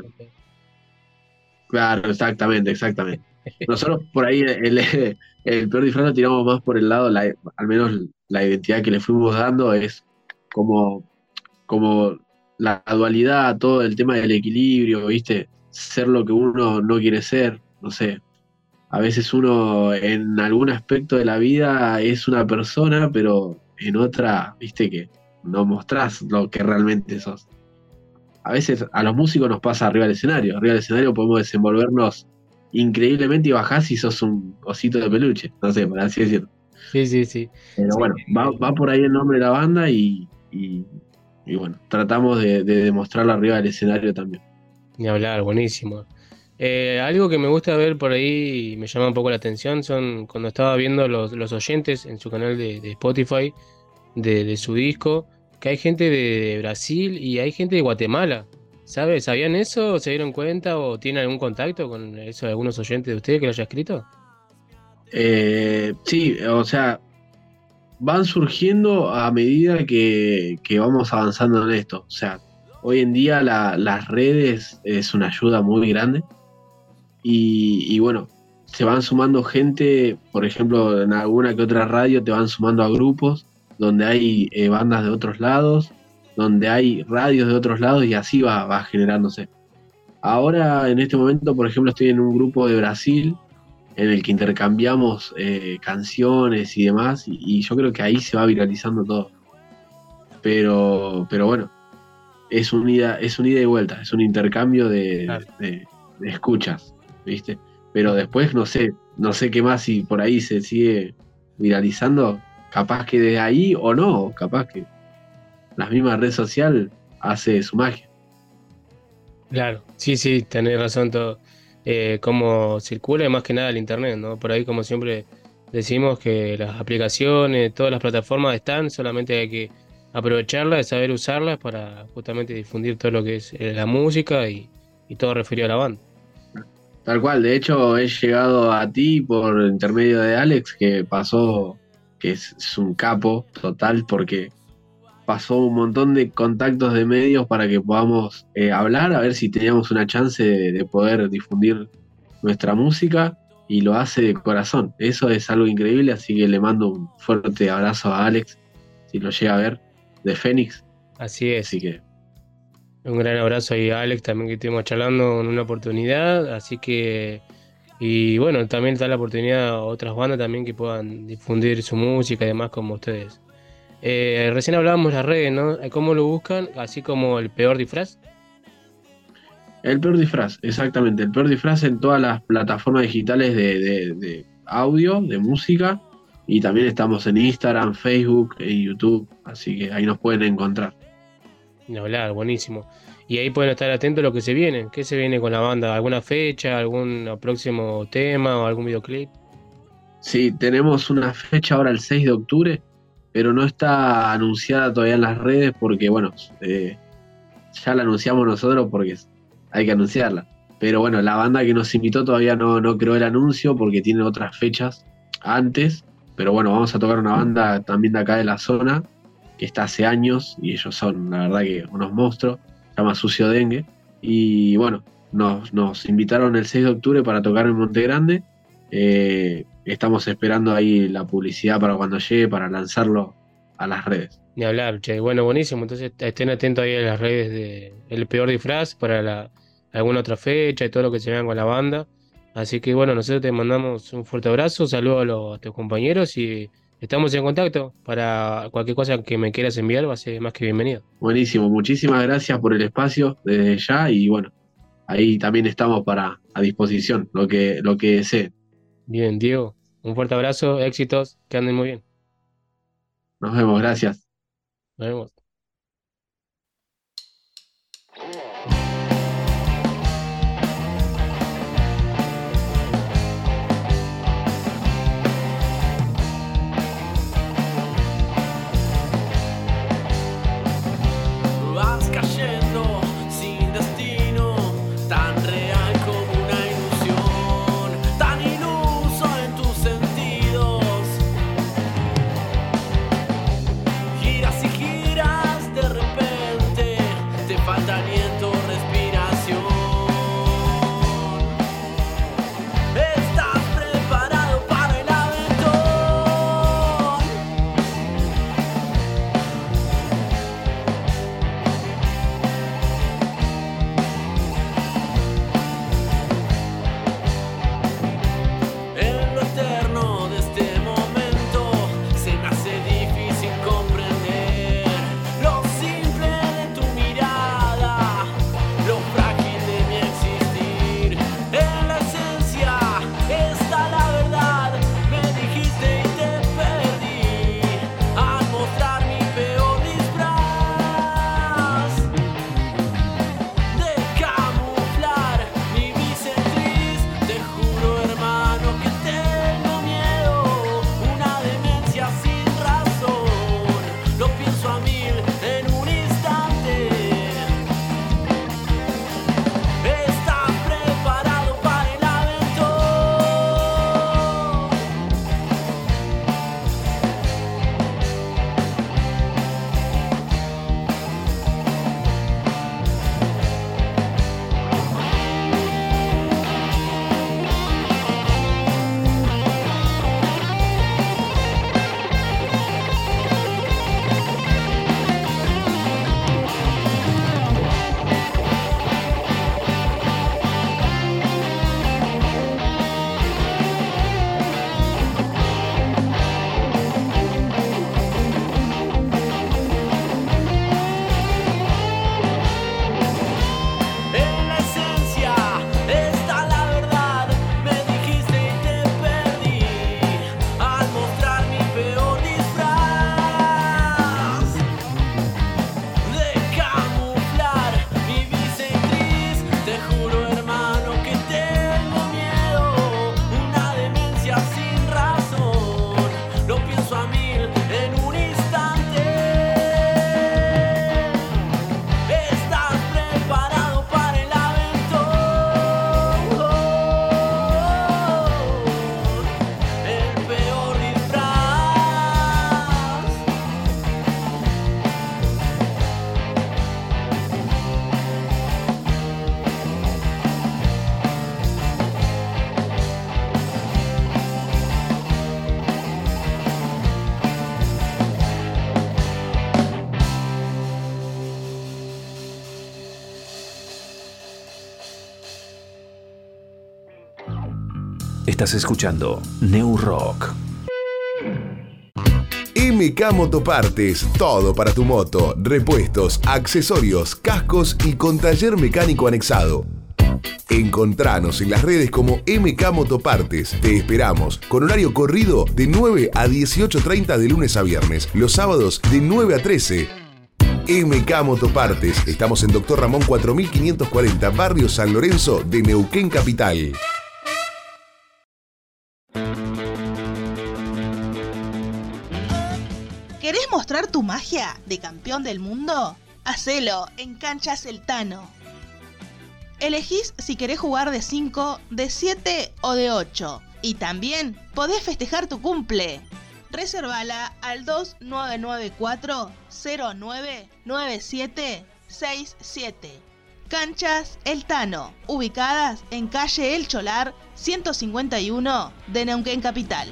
claro, exactamente, exactamente. Nosotros por ahí el, el, el peor disfraz lo tiramos más por el lado, la- al menos la identidad que le fuimos dando es como, como la dualidad, todo el tema del equilibrio, ¿viste? Ser lo que uno no quiere ser, no sé. A veces uno en algún aspecto de la vida es una persona, pero en otra, ¿viste? Que no mostrás lo que realmente sos. A veces a los músicos nos pasa arriba del escenario. Arriba del escenario podemos desenvolvernos increíblemente y bajás y sos un osito de peluche, no sé, por así decirlo. Sí, sí, sí. Pero Sí, bueno, va, va por ahí el nombre de la banda y, y, y bueno, tratamos de, de demostrarlo arriba del escenario también. ni hablar, buenísimo. Eh, algo que me gusta ver por ahí y me llama un poco la atención son cuando estaba viendo los, los oyentes en su canal de, de Spotify de, de su disco, que hay gente de, de Brasil y hay gente de Guatemala. ¿Sabes? ¿Sabían eso? ¿Se dieron cuenta o tienen algún contacto con eso de algunos oyentes de ustedes que lo haya escrito? Eh, sí, o sea, van surgiendo a medida que, que vamos avanzando en esto. O sea, hoy en día la- las redes es una ayuda muy grande y, y bueno, se van sumando gente, por ejemplo, en alguna que otra radio te van sumando a grupos donde hay eh, bandas de otros lados, donde hay radios de otros lados y así va, va generándose. Ahora, en este momento, por ejemplo, estoy en un grupo de Brasil en el que intercambiamos eh, canciones y demás, y, y yo creo que ahí se va viralizando todo. Pero, pero bueno, es un ida, es un ida y vuelta, es un intercambio de, de- de escuchas, ¿viste? Pero después no sé, no sé qué más si por ahí se sigue viralizando, capaz que de ahí o no, capaz que la misma red social hace su magia. Claro, sí, sí, tenés razón todo. Eh, cómo circula y más que nada el internet, ¿no? Por ahí, como siempre decimos que las aplicaciones, todas las plataformas están, solamente hay que aprovecharlas, saber usarlas para justamente difundir todo lo que es eh, la música y, y todo referido a la banda. Tal cual, de hecho he llegado a ti por intermedio de Alex, que pasó, que es, es un capo total, porque pasó un montón de contactos de medios para que podamos eh, hablar, a ver si teníamos una chance de, de poder difundir nuestra música, y lo hace de corazón. Eso es algo increíble, así que le mando un fuerte abrazo a Alex, si lo llega a ver, de Fénix. Así es. Así que Un gran abrazo ahí a Alex también que estuvimos charlando en una oportunidad, así que y bueno, también está la oportunidad a otras bandas también que puedan difundir su música y demás como ustedes. Eh, recién hablábamos de las redes, ¿no? ¿Cómo lo buscan? Así como el peor disfraz. el peor disfraz, exactamente, el peor disfraz en todas las plataformas digitales de, de- de audio, de música, y también estamos en Instagram, Facebook y YouTube, así que ahí nos pueden encontrar. Ni hablar, buenísimo. Y ahí pueden estar atentos a lo que se viene. ¿Qué se viene con la banda? ¿Alguna fecha? ¿Algún próximo tema o algún videoclip? Sí, tenemos una fecha ahora el seis de octubre, pero no está anunciada todavía en las redes porque, bueno, eh, ya la anunciamos nosotros porque hay que anunciarla. Pero bueno, la banda que nos invitó todavía no, no creó el anuncio porque tiene otras fechas antes. Pero bueno, vamos a tocar una banda también de acá de la zona, que está hace años, y ellos son, la verdad, que unos monstruos. Se llama Sucio Dengue. Y bueno, nos, nos invitaron el seis de octubre para tocar en Monte Grande. Eh, estamos esperando ahí la publicidad para cuando llegue, para lanzarlo a las redes. Ni hablar, che. Bueno, buenísimo. Entonces estén atentos ahí a las redes de El Peor Disfraz para la, alguna otra fecha y todo lo que se vean con la banda. Así que bueno, nosotros te mandamos un fuerte abrazo, saludos a, los, a tus compañeros y estamos en contacto. Para cualquier cosa que me quieras enviar va a ser más que bienvenido. Buenísimo, muchísimas gracias por el espacio desde ya y bueno, ahí también estamos para a disposición, lo que, lo que deseen. Bien, Diego, un fuerte abrazo, éxitos, que anden muy bien. Nos vemos, gracias. Nos vemos. Vas cayendo sin destino, tan real como una ilusión, tan iluso en tus sentidos. Giras y giras, de repente te falta aliento, respiración. Estás preparado para el aventón. En lo eterno de este momento se me hace difícil comprender lo simple de tu mirada, lo frágil de mi existir. En la esencia está la verdad, me dijiste y te perdí al mostrar mi peor disfraz de camuflar mi cicatriz. Te juro, hermano, que tengo miedo, una demencia sin razón. Lo pienso a mil en un instante. Estás preparado para el aventón. En la esencia está la verdad, me dijiste y te perdí al mostrar mi peor disfraz de camuflar mi cicatriz. Te juro, hermano, que tengo miedo, una demencia sin razón. Lo pienso a mil en un instante. Estás preparado para el aventón, el peor disfraz. Estás escuchando New Rock. M K Motopartes, todo para tu moto, repuestos, accesorios, cascos y con taller mecánico anexado. Encontranos en las redes como M K Motopartes. Te esperamos con horario corrido de nueve a dieciocho treinta de lunes a viernes, los sábados de nueve a trece. M K Motopartes. Estamos en Doctor Ramón cuatro mil quinientos cuarenta, Barrio San Lorenzo de Neuquén Capital. ¿Querés mostrar tu magia de campeón del mundo? Hacelo en Canchas El Tano. Elegís si querés jugar de cinco, de siete o de ocho. Y también podés festejar tu cumple. Reservala al dos nueve nueve cuatro cero nueve nueve siete seis siete. Canchas El Tano, ubicadas en calle El Cholar ciento cincuenta y uno de Neuquén Capital.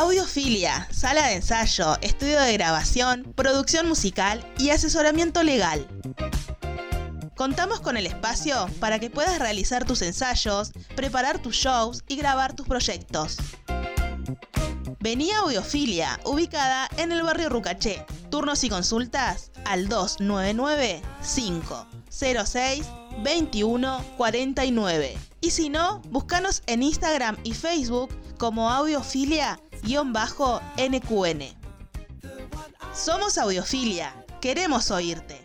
Audiofilia, sala de ensayo, estudio de grabación, producción musical y asesoramiento legal. Contamos con el espacio para que puedas realizar tus ensayos, preparar tus shows y grabar tus proyectos. Vení a Audiofilia, ubicada en el barrio Rucaché. Turnos y consultas al dos nueve nueve, cinco cero seis, dos uno cuatro nueve. Y si no, búscanos en Instagram y Facebook como Audiofilia-N Q N. Somos Audiofilia, queremos oírte.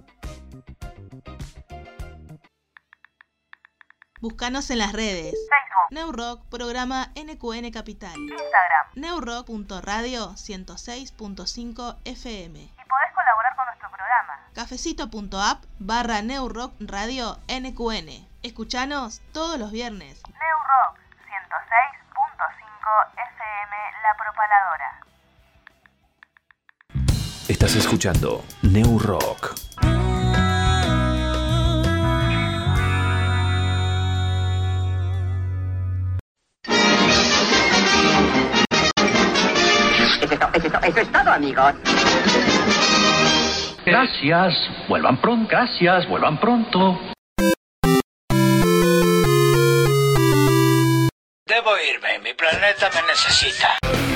Búscanos en las redes. Facebook, Neurock, programa N Q N Capital. Instagram, Neurock punto radio ciento seis punto cinco F M. y podés colaborar con nuestro programa. Cafecito punto app barra Neurock Radio N Q N. Escuchanos todos los viernes. Neurock ciento seis punto cinco F M La Propaladora. Estás escuchando New Rock. Eso es, to- eso es to- eso es todo, amigos. Gracias, vuelvan pronto, gracias, vuelvan pronto. Debo irme, mi planeta me necesita.